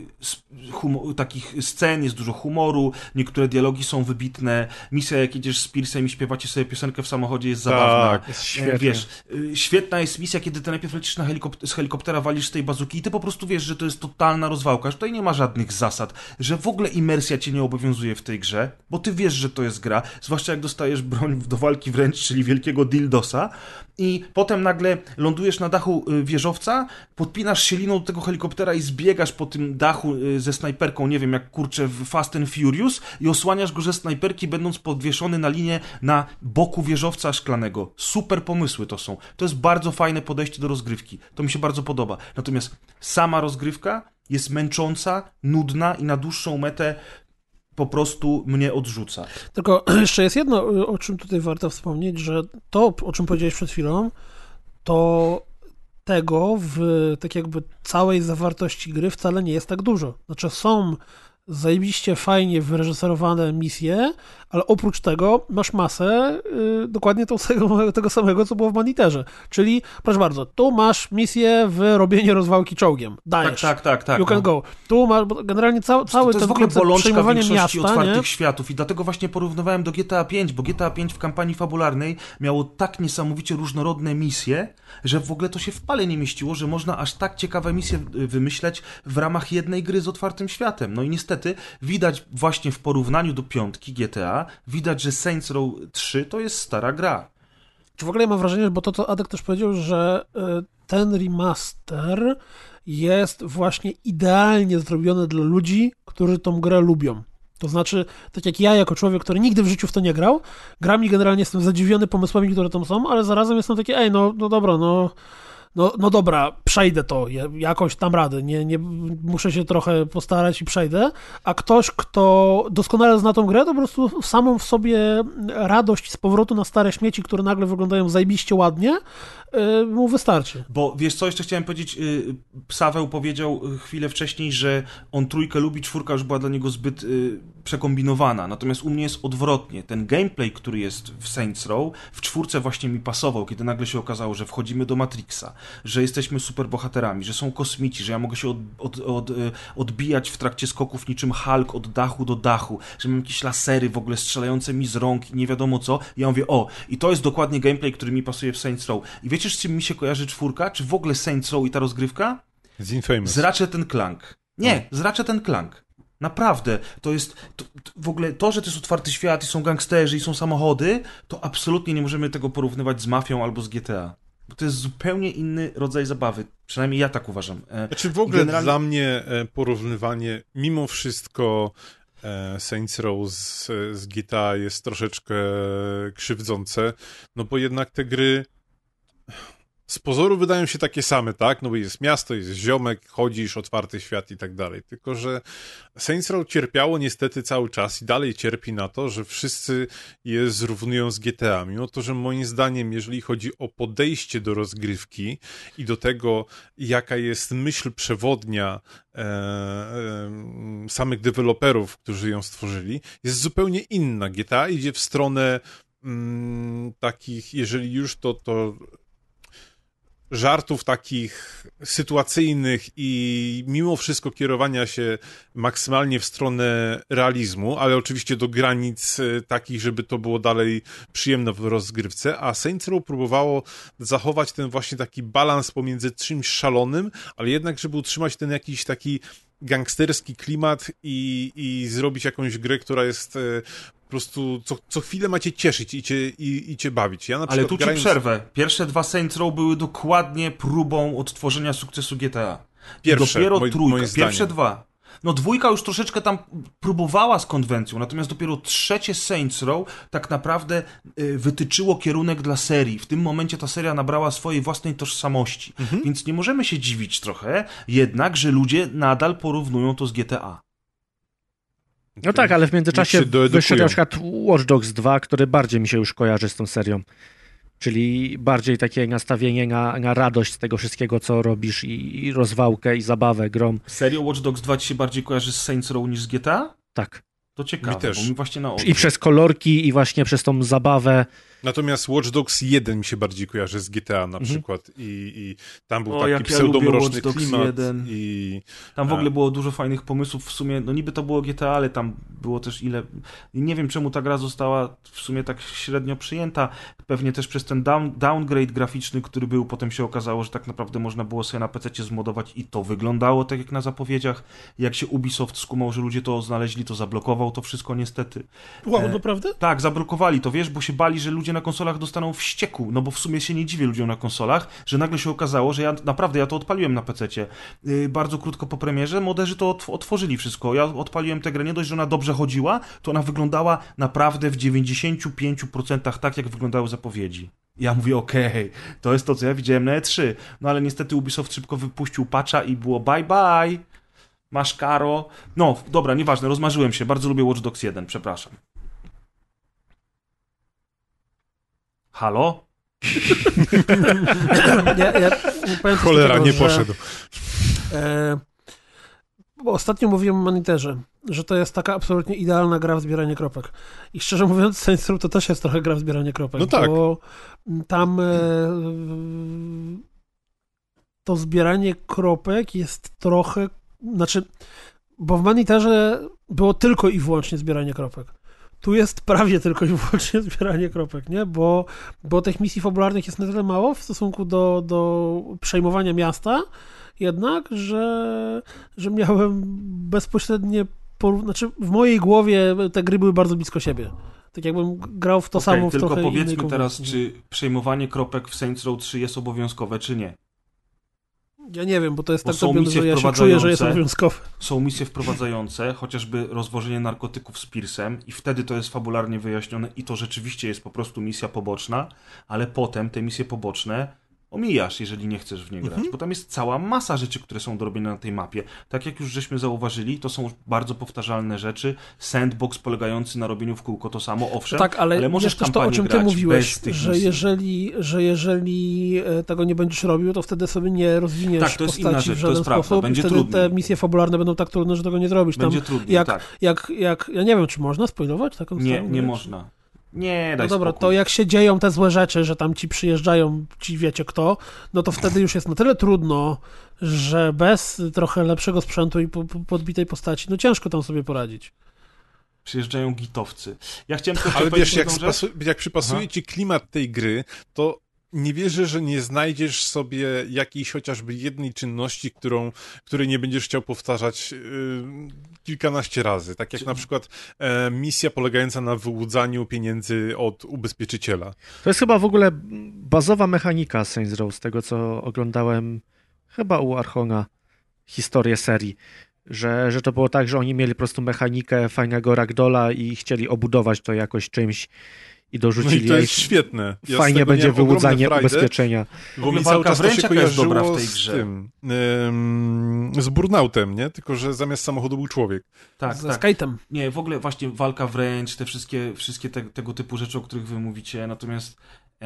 takich scen, jest dużo humoru, niektóre dialogi są wybitne, misja jak jedziesz z Piersem i śpiewacie sobie piosenkę w samochodzie jest zabawna. Tak, jest świetnie. Wiesz, świetna jest misja, kiedy ty najpierw lecisz z helikoptera, walisz z tej bazuki i ty po prostu wiesz, że to jest totalna rozwałka, że tutaj nie ma żadnych zasad, że w ogóle imersja cię nie obowiązuje w tej grze, bo ty wiesz, że to jest gra, zwłaszcza jak dostajesz broń do walki wręcz, czyli wielkiego dildosa i potem nagle lądujesz na dachu wieżowca, podpinasz się liną do tego helikoptera i zbiegasz po tym dachu ze snajperką, nie wiem, jak kurczę w Fast and Furious i osłaniasz go ze snajperki, będąc podwieszony na linię na boku wieżowca szklanego. Super pomysły to są. To jest bardzo fajne podejście do rozgrywki. To mi się bardzo podoba. Natomiast sama rozgrywka jest męcząca, nudna i na dłuższą metę po prostu mnie odrzuca. Tylko jeszcze jest jedno, o czym tutaj warto wspomnieć, że to, o czym powiedziałeś przed chwilą, to tego w tak jakby całej zawartości gry wcale nie jest tak dużo. Znaczy są zajebiście fajnie wyreżyserowane misje, ale oprócz tego masz masę dokładnie tego samego, co było w Maniterze. Czyli, proszę bardzo, tu masz misję w robienie rozwałki czołgiem. Dajesz. Tak. You can go. Tu masz, generalnie cały to jest ten w ogóle bolączka przejmowanie większości miasta, otwartych nie? światów i dlatego właśnie porównywałem do GTA V, bo GTA V w kampanii fabularnej miało tak niesamowicie różnorodne misje, że w ogóle to się w pale nie mieściło, że można aż tak ciekawe misje wymyśleć w ramach jednej gry z otwartym światem. No i niestety widać właśnie w porównaniu do 5 GTA, widać, że Saints Row 3 to jest stara gra. Czy w ogóle ja mam wrażenie, bo to, co Adek też powiedział, że ten remaster jest właśnie idealnie zrobiony dla ludzi, którzy tą grę lubią. To znaczy, tak jak ja jako człowiek, który nigdy w życiu w to nie grał, gram i generalnie jestem zadziwiony pomysłami, które tam są, ale zarazem jestem taki, no dobra, no dobra, przejdę to, jakoś tam radę, nie muszę się trochę postarać i przejdę, a ktoś, kto doskonale zna tą grę, to po prostu samą w sobie radość z powrotu na stare śmieci, które nagle wyglądają zajebiście ładnie, mu wystarczy. Bo wiesz co, jeszcze chciałem powiedzieć, Paweł powiedział chwilę wcześniej, że on 3 lubi, 4 już była dla niego zbyt przekombinowana, natomiast u mnie jest odwrotnie. Ten gameplay, który jest w Saints Row, w 4 właśnie mi pasował, kiedy nagle się okazało, że wchodzimy do Matrixa, że jesteśmy superbohaterami, że są kosmici, że ja mogę się odbijać w trakcie skoków niczym Hulk od dachu do dachu, że mam jakieś lasery w ogóle strzelające mi z rąk i nie wiadomo co. I ja mówię, i to jest dokładnie gameplay, który mi pasuje w Saints Row. I wiecie, z czym mi się kojarzy 4? Czy w ogóle Saints Row i ta rozgrywka? Z Infamous. Z Ratchet & Clank. Nie, z Ratchet & Clank. Naprawdę, to jest w ogóle to, że to jest otwarty świat i są gangsterzy i są samochody, to absolutnie nie możemy tego porównywać z Mafią albo z GTA. Bo to jest zupełnie inny rodzaj zabawy. Przynajmniej ja tak uważam. Znaczy w ogóle dla mnie porównywanie mimo wszystko Saints Row z GTA jest troszeczkę krzywdzące, no bo jednak te gry z pozoru wydają się takie same, tak? No bo jest miasto, jest ziomek, chodzisz, otwarty świat i tak dalej. Tylko że Saints Row cierpiało niestety cały czas i dalej cierpi na to, że wszyscy je zrównują z GTA. Mimo to, że moim zdaniem, jeżeli chodzi o podejście do rozgrywki i do tego, jaka jest myśl przewodnia samych deweloperów, którzy ją stworzyli, jest zupełnie inna. GTA idzie w stronę takich, jeżeli już to żartów takich sytuacyjnych i mimo wszystko kierowania się maksymalnie w stronę realizmu, ale oczywiście do granic takich, żeby to było dalej przyjemne w rozgrywce, a Saints Row próbowało zachować ten właśnie taki balans pomiędzy czymś szalonym, ale jednak, żeby utrzymać ten jakiś taki gangsterski klimat i zrobić jakąś grę, która jest po prostu co chwilę macie cieszyć i cię bawić. Ja na ale przykład tu ci przerwę. Pierwsze 2 Saints Row były dokładnie próbą odtworzenia sukcesu GTA. Pierwsze, dopiero moim trójka. zdaniem. Pierwsze 2. No 2 już troszeczkę tam próbowała z konwencją, natomiast dopiero 3 Saints Row tak naprawdę wytyczyło kierunek dla serii. W tym momencie ta seria nabrała swojej własnej tożsamości. Więc nie możemy się dziwić trochę, jednak, że ludzie nadal porównują to z GTA. No tak, ale w międzyczasie wyszedł na przykład Watch Dogs 2, który bardziej mi się już kojarzy z tą serią. czyli bardziej takie nastawienie na radość z tego wszystkiego, co robisz i rozwałkę i zabawę grą. Serio Watch Dogs 2 ci się bardziej kojarzy z Saints Row niż z GTA? Tak. To ciekawe, Mi też. bo mi właśnie na I przez kolorki i właśnie przez tą zabawę. Natomiast Watch Dogs 1 mi się bardziej kojarzy z GTA na przykład i tam był taki jak ja pseudomroczny lubię Watch Dogs klimat 1. i... Tam w ogóle było dużo fajnych pomysłów w sumie, no niby to było GTA, ale tam było też nie wiem czemu ta gra została w sumie tak średnio przyjęta, pewnie też przez ten downgrade graficzny, który był, potem się okazało, że tak naprawdę można było sobie na PC zmodować i to wyglądało tak jak na zapowiedziach, jak się Ubisoft skumał, że ludzie to znaleźli, to zablokował to wszystko niestety. Wow, naprawdę? Tak, zablokowali to, wiesz, bo się bali, że ludzie na konsolach dostaną wścieku, no bo w sumie się nie dziwię ludziom na konsolach, że nagle się okazało, że ja to odpaliłem na PC-cie. Bardzo krótko po premierze, moderzy to otworzyli wszystko. Ja odpaliłem tę grę, nie dość, że ona dobrze chodziła, to ona wyglądała naprawdę w 95% tak, jak wyglądały zapowiedzi. Ja mówię, okej, to jest to, co ja widziałem na E3. No ale niestety Ubisoft szybko wypuścił patcha i było bye bye, masz karo. No, dobra, nieważne, rozmarzyłem się. Bardzo lubię Watch Dogs 1, przepraszam. Halo? Powiem coś Cholera, takiego, nie że, poszedł. Bo ostatnio mówiłem o Maniterze, że to jest taka absolutnie idealna gra w zbieranie kropek. I szczerze mówiąc, Saints Row to też jest trochę gra w zbieranie kropek. No tak. Bo tam to zbieranie kropek jest trochę... Znaczy, bo w Maniterze było tylko i wyłącznie zbieranie kropek. Tu jest prawie tylko i wyłącznie zbieranie kropek, nie? Bo tych misji fabularnych jest na tyle mało w stosunku do przejmowania miasta, jednak, że miałem bezpośrednie znaczy w mojej głowie te gry były bardzo blisko siebie. Tak jakbym grał w to samo w tylko trochę innej powiedzmy teraz, konwencji. czy przejmowanie kropek w Saints Row 3 jest obowiązkowe, czy nie? Ja nie wiem, bo to jest Bo tak są robione, misje że ja się czuję, że jest wprowadzające. obowiązkowe. Są misje wprowadzające, chociażby rozwożenie narkotyków z Piersem i wtedy to jest fabularnie wyjaśnione i to rzeczywiście jest po prostu misja poboczna, ale potem te misje poboczne omijasz, jeżeli nie chcesz w nie grać, bo tam jest cała masa rzeczy, które są do robienia na tej mapie. Tak jak już żeśmy zauważyli, to są bardzo powtarzalne rzeczy. Sandbox polegający na robieniu w kółko to samo, owszem, Tak, ale możesz wiesz też to, o kampanię czym ty grać mówiłeś, bez tych że misji. jeżeli tego nie będziesz robił, to wtedy sobie nie rozwiniesz Tak, to jest inna postaci rzecz, w to żaden jest prawda, sposób będzie i wtedy trudniej. te misje fabularne będą tak trudne, że tego nie zrobisz. Będzie Tam, trudniej, tak. Ja nie wiem, czy można spoilować taką Nie, starą nie rzecz? można. Nie, No daj dobra, spokój. to jak się dzieją te złe rzeczy, że tam ci przyjeżdżają, ci wiecie kto, no to wtedy już jest na tyle trudno, że bez trochę lepszego sprzętu i podbitej postaci, no ciężko tam sobie poradzić. Przyjeżdżają gitowcy. Ja chciałem tylko Ale powiedzieć wiesz, jedną rzecz. jak przypasuje ci klimat tej gry, to nie wierzę, że nie znajdziesz sobie jakiejś chociażby jednej czynności, której nie będziesz chciał powtarzać kilkanaście razy. Tak jak na przykład misja polegająca na wyłudzaniu pieniędzy od ubezpieczyciela. To jest chyba w ogóle bazowa mechanika Saints Row, z tego co oglądałem chyba u Archona historię serii, że to było tak, że oni mieli po prostu mechanikę fajnego ragdolla i chcieli obudować to jakoś czymś i No dorzucili. i to jest świetne. Ja z Fajnie tego będzie miałem ogromne wyłudzanie frajdę, ubezpieczenia. Bo mi walka cały czas to wręcz się jaka jest dobra kojarzyło w tej grze. z tym, z Burnoutem, nie? Tylko, że zamiast samochodu był człowiek. Tak, Ze tak. skate'em. Nie, w ogóle właśnie walka wręcz, te wszystkie tego typu rzeczy, o których wy mówicie, natomiast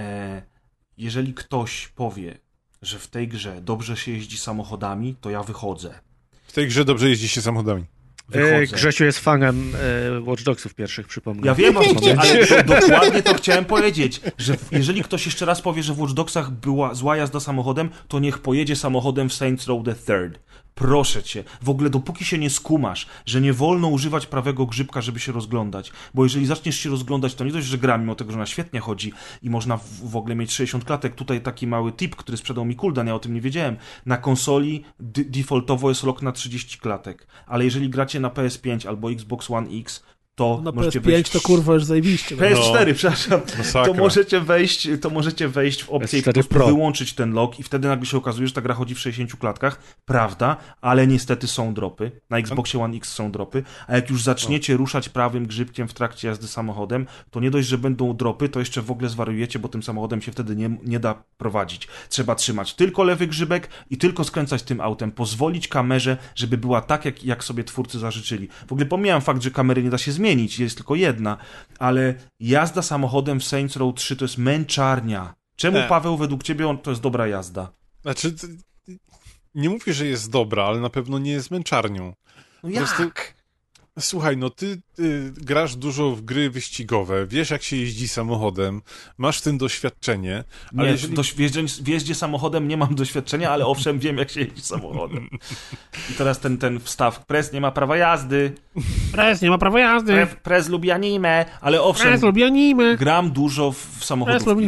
jeżeli ktoś powie, że w tej grze dobrze się jeździ samochodami, to ja wychodzę. W tej grze dobrze jeździ się samochodami. Wychodzę. Grzesiu jest fanem Watch Dogsów pierwszych, przypomnę. Ja wiem o tym, ale dokładnie to chciałem powiedzieć, że jeżeli ktoś jeszcze raz powie, że w Watch Dogsach była zła jazda samochodem, to niech pojedzie samochodem w Saints Row the Third. Proszę cię. W ogóle dopóki się nie skumasz, że nie wolno używać prawego grzybka, żeby się rozglądać, bo jeżeli zaczniesz się rozglądać, to nie dość, że gra, mimo tego, że ona świetnie chodzi i można w ogóle mieć 60 klatek. Tutaj taki mały tip, który sprzedał mi Kuldan, ja o tym nie wiedziałem. Na konsoli defaultowo jest lock na 30 klatek, ale jeżeli gracie na PS5 albo Xbox One X, to Na możecie PS5 wejść... to kurwa już zajebiście. PS4, przepraszam. Masakra. To możecie wejść w opcję i po PS4 prostu Pro. wyłączyć ten lock i wtedy nagle się okazuje, że ta gra chodzi w 60 klatkach. Prawda, ale niestety są dropy. Na Xboxie One X są dropy, a jak już zaczniecie ruszać prawym grzybkiem w trakcie jazdy samochodem, to nie dość, że będą dropy, to jeszcze w ogóle zwariujecie, bo tym samochodem się wtedy nie da prowadzić. Trzeba trzymać tylko lewy grzybek i tylko skręcać tym autem. Pozwolić kamerze, żeby była tak, jak sobie twórcy zażyczyli. W ogóle pomijam fakt, że kamery nie da się zmienić, jest tylko jedna, ale jazda samochodem w Saints Row 3 to jest męczarnia. Czemu, Paweł, według ciebie to jest dobra jazda? Znaczy, nie mówię, że jest dobra, ale na pewno nie jest męczarnią. No jak? Słuchaj, no ty grasz dużo w gry wyścigowe, wiesz jak się jeździ samochodem, masz w tym doświadczenie, ale Nie, jeżeli... w jeździe samochodem nie mam doświadczenia, ale owszem, wiem jak się jeździ samochodem. I teraz ten wstaw, Prez nie ma prawa jazdy. Prez nie ma prawa jazdy. Prez lubi anime, ale owszem, Prez lubi anime. gram dużo w samochodówki.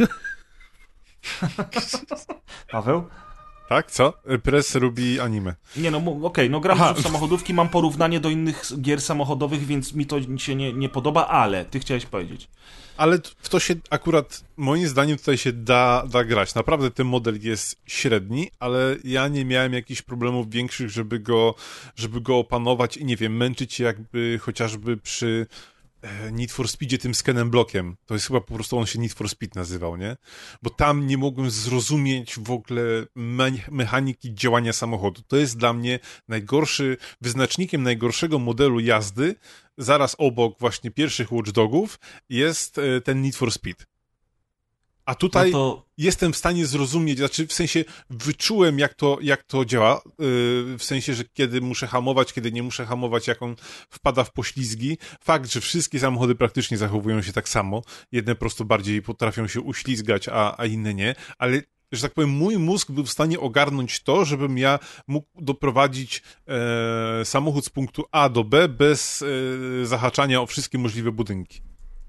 Paweł? Tak, co? Prez lubi anime. Nie, no okej, no gram dużo w samochodówki, mam porównanie do innych gier samochodowych, więc mi to się nie podoba, ale ty chciałeś powiedzieć. Ale w to się akurat, moim zdaniem, tutaj się da grać. Naprawdę ten model jest średni, ale ja nie miałem jakichś problemów większych, żeby go opanować i nie wiem, męczyć się jakby chociażby przy Need for Speedzie tym Scan and Blockiem. To jest chyba po prostu, on się Need for Speed nazywał, nie? Bo tam nie mogłem zrozumieć w ogóle mechaniki działania samochodu. To jest dla mnie wyznacznikiem najgorszego modelu jazdy. Zaraz obok właśnie pierwszych Watch Dogów jest ten Need for Speed. A tutaj jestem w stanie zrozumieć, znaczy w sensie wyczułem jak to działa, w sensie, że kiedy muszę hamować, kiedy nie muszę hamować, jak on wpada w poślizgi. Fakt, że wszystkie samochody praktycznie zachowują się tak samo. Jedne po prostu bardziej potrafią się uślizgać, a inne nie, ale że tak powiem, mój mózg był w stanie ogarnąć to, żebym ja mógł doprowadzić samochód z punktu A do B bez zahaczania o wszystkie możliwe budynki.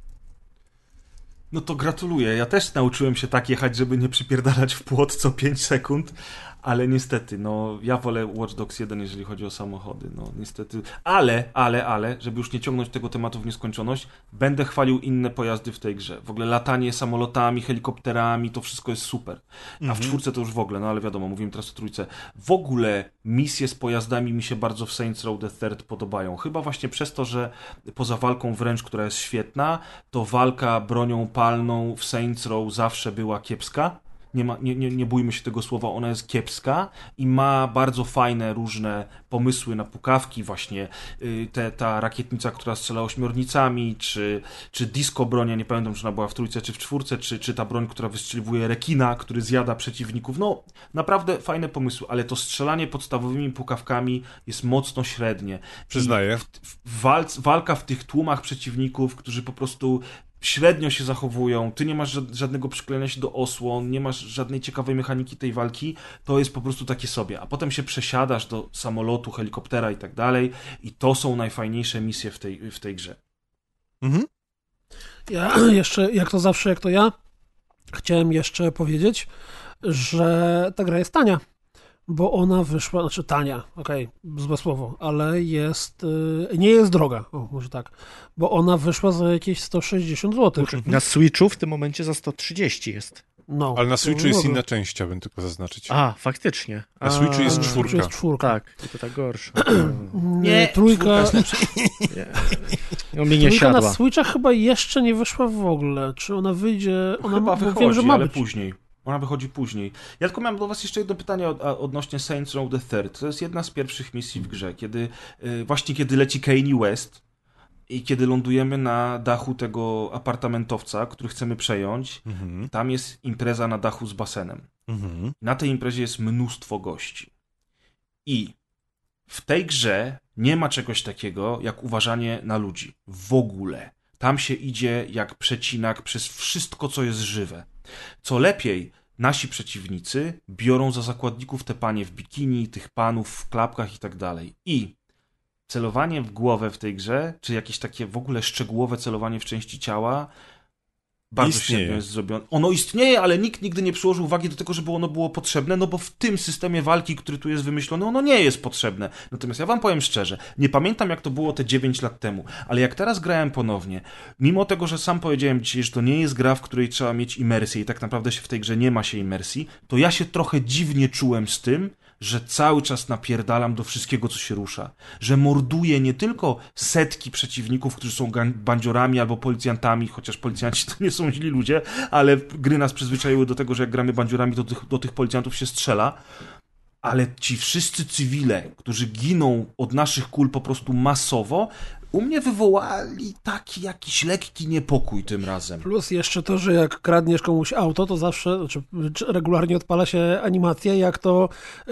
No to gratuluję. Ja też nauczyłem się tak jechać, żeby nie przypierdalać w płot co 5 sekund, ale niestety, no ja wolę Watch Dogs 1, jeżeli chodzi o samochody. No niestety, ale, żeby już nie ciągnąć tego tematu w nieskończoność, będę chwalił inne pojazdy w tej grze. W ogóle latanie samolotami, helikopterami, to wszystko jest super. A w 4 to już w ogóle, no ale wiadomo, mówimy teraz o 3. W ogóle misje z pojazdami mi się bardzo w Saints Row the Third podobają. Chyba właśnie przez to, że poza walką wręcz, która jest świetna, to walka bronią palną w Saints Row zawsze była kiepska. Nie bójmy się tego słowa, ona jest kiepska i ma bardzo fajne różne pomysły na pukawki, właśnie ta rakietnica, która strzela ośmiornicami, czy disco broń, ja nie pamiętam, czy ona była w 3 czy w 4, czy ta broń, która wystrzeliwuje rekina, który zjada przeciwników. No, naprawdę fajne pomysły, ale to strzelanie podstawowymi pukawkami jest mocno średnie. Przyznaję. Walka w tych tłumach przeciwników, którzy po prostu średnio się zachowują, ty nie masz żadnego przyklejenia się do osłon, nie masz żadnej ciekawej mechaniki tej walki, to jest po prostu takie sobie. A potem się przesiadasz do samolotu, helikoptera i tak dalej i to są najfajniejsze misje w tej grze. Mhm. Ja jeszcze, jak to ja, chciałem jeszcze powiedzieć, że ta gra jest tania. Bo ona wyszła, znaczy tania, złe słowo, ale nie jest droga, może tak, bo ona wyszła za jakieś 160 zł. Na Switchu w tym momencie za 130 jest. No, ale na Switchu jest inna część, chciałbym tylko zaznaczyć. A, faktycznie. Na Switchu jest 4. Tak, i to tak gorsza. Nie, 3. No mi nie siadła. Na Switcha chyba jeszcze nie wyszła w ogóle. Czy ona wyjdzie? Ona chyba wychodzi, wiem, że ma ale być. Później. Ona wychodzi później. Ja tylko miałem do was jeszcze jedno pytanie odnośnie Saints Row the Third. To jest jedna z pierwszych misji w grze, kiedy leci Kanye West i kiedy lądujemy na dachu tego apartamentowca, który chcemy przejąć. Tam jest impreza na dachu z basenem. Na tej imprezie jest mnóstwo gości. I w tej grze nie ma czegoś takiego jak uważanie na ludzi. W ogóle. Tam się idzie jak przecinak przez wszystko, co jest żywe. Co lepiej, nasi przeciwnicy biorą za zakładników te panie w bikini, tych panów w klapkach i tak dalej. I celowanie w głowę w tej grze, czy jakieś takie w ogóle szczegółowe celowanie w części ciała, bardzo średnio jest zrobione. Ono istnieje, ale nikt nigdy nie przyłożył uwagi do tego, żeby ono było potrzebne, no bo w tym systemie walki, który tu jest wymyślony, ono nie jest potrzebne. Natomiast ja wam powiem szczerze, nie pamiętam jak to było te 9 lat temu, ale jak teraz grałem ponownie, mimo tego, że sam powiedziałem dzisiaj, że to nie jest gra, w której trzeba mieć imersję i tak naprawdę się w tej grze nie ma się imersji, to ja się trochę dziwnie czułem z tym, że cały czas napierdalam do wszystkiego, co się rusza. Że morduję nie tylko setki przeciwników, którzy są bandziorami albo policjantami, chociaż policjanci to nie są źli ludzie, ale gry nas przyzwyczaiły do tego, że jak gramy bandziorami, to do tych policjantów się strzela. Ale ci wszyscy cywile, którzy giną od naszych kul po prostu masowo, u mnie wywołali taki jakiś lekki niepokój tym razem. Plus jeszcze to, że jak kradniesz komuś auto, to zawsze, regularnie odpala się animacja, jak to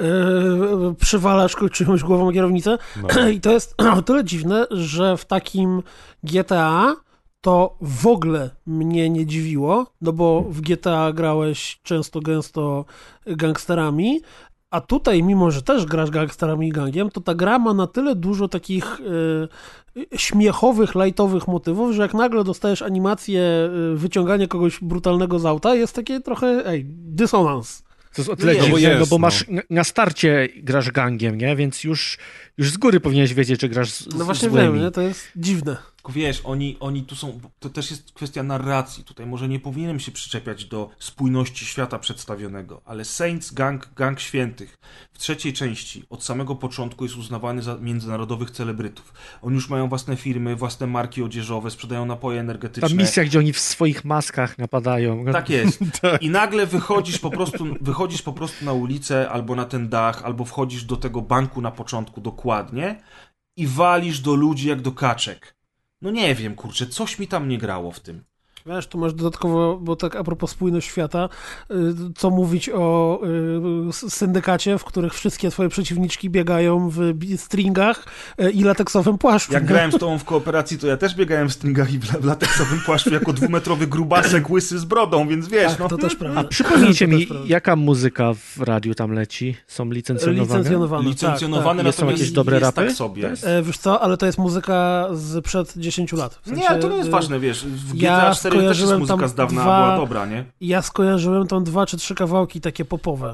przywalasz czyjąś głową kierownicę. No. I to jest o tyle dziwne, że w takim GTA to w ogóle mnie nie dziwiło, no bo w GTA grałeś często, gęsto gangsterami, a tutaj, mimo że też grasz gangsterami i gangiem, to ta gra ma na tyle dużo takich śmiechowych, lightowych motywów, że jak nagle dostajesz animację wyciągania kogoś brutalnego z auta, jest takie trochę, dysonans. To jest o tyle dziwne, bo masz na starcie grasz gangiem, nie? Więc już z góry powinieneś wiedzieć, że grasz z No właśnie złymi. wiem, nie? To jest dziwne. Wiesz, oni tu są, to też jest kwestia narracji, tutaj może nie powinienem się przyczepiać do spójności świata przedstawionego, ale Saints, gang świętych w trzeciej części od samego początku jest uznawany za międzynarodowych celebrytów. Oni już mają własne firmy, własne marki odzieżowe, sprzedają napoje energetyczne. Ta misja, gdzie oni w swoich maskach napadają. Tak jest. I nagle wychodzisz po prostu na ulicę, albo na ten dach, albo wchodzisz do tego banku na początku dokładnie i walisz do ludzi jak do kaczek. No nie wiem, kurczę, coś mi tam nie grało w tym. Wiesz, tu masz dodatkowo, bo tak a propos spójność świata, co mówić o syndykacie, w których wszystkie twoje przeciwniczki biegają w stringach i lateksowym płaszczu. Jak grałem z tobą w kooperacji, to ja też biegałem w stringach i w lateksowym płaszczu jako 2-metrowy grubasek łysy z brodą, więc wiesz, tak, no. to też prawda. A przypomnijcie mi, jaka muzyka w radiu tam leci? Są licencjonowane? Licencjonowane, tak. Są jakieś dobre rapy? Tak sobie. Wiesz co, ale to jest muzyka z przed 10 lat. W sensie, nie, ale to nie jest ważne, wiesz, w GTA 4 też jest muzyka z dawna, była dobra, nie? Ja skojarzyłem tam 2 czy 3 kawałki takie popowe.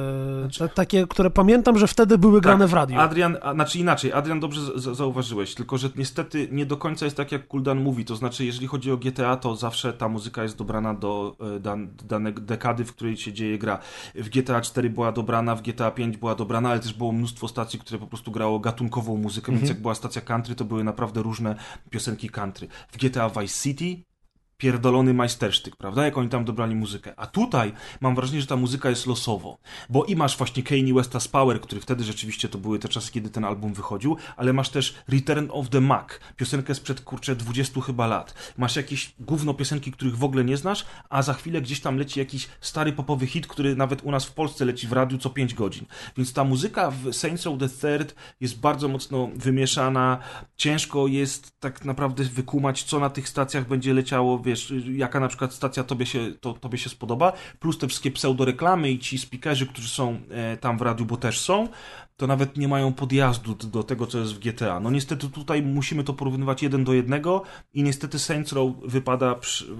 Takie, które pamiętam, że wtedy były grane w radiu. Adrian, znaczy inaczej, Adrian, dobrze zauważyłeś, tylko że niestety nie do końca jest tak, jak Kuldan mówi, to znaczy, jeżeli chodzi o GTA, to zawsze ta muzyka jest dobrana do danej dekady, w której się dzieje gra. W GTA 4 była dobrana, w GTA 5 była dobrana, ale też było mnóstwo stacji, które po prostu grało gatunkową muzykę, więc jak była stacja country, to były naprawdę różne piosenki country. W GTA Vice City pierdolony majstersztyk, prawda? Jak oni tam dobrali muzykę. A tutaj mam wrażenie, że ta muzyka jest losowo. Bo i masz właśnie Kanye Westa z Power, który wtedy rzeczywiście to były te czasy, kiedy ten album wychodził, ale masz też Return of the Mac, piosenkę sprzed, 20 chyba lat. Masz jakieś gówno piosenki, których w ogóle nie znasz, a za chwilę gdzieś tam leci jakiś stary popowy hit, który nawet u nas w Polsce leci w radiu co 5 godzin. Więc ta muzyka w Saints Row the Third jest bardzo mocno wymieszana. Ciężko jest tak naprawdę wykumać, co na tych stacjach będzie leciało, wiesz, jaka na przykład stacja tobie się spodoba, plus te wszystkie pseudoreklamy i ci speakerzy, którzy są tam w radiu, bo też są, to nawet nie mają podjazdu do tego, co jest w GTA. No niestety tutaj musimy to porównywać 1:1 i niestety Saints Row wypada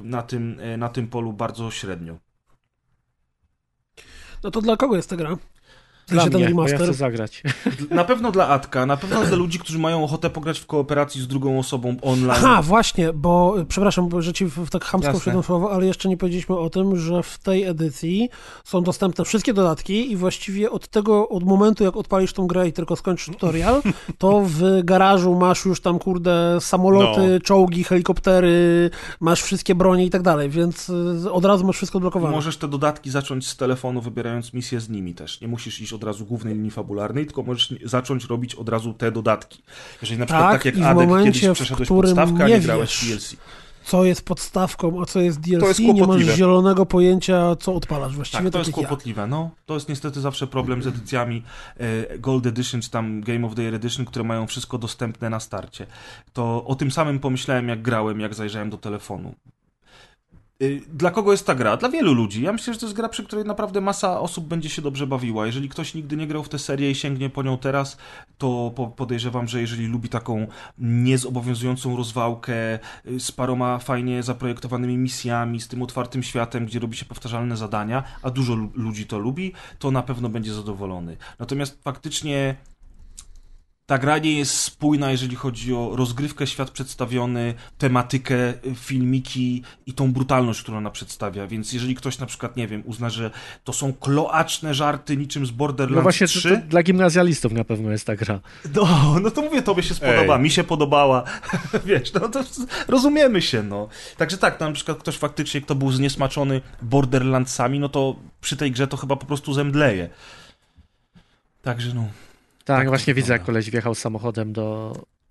na tym polu bardzo średnio. No to dla kogo jest ta gra? Dla mnie, bo ja chcę zagrać. Na pewno dla Atka, na pewno dla ludzi, którzy mają ochotę pograć w kooperacji z drugą osobą online. Aha, właśnie, bo przepraszam, że ci tak chamsko wszedłem słowo, ale jeszcze nie powiedzieliśmy o tym, że w tej edycji są dostępne wszystkie dodatki i właściwie od momentu, jak odpalisz tą grę i tylko skończysz tutorial, to w garażu masz już tam, samoloty, czołgi, helikoptery, masz wszystkie bronie i tak dalej, więc od razu masz wszystko odblokowane. Możesz te dodatki zacząć z telefonu, wybierając misję z nimi też. Nie musisz iść od razu głównej linii fabularnej, tylko możesz zacząć robić od razu te dodatki. Jeżeli na przykład tak jak Adek kiedyś przeszedłeś podstawkę, a nie grałeś w DLC. Co jest podstawką, a co jest DLC, nie masz zielonego pojęcia, co odpalasz właściwie. Tak, to jest kłopotliwe. No, to jest niestety zawsze problem z edycjami Gold Edition, czy tam Game of the Year Edition, które mają wszystko dostępne na starcie. To o tym samym pomyślałem, jak grałem, jak zajrzałem do telefonu. Dla kogo jest ta gra? Dla wielu ludzi. Ja myślę, że to jest gra, przy której naprawdę masa osób będzie się dobrze bawiła. Jeżeli ktoś nigdy nie grał w tę serię i sięgnie po nią teraz, to podejrzewam, że jeżeli lubi taką niezobowiązującą rozwałkę z paroma fajnie zaprojektowanymi misjami, z tym otwartym światem, gdzie robi się powtarzalne zadania, a dużo ludzi to lubi, to na pewno będzie zadowolony. Natomiast faktycznie ta gra nie jest spójna, jeżeli chodzi o rozgrywkę, świat przedstawiony, tematykę, filmiki i tą brutalność, którą ona przedstawia. Więc jeżeli ktoś na przykład, nie wiem, uzna, że to są kloaczne żarty niczym z Borderlands 3... No właśnie, 3... to dla gimnazjalistów na pewno jest ta gra. No to mówię, tobie się spodoba, mi się podobała. Wiesz, no to rozumiemy się, no. Także tak, na przykład ktoś faktycznie, kto był zniesmaczony Borderlandsami, no to przy tej grze to chyba po prostu zemdleje. Także no... Tak, właśnie widzę, jak koleś wjechał samochodem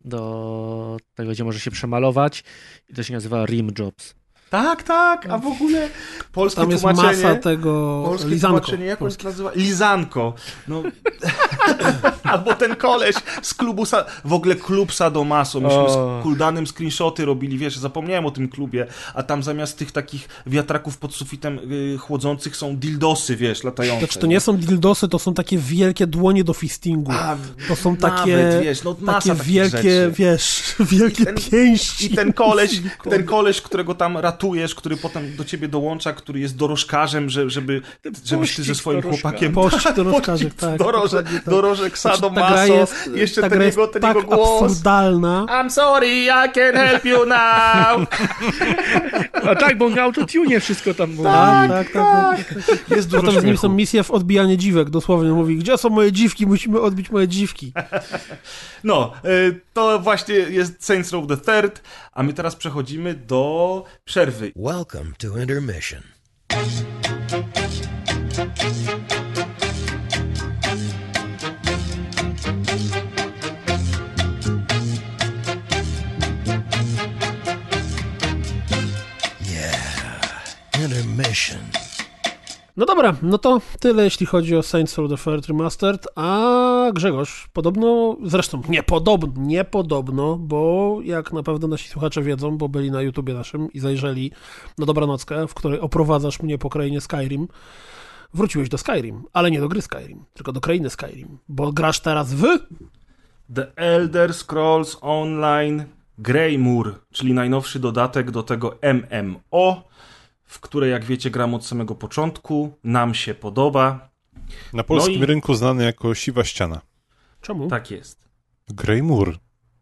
do tego, gdzie może się przemalować i to się nazywa Rim Jobs. Tak, a w ogóle polskie Tam jest tłumaczenie... masa tego Polskie lizanko. tłumaczenie, jak on się nazywa? Lizanko. No. Albo ten koleś z klubu... W ogóle klub Sadomaso. Myśmy z Kuldanem screenshoty robili, wiesz, zapomniałem o tym klubie, a tam zamiast tych takich wiatraków pod sufitem chłodzących są dildosy, wiesz, latające. Znaczy to nie są dildosy, to są takie wielkie dłonie do fistingu. To są takie, nawet, wiesz, no, takie wielkie, rzeczy. wiesz, wielkie pięści. I ten koleś, którego tam ratujesz, który potem do ciebie dołącza, który jest dorożkarzem, żebyś ty ze swoim chłopakiem... Pościg dorożkarzek, tak. Dorożek Sadomaso. Ta gra jest, jeszcze ta ten gra jego, jest ten tak jego głos. absurdalna. I'm sorry, I can help you now. A tak, bo na autotune wszystko tam było. Tak. Jest dużo Potem z nim śmiechu. są misje w odbijanie dziwek, dosłownie. Mówi, gdzie są moje dziwki? Musimy odbić moje dziwki. No, to właśnie jest Saints Row the Third, a my teraz przechodzimy do przerwy. Welcome to intermission. Intermission. No dobra, no to tyle jeśli chodzi o Saints Row the Third Remastered, a Grzegorz, podobno, zresztą nie podobno, bo jak na pewno nasi słuchacze wiedzą, bo byli na YouTubie naszym i zajrzeli na Dobranockę, w której oprowadzasz mnie po krainie Skyrim, wróciłeś do Skyrim, ale nie do gry Skyrim, tylko do krainy Skyrim, bo grasz teraz w... The Elder Scrolls Online Greymoor, czyli najnowszy dodatek do tego MMO, w które, jak wiecie, gram od samego początku. Nam się podoba. Na polskim rynku znany jako Siwa Ściana. Czemu? Tak jest. Greymoor.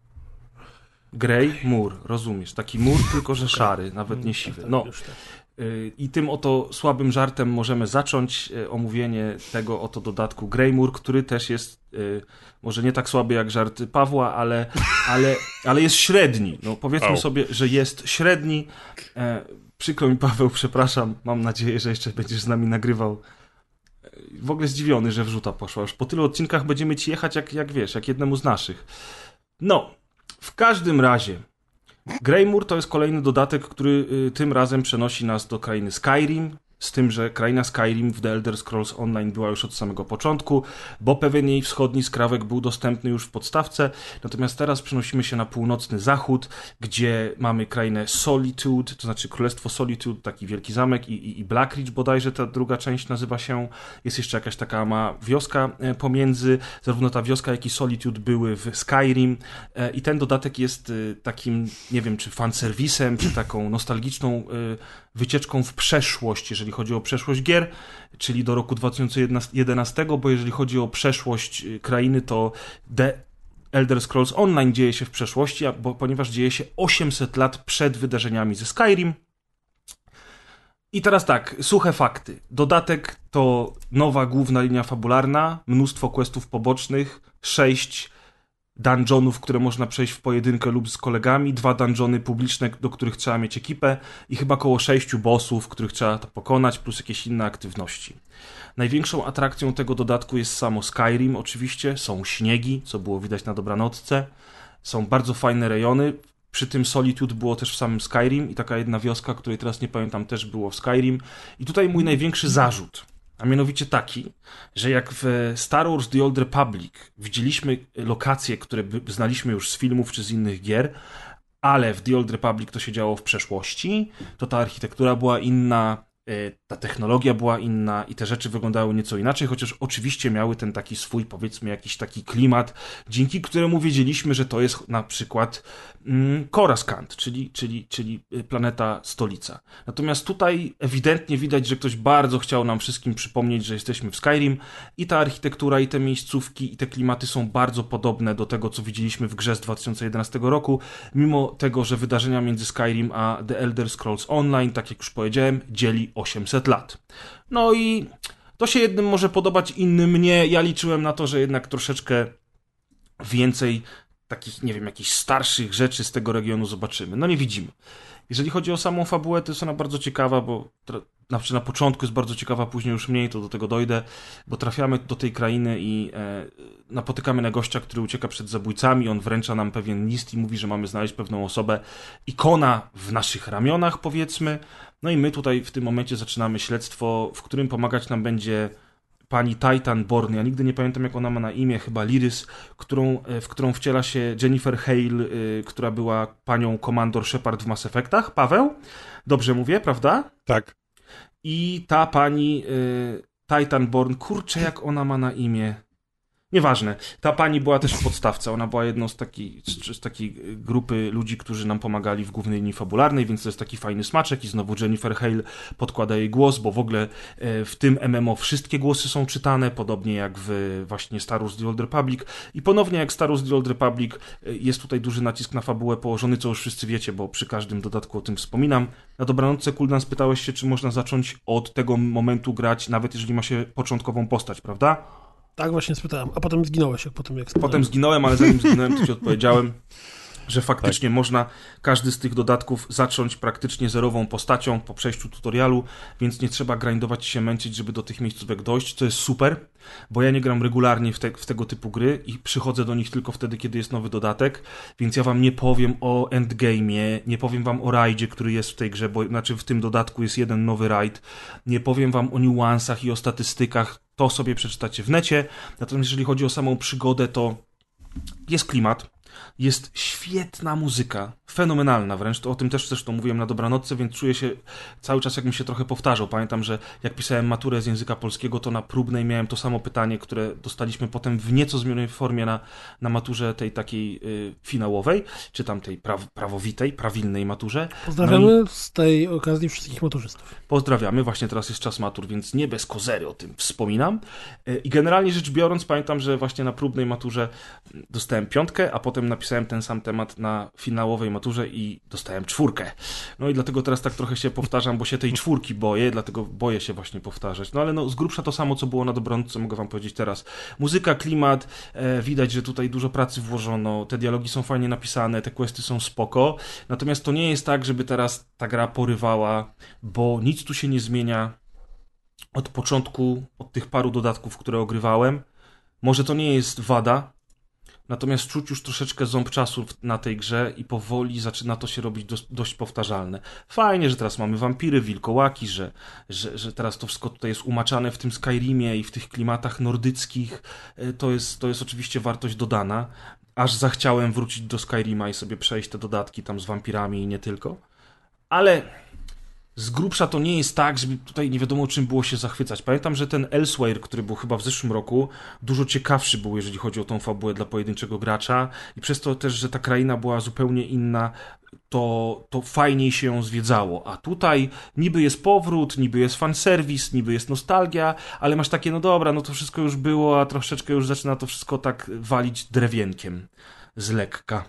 Greymoor, rozumiesz? Taki mur, tylko że szary, nawet nie siwy. No. I tym oto słabym żartem możemy zacząć omówienie tego oto dodatku Greymoor, który też jest może nie tak słaby jak żart Pawła, ale jest średni. No, powiedzmy sobie, że jest średni. Przykro mi, Paweł, przepraszam. Mam nadzieję, że jeszcze będziesz z nami nagrywał. W ogóle zdziwiony, że wrzuta poszła. Już po tylu odcinkach będziemy ci jechać jak wiesz, jak jednemu z naszych. No, w każdym razie Greymoor to jest kolejny dodatek, który tym razem przenosi nas do krainy Skyrim, z tym, że kraina Skyrim w The Elder Scrolls Online była już od samego początku, bo pewien jej wschodni skrawek był dostępny już w podstawce, natomiast teraz przenosimy się na północny zachód, gdzie mamy krainę Solitude, to znaczy Królestwo Solitude, taki wielki zamek i Blackridge bodajże ta druga część nazywa się, jest jeszcze jakaś taka ma wioska pomiędzy, zarówno ta wioska, jak i Solitude były w Skyrim i ten dodatek jest takim, nie wiem, czy fanserwisem, czy taką nostalgiczną wycieczką w przeszłość, jeżeli chodzi o przeszłość gier, czyli do roku 2011, bo jeżeli chodzi o przeszłość krainy, to The Elder Scrolls Online dzieje się w przeszłości, ponieważ dzieje się 800 lat przed wydarzeniami ze Skyrim. I teraz tak, suche fakty. Dodatek to nowa główna linia fabularna, mnóstwo questów pobocznych, 6 dungeonów, które można przejść w pojedynkę lub z kolegami, 2 dungeony publiczne, do których trzeba mieć ekipę i chyba około 6 bossów, których trzeba pokonać, plus jakieś inne aktywności. Największą atrakcją tego dodatku jest samo Skyrim, oczywiście, są śniegi, co było widać na Dobranocce, są bardzo fajne rejony, przy tym Solitude było też w samym Skyrim i taka jedna wioska, której teraz nie pamiętam, też było w Skyrim. I tutaj mój największy zarzut, a mianowicie taki, że jak w Star Wars The Old Republic widzieliśmy lokacje, które znaliśmy już z filmów czy z innych gier, ale w The Old Republic to się działo w przeszłości, to ta architektura była inna, ta technologia była inna i te rzeczy wyglądały nieco inaczej, chociaż oczywiście miały ten taki swój, powiedzmy, jakiś taki klimat, dzięki któremu wiedzieliśmy, że to jest na przykład Coruscant, czyli planeta stolica. Natomiast tutaj ewidentnie widać, że ktoś bardzo chciał nam wszystkim przypomnieć, że jesteśmy w Skyrim i ta architektura, i te miejscówki, i te klimaty są bardzo podobne do tego, co widzieliśmy w grze z 2011 roku, mimo tego, że wydarzenia między Skyrim a The Elder Scrolls Online, tak jak już powiedziałem, dzieli 800 lat. No i to się jednym może podobać, innym nie. Ja liczyłem na to, że jednak troszeczkę więcej takich, nie wiem, jakichś starszych rzeczy z tego regionu zobaczymy. No nie widzimy. Jeżeli chodzi o samą fabułę, to jest ona bardzo ciekawa, bo na początku jest bardzo ciekawa, później już mniej, to do tego dojdę, bo trafiamy do tej krainy i napotykamy na gościa, który ucieka przed zabójcami, on wręcza nam pewien list i mówi, że mamy znaleźć pewną osobę, ikona w naszych ramionach, powiedzmy. No i my tutaj w tym momencie zaczynamy śledztwo, w którym pomagać nam będzie pani Titanborn. Ja nigdy nie pamiętam, jak ona ma na imię, chyba Liris, w którą wciela się Jennifer Hale, która była panią komandor Shepard w Mass Effectach. Paweł? Dobrze mówię, prawda? Tak. I ta pani Titanborn, kurczę, jak ona ma na imię. Nieważne. Ta pani była też w podstawce. Ona była jedną z takiej grupy ludzi, którzy nam pomagali w głównej linii fabularnej, więc to jest taki fajny smaczek i znowu Jennifer Hale podkłada jej głos, bo w ogóle w tym MMO wszystkie głosy są czytane, podobnie jak w właśnie Star Wars The Old Republic. I ponownie jak Star Wars The Old Republic jest tutaj duży nacisk na fabułę położony, co już wszyscy wiecie, bo przy każdym dodatku o tym wspominam. Na dobranocce, Kuldan, spytałeś się, czy można zacząć od tego momentu grać, nawet jeżeli ma się początkową postać, prawda? Tak właśnie spytałem, a potem zginąłeś, Potem zginąłem, ale zanim zginąłem, to ci odpowiedziałem, że faktycznie można każdy z tych dodatków zacząć praktycznie zerową postacią po przejściu tutorialu, więc nie trzeba grindować się, męczyć, żeby do tych miejscówek dojść, co jest super, bo ja nie gram regularnie w tego typu gry i przychodzę do nich tylko wtedy, kiedy jest nowy dodatek, więc ja wam nie powiem o endgame'ie, nie powiem wam o rajdzie, który jest w tej grze, bo znaczy w tym dodatku jest jeden nowy rajd, nie powiem wam o niuansach i o statystykach, to sobie przeczytacie w necie, natomiast jeżeli chodzi o samą przygodę, to jest klimat, jest świetna muzyka, fenomenalna wręcz, to o tym też zresztą mówiłem na dobranocce, więc czuję się cały czas, jakbym się trochę powtarzał. Pamiętam, że jak pisałem maturę z języka polskiego, to na próbnej miałem to samo pytanie, które dostaliśmy potem w nieco zmienionej formie na maturze tej takiej finałowej, czy tam tej prawowitej, prawilnej maturze. Pozdrawiamy z tej okazji wszystkich maturzystów. Pozdrawiamy, właśnie teraz jest czas matur, więc nie bez kozery o tym wspominam. I generalnie rzecz biorąc, pamiętam, że właśnie na próbnej maturze dostałem 5, a potem napisałem ten sam temat na finałowej maturze i dostałem 4. No i dlatego teraz tak trochę się powtarzam, bo się tej 4 boję, dlatego boję się właśnie powtarzać. No ale no z grubsza to samo, co było na dobranocce, mogę wam powiedzieć teraz. Muzyka, klimat, widać, że tutaj dużo pracy włożono, te dialogi są fajnie napisane, te questy są spoko, natomiast to nie jest tak, żeby teraz ta gra porywała, bo nic tu się nie zmienia od początku, od tych paru dodatków, które ogrywałem. Może to nie jest wada, natomiast czuć już troszeczkę ząb czasu na tej grze i powoli zaczyna to się robić dość powtarzalne. Fajnie, że teraz mamy wampiry, wilkołaki, że teraz to wszystko tutaj jest umaczane w tym Skyrimie i w tych klimatach nordyckich. To jest oczywiście wartość dodana. Aż zachciałem wrócić do Skyrima i sobie przejść te dodatki tam z wampirami i nie tylko. Ale z grubsza to nie jest tak, żeby tutaj nie wiadomo czym było się zachwycać. Pamiętam, że ten Elsewhere, który był chyba w zeszłym roku, dużo ciekawszy był, jeżeli chodzi o tą fabułę dla pojedynczego gracza i przez to też, że ta kraina była zupełnie inna, to fajniej się ją zwiedzało. A tutaj niby jest powrót, niby jest fanserwis, niby jest nostalgia, ale masz takie, no dobra, no to wszystko już było, a troszeczkę już zaczyna to wszystko tak walić drewienkiem z lekka.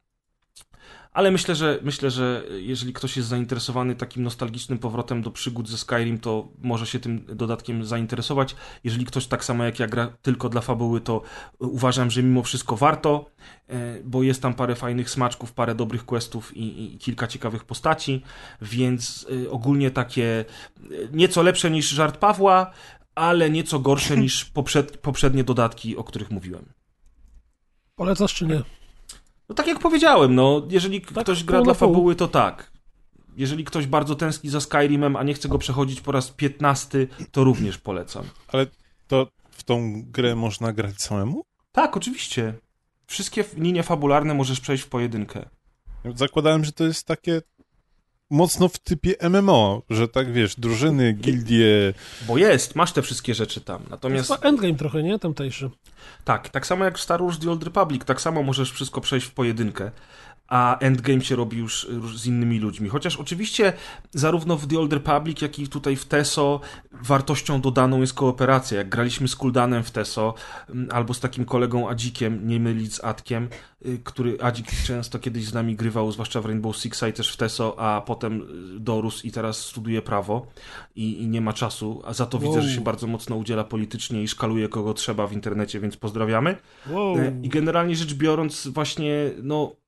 Ale myślę, że jeżeli ktoś jest zainteresowany takim nostalgicznym powrotem do przygód ze Skyrim, to może się tym dodatkiem zainteresować. Jeżeli ktoś tak samo jak ja gra tylko dla fabuły, to uważam, że mimo wszystko warto, bo jest tam parę fajnych smaczków, parę dobrych questów i kilka ciekawych postaci, więc ogólnie takie nieco lepsze niż żart Pawła, ale nieco gorsze niż poprzednie dodatki, o których mówiłem. Polecasz czy nie? No tak jak powiedziałem, no jeżeli tak, ktoś gra dla fabuły, to tak. Jeżeli ktoś bardzo tęskni za Skyrimem, a nie chce go przechodzić po raz 15, to również polecam. Ale to w tą grę można grać samemu? Tak, oczywiście. Wszystkie linie fabularne możesz przejść w pojedynkę. Zakładałem, że to jest takie mocno w typie MMO, że tak wiesz, drużyny, gildie... Bo masz te wszystkie rzeczy tam, natomiast... To jest endgame trochę, nie? Tamtejszy. Tak samo jak w Star Wars The Old Republic, tak samo możesz wszystko przejść w pojedynkę, a endgame się robi już z innymi ludźmi. Chociaż oczywiście zarówno w The Old Republic, jak i tutaj w TESO wartością dodaną jest kooperacja. Jak graliśmy z Kuldanem w TESO, albo z takim kolegą Adzikiem, nie mylić z Adkiem, który Adzik często kiedyś z nami grywał, zwłaszcza w Rainbow Sixa i też w TESO, a potem dorósł i teraz studiuje prawo i nie ma czasu, a za to widzę, że się bardzo mocno udziela politycznie i szkaluje kogo trzeba w internecie, więc pozdrawiamy. I generalnie rzecz biorąc właśnie, no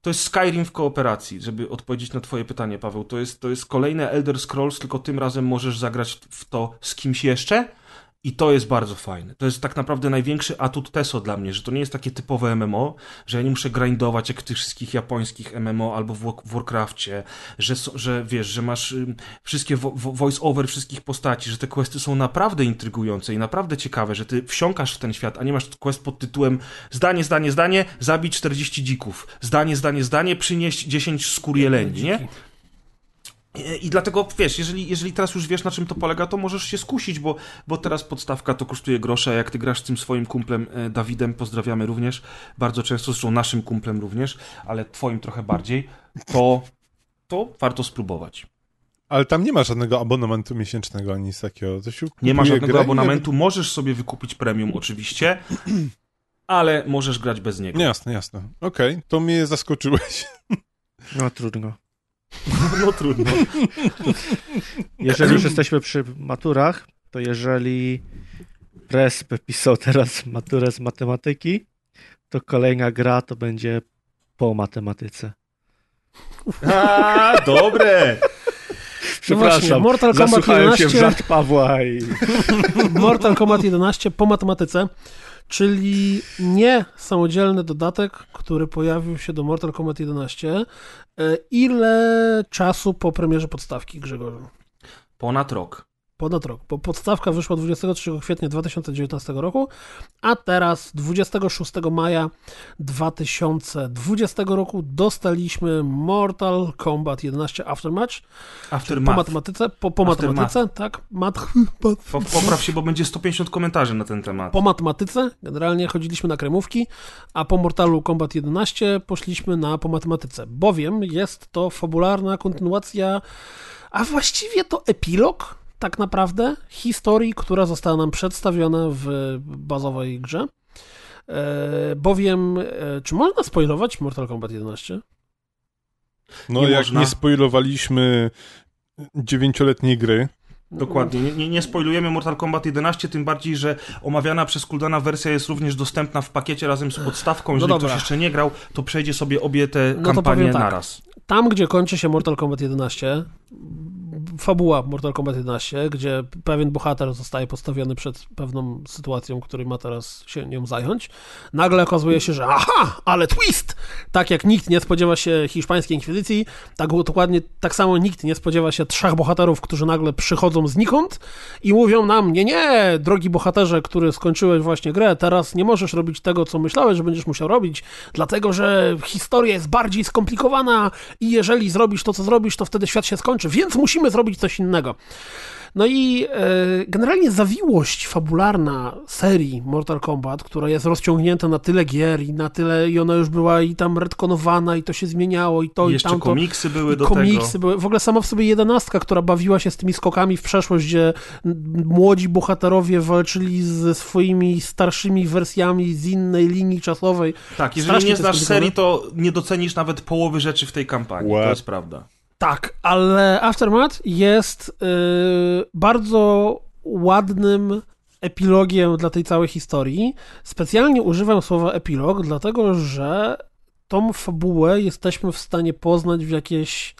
To jest Skyrim w kooperacji, żeby odpowiedzieć na twoje pytanie, Paweł. To jest kolejne Elder Scrolls, tylko tym razem możesz zagrać w to z kimś jeszcze i to jest bardzo fajne. To jest tak naprawdę największy atut TESO dla mnie, że to nie jest takie typowe MMO, że ja nie muszę grindować jak w tych wszystkich japońskich MMO albo w Warcrafcie, że wiesz, że masz wszystkie voice-over wszystkich postaci, że te questy są naprawdę intrygujące i naprawdę ciekawe, że ty wsiąkasz w ten świat, a nie masz quest pod tytułem zdanie, zabić 40 dzików, zdanie, przynieść 10 skór jeleni, nie? I dlatego, wiesz, jeżeli teraz już wiesz, na czym to polega, to możesz się skusić, bo teraz podstawka to kosztuje grosze, a jak ty grasz z tym swoim kumplem Dawidem, pozdrawiamy również, bardzo często, zresztą naszym kumplem również, ale twoim trochę bardziej, to warto spróbować. Ale tam nie ma żadnego abonamentu miesięcznego, ani nic takiego. Nie ma żadnego abonamentu, możesz sobie wykupić premium oczywiście, ale możesz grać bez niego. Jasne. Okej, to mnie zaskoczyłeś. No trudno. No trudno. Jeżeli już jesteśmy przy maturach, to jeżeli Presp pisał teraz maturę z matematyki, to kolejna gra to będzie po matematyce. Dobre! Przepraszam, no Mortal Kombat zasłuchałem 11... się w żart Pawła i... Mortal Kombat 11 po matematyce, czyli nie samodzielny dodatek, który pojawił się do Mortal Kombat 11. Ile czasu po premierze podstawki, Grzegorzu? Ponad rok, bo podstawka wyszła 23 kwietnia 2019 roku, a teraz 26 maja 2020 roku dostaliśmy Mortal Kombat 11 Aftermatch. Po matematyce, po matematyce, tak? Popraw się, bo będzie 150 komentarzy na ten temat. Po matematyce, generalnie chodziliśmy na kremówki, a po Mortalu Kombat 11 poszliśmy po matematyce, bowiem jest to fabularna kontynuacja, a właściwie to epilog tak naprawdę historii, która została nam przedstawiona w bazowej grze. Bowiem, czy można spoilować Mortal Kombat 11? No nie jak można. Nie spoilowaliśmy 9-letniej gry. Dokładnie. Nie spoilujemy Mortal Kombat 11, tym bardziej, że omawiana przez Kuldana wersja jest również dostępna w pakiecie razem z podstawką. Jeżeli ktoś jeszcze nie grał, to przejdzie sobie obie te kampanie naraz. Tam, gdzie kończy się Mortal Kombat 11, fabuła Mortal Kombat 11, gdzie pewien bohater zostaje postawiony przed pewną sytuacją, której ma teraz się nią zająć, nagle okazuje się, że aha, ale twist! Tak jak nikt nie spodziewa się hiszpańskiej inkwizycji, tak samo nikt nie spodziewa się 3 bohaterów, którzy nagle przychodzą znikąd i mówią nam, nie, drogi bohaterze, który skończyłeś właśnie grę, teraz nie możesz robić tego, co myślałeś, że będziesz musiał robić, dlatego, że historia jest bardziej skomplikowana i jeżeli zrobisz to, co zrobisz, to wtedy świat się skończy, więc musimy zrobić coś innego. No i generalnie zawiłość fabularna serii Mortal Kombat, która jest rozciągnięta na tyle gier i ona już była i tam retkonowana i to się zmieniało i to i jeszcze tamto. Komiksy były do tego. Były. W ogóle sama w sobie 11, która bawiła się z tymi skokami w przeszłość, gdzie młodzi bohaterowie walczyli ze swoimi starszymi wersjami z innej linii czasowej. Tak, jeżeli nie znasz serii, to nie docenisz nawet połowy rzeczy w tej kampanii. To jest prawda. Tak, ale Aftermath jest bardzo ładnym epilogiem dla tej całej historii. Specjalnie używam słowa epilog, dlatego że tą fabułę jesteśmy w stanie poznać w jakieś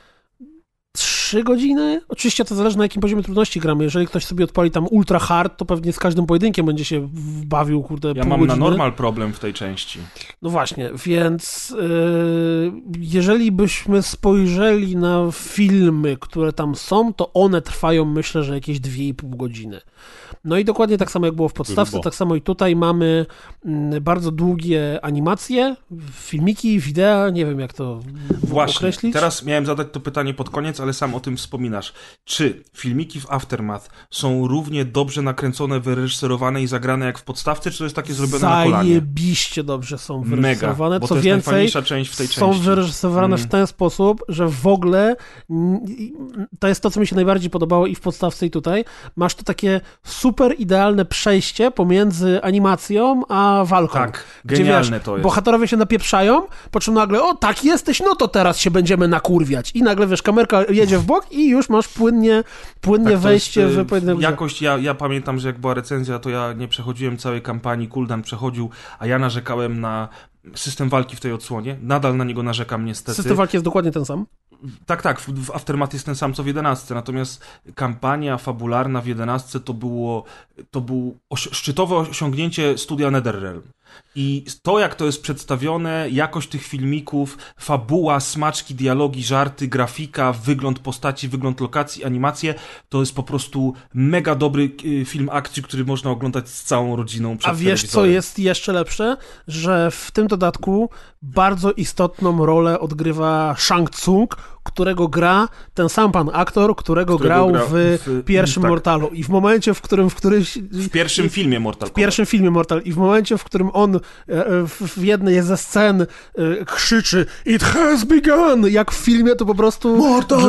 3 godziny. Oczywiście to zależy, na jakim poziomie trudności gramy. Jeżeli ktoś sobie odpali tam ultra hard, to pewnie z każdym pojedynkiem będzie się bawił, pół mam godziny. Na normal problem w tej części. No właśnie, więc jeżeli byśmy spojrzeli na filmy, które tam są, to one trwają, myślę, że jakieś 2,5 godziny. No i dokładnie tak samo jak było w podstawce, tak samo i tutaj mamy bardzo długie animacje, filmiki, wideo, nie wiem jak to określić. Teraz miałem zadać to pytanie pod koniec, ale sam o tym wspominasz. Czy filmiki w Aftermath są równie dobrze nakręcone, wyreżyserowane i zagrane jak w podstawce, czy to jest takie zrobione na kolanie? Zajebiście dobrze są wyreżyserowane. Mega, bo co to jest więcej, najfajniejsza część w tej są części. wyreżyserowane w ten sposób, że w ogóle to jest to, co mi się najbardziej podobało i w podstawce i tutaj. Masz tu takie super idealne przejście pomiędzy animacją a walką. Tak, genialne to jest. Bohaterowie się napieprzają, po czym nagle, o tak jesteś, no to teraz się będziemy nakurwiać. I nagle, kamerka jedzie w bok i już masz płynnie wejście w pojedynek. Jakość, ja pamiętam, że jak była recenzja, to ja nie przechodziłem całej kampanii, Kuldan przechodził, a ja narzekałem na system walki w tej odsłonie. Nadal na niego narzekam niestety. System walki jest dokładnie ten sam? Tak, w Aftermath jest ten sam co w 11, natomiast kampania fabularna w 11 to było szczytowe osiągnięcie studia NetherRealm. I to, jak to jest przedstawione, jakość tych filmików, fabuła, smaczki, dialogi, żarty, grafika, wygląd postaci, wygląd lokacji, animacje, to jest po prostu mega dobry film akcji, który można oglądać z całą rodziną przed telewizorem. A wiesz, co jest jeszcze lepsze? Że w tym dodatku bardzo istotną rolę odgrywa Shang Tsung, którego gra ten sam pan aktor, którego grał w pierwszym Mortalu. I w momencie, w pierwszym filmie Mortal. I w momencie, w którym on w jednej ze scen krzyczy "It has begun!" jak w filmie, to po prostu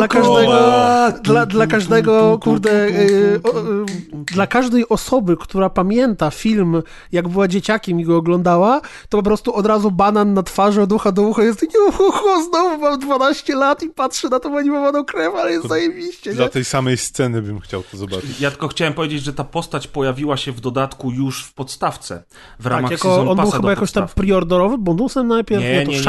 dla każdego dla każdej osoby, która pamięta film, jak była dzieciakiem i go oglądała, to po prostu od razu banan na twarzy od ucha do ucha jest znowu mam 12 lat i patrzę na tą animowaną krew, ale jest zajebiście. Dla tej samej sceny bym chciał to zobaczyć. Ja tylko chciałem powiedzieć, że ta postać pojawiła się w dodatku już w podstawce, w ramach Season on Passa był chyba jakoś tam priorderowy bonusem najpierw?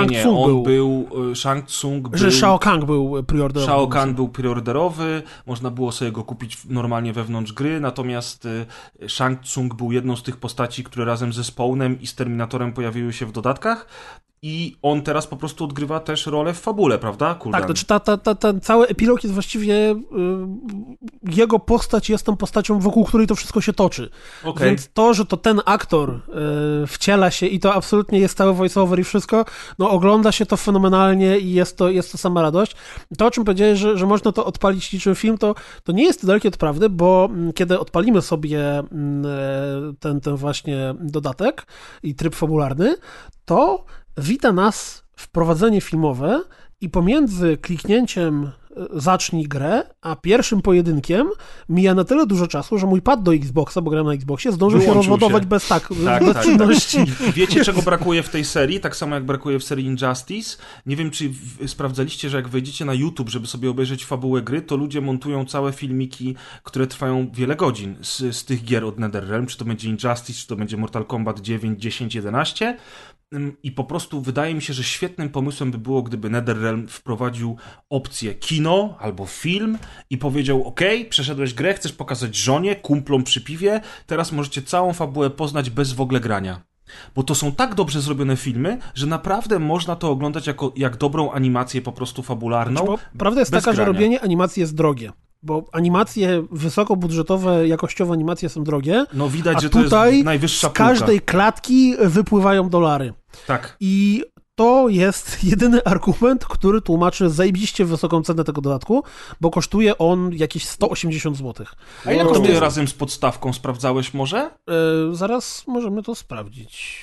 Shang Tsung był... Że Shao Kahn był priorderowy. Shao Kahn był priorderowy, można było sobie go kupić normalnie wewnątrz gry, natomiast Shang Tsung był jedną z tych postaci, które razem ze Spawnem i z Terminatorem pojawiły się w dodatkach. I on teraz po prostu odgrywa też rolę w fabule, prawda? Kuldan. Tak, to znaczy ten cały epilog jest właściwie jego postać jest tą postacią, wokół której to wszystko się toczy. Okay. Więc to, że to ten aktor wciela się i to absolutnie jest cały voice-over i wszystko, no ogląda się to fenomenalnie i jest to sama radość. To, o czym powiedziałeś, że można to odpalić niczym film, to nie jest dalekie od prawdy, bo kiedy odpalimy sobie ten właśnie dodatek i tryb fabularny, to wita nas wprowadzenie filmowe i pomiędzy kliknięciem zacznij grę, a pierwszym pojedynkiem mija na tyle dużo czasu, że mój pad do Xboxa, bo gram na Xboxie, zdążył się rozładować bez czynności. Wiecie, czego brakuje w tej serii? Tak samo jak brakuje w serii Injustice. Nie wiem, czy sprawdzaliście, że jak wejdziecie na YouTube, żeby sobie obejrzeć fabułę gry, to ludzie montują całe filmiki, które trwają wiele godzin z tych gier od NetherRealm, czy to będzie Injustice, czy to będzie Mortal Kombat 9, 10, 11. I po prostu wydaje mi się, że świetnym pomysłem by było, gdyby NetherRealm wprowadził opcję kino albo film i powiedział: OK, przeszedłeś grę, chcesz pokazać żonie, kumplom przy piwie, teraz możecie całą fabułę poznać bez w ogóle grania. Bo to są tak dobrze zrobione filmy, że naprawdę można to oglądać jak dobrą animację po prostu fabularną. Znaczy, prawda jest taka, że robienie animacji jest drogie. Bo animacje wysokobudżetowe, jakościowe animacje są drogie. No widać, że to jest najwyższa półka. Z każdej klatki wypływają dolary. Tak. I to jest jedyny argument, który tłumaczy zajebiście wysoką cenę tego dodatku, bo kosztuje on jakieś 180 zł. A ile kosztuje razem z podstawką? Sprawdzałeś może? Zaraz możemy to sprawdzić.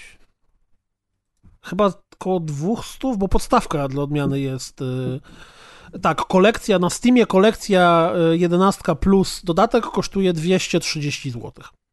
Chyba około 200, bo podstawka dla odmiany jest... Tak, kolekcja na Steamie, kolekcja 11 plus dodatek kosztuje 230 zł.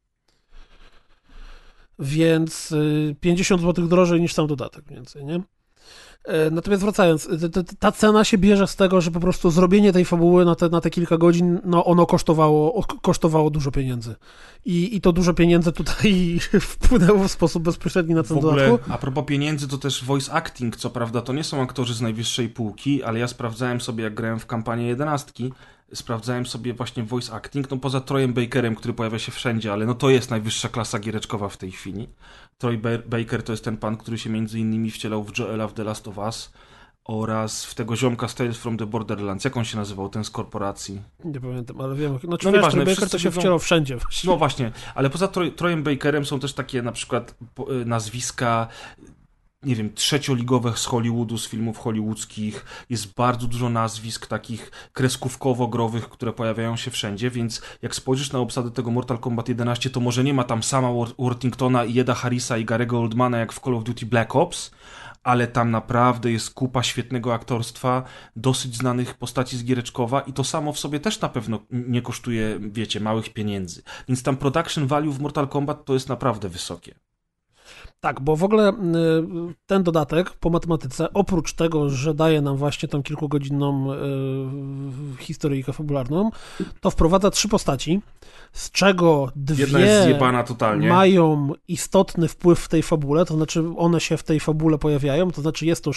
Więc 50 zł drożej niż sam dodatek więcej, nie? Natomiast wracając, ta cena się bierze z tego, że po prostu zrobienie tej fabuły na te kilka godzin, no ono kosztowało dużo pieniędzy. I to dużo pieniędzy tutaj wpłynęło w sposób bezpośredni na ten dodatku. A propos pieniędzy, to też voice acting, co prawda to nie są aktorzy z najwyższej półki, ale ja sprawdzałem sobie, jak grałem w kampanię 11, sprawdzałem sobie właśnie voice acting, no poza Troyem Bakerem, który pojawia się wszędzie, ale no to jest najwyższa klasa giereczkowa w tej chwili. Troy Baker to jest ten pan, który się między innymi wcielał w Joela w The Last of Us oraz w tego ziomka z Tales from the Borderlands. Jak on się nazywał, ten z korporacji? Nie pamiętam, ale wiem. No nieważne, Troy Baker to się wcielał wszędzie. Właśnie. No właśnie, ale poza Troyem Bakerem są też takie na przykład nazwiska, nie wiem, trzecioligowe z Hollywoodu, z filmów hollywoodzkich. Jest bardzo dużo nazwisk takich kreskówkowo-growych, które pojawiają się wszędzie, więc jak spojrzysz na obsadę tego Mortal Kombat 11, to może nie ma tam sama Worthingtona i Eda Harrisa i Gary'ego Oldmana jak w Call of Duty Black Ops, ale tam naprawdę jest kupa świetnego aktorstwa, dosyć znanych postaci z giereczkowa i to samo w sobie też na pewno nie kosztuje, wiecie, małych pieniędzy. Więc tam production value w Mortal Kombat to jest naprawdę wysokie. Tak, bo w ogóle ten dodatek po matematyce, oprócz tego, że daje nam właśnie tam kilkugodzinną historyjkę fabularną, to wprowadza 3 postaci, z czego 2 Jedna jest zjebana totalnie. mają istotny wpływ w tej fabule, to znaczy one się w tej fabule pojawiają, to znaczy jest to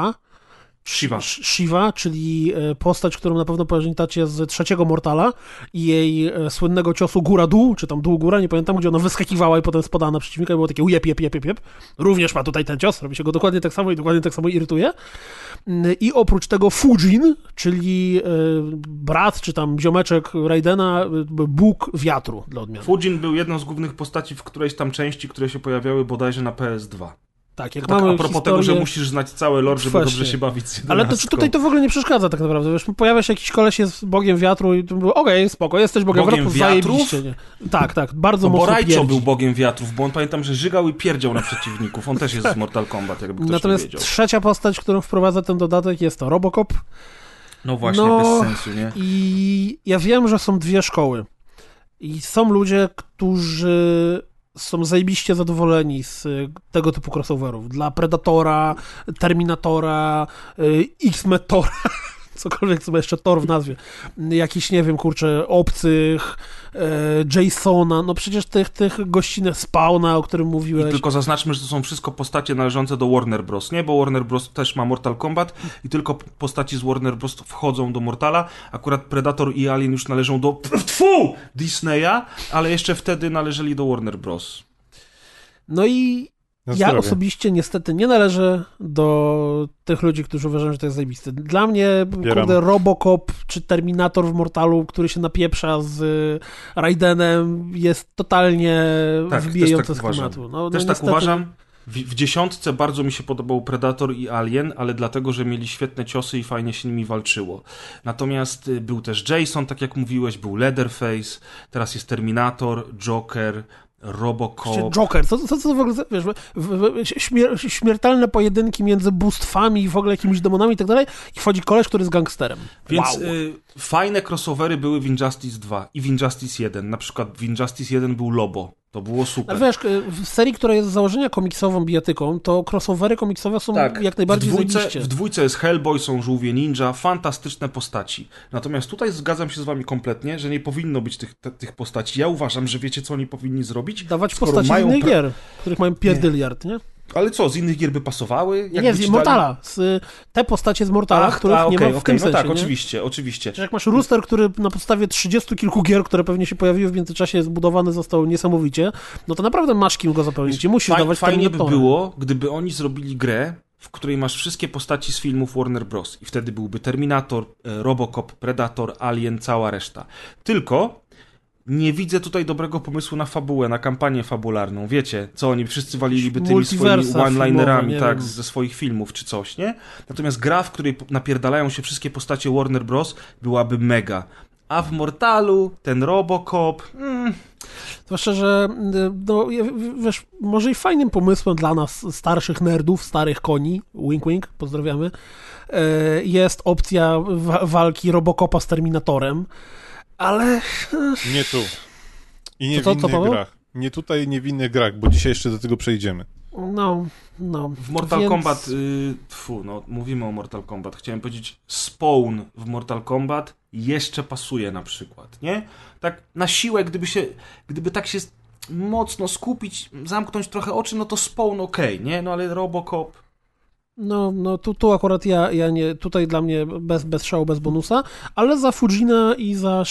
Shiva, czyli postać, którą na pewno pamiętacie z 3. Mortala i jej słynnego ciosu góra-dół, czy tam dół-góra, nie pamiętam, gdzie ona wyskakiwała i potem spadała na przeciwnika i było takie jep. Również ma tutaj ten cios, robi się go dokładnie tak samo i dokładnie tak samo irytuje. I oprócz tego Fujin, czyli brat, czy tam ziomeczek Raidena, bóg wiatru dla odmiany. Fujin był jedną z głównych postaci w którejś tam części, które się pojawiały bodajże na PS2. Tak, jak Tak, mamy a propos historię... tego, że musisz znać całe lore, żeby Właśnie. dobrze się bawić z 11. Ale to, tutaj to w ogóle nie przeszkadza tak naprawdę. Wiesz, pojawia się jakiś koleś, jest bogiem wiatru i to było okej, spoko, jesteś bogiem wiatru, zajebiście, nie? Tak, bardzo mocno Borajczo pierdzi. był bogiem wiatrów, bo on pamiętam, że żygał i pierdział na przeciwników. On też jest z Mortal Kombat, jakby ktoś Natomiast nie wiedział. trzecia postać, którą wprowadza ten dodatek, jest to Robocop. No właśnie, bez sensu, nie? I ja wiem, że są 2 szkoły. I są ludzie, którzy są zajebiście zadowoleni z tego typu crossoverów. Dla Predatora, Terminatora, X-Metora, cokolwiek, co ma jeszcze Thor w nazwie. Jakiś, nie wiem, kurczę, Obcych, Jasona, no przecież tych gościnnych Spawna, o którym mówiłeś. I tylko zaznaczmy, że to są wszystko postacie należące do Warner Bros., nie? Bo Warner Bros. Też ma Mortal Kombat i tylko postaci z Warner Bros. Wchodzą do Mortala. Akurat Predator i Alien już należą do Disneya, ale jeszcze wtedy należeli do Warner Bros. No i ja osobiście niestety nie należę do tych ludzi, którzy uważają, że to jest zajebiste. Dla mnie, kurde, Robocop czy Terminator w Mortalu, który się napieprza z Raidenem, jest totalnie wybijający z klimatu. No, też tak niestety... uważam. W 10 bardzo mi się podobał Predator i Alien, ale dlatego, że mieli świetne ciosy i fajnie się nimi walczyło. Natomiast był też Jason, tak jak mówiłeś, był Leatherface, teraz jest Terminator, Joker, Robocop. Joker, co w ogóle, wiesz, śmiertelne pojedynki między bóstwami i w ogóle jakimiś demonami i tak dalej i wchodzi koleś, który jest gangsterem. Więc wow. Fajne crossovery były w Injustice 2 i w Injustice 1. Na przykład w Injustice 1 był Lobo. To było super. Ale wiesz, w serii, która jest z założenia komiksową bijatyką, to crossovery komiksowe są jak najbardziej zajebiście. W 2 jest Hellboy, są Żółwie Ninja, fantastyczne postaci. Natomiast tutaj zgadzam się z wami kompletnie, że nie powinno być tych postaci. Ja uważam, że wiecie, co oni powinni zrobić? Dawać postaci z innych gier, których mają pierdyliard, nie? Ale co, z innych gier by pasowały? Nie, z Mortala. Te postacie z Mortala, których nie ma w tym sensie. No tak, nie? oczywiście. Jak masz rooster, który na podstawie 30 kilku gier, które pewnie się pojawiły w międzyczasie, zbudowany został niesamowicie, no to naprawdę masz kim go zapełnić. Nie musisz dawać Fajnie by było, gdyby oni zrobili grę, w której masz wszystkie postaci z filmów Warner Bros. I wtedy byłby Terminator, Robocop, Predator, Alien, cała reszta. Tylko nie widzę tutaj dobrego pomysłu na fabułę, na kampanię fabularną. Wiecie, co oni wszyscy waliliby tymi swoimi one-linerami, tak, ze swoich filmów czy coś, nie? Natomiast gra, w której napierdalają się wszystkie postacie Warner Bros. Byłaby mega. A w Mortalu ten Robocop... Zwłaszcza, że no, wiesz, może i fajnym pomysłem dla nas, starszych nerdów, starych koni, wink wink, pozdrawiamy, jest opcja walki Robocopa z Terminatorem, ale... Nie tu. I nie w innych grach. Nie tutaj, nie w innych grach, bo dzisiaj jeszcze do tego przejdziemy. No. W Mortal Kombat... mówimy o Mortal Kombat. Chciałem powiedzieć, Spawn w Mortal Kombat jeszcze pasuje na przykład, nie? Tak na siłę, gdyby tak się mocno skupić, zamknąć trochę oczy, no to Spawn okej, nie? No ale Robocop... No tu akurat ja nie, tutaj dla mnie bez szału, bez bonusa, ale za Fujina i za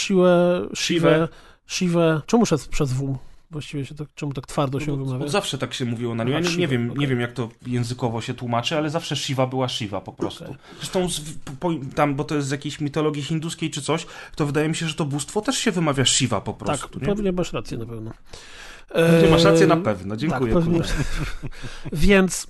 Shivę, czemu przez W? Właściwie czemu tak twardo się wymawia? Zawsze tak się mówiło na nią. Ja nie wiem, jak to językowo się tłumaczy, ale zawsze Shiva była Shiva po prostu. Okay. Zresztą tam, bo to jest z jakiejś mitologii hinduskiej czy coś, to wydaje mi się, że to bóstwo też się wymawia Shiva po prostu. Tak, pewnie masz rację na pewno. Nie masz rację na pewno, dziękuję. Tak, więc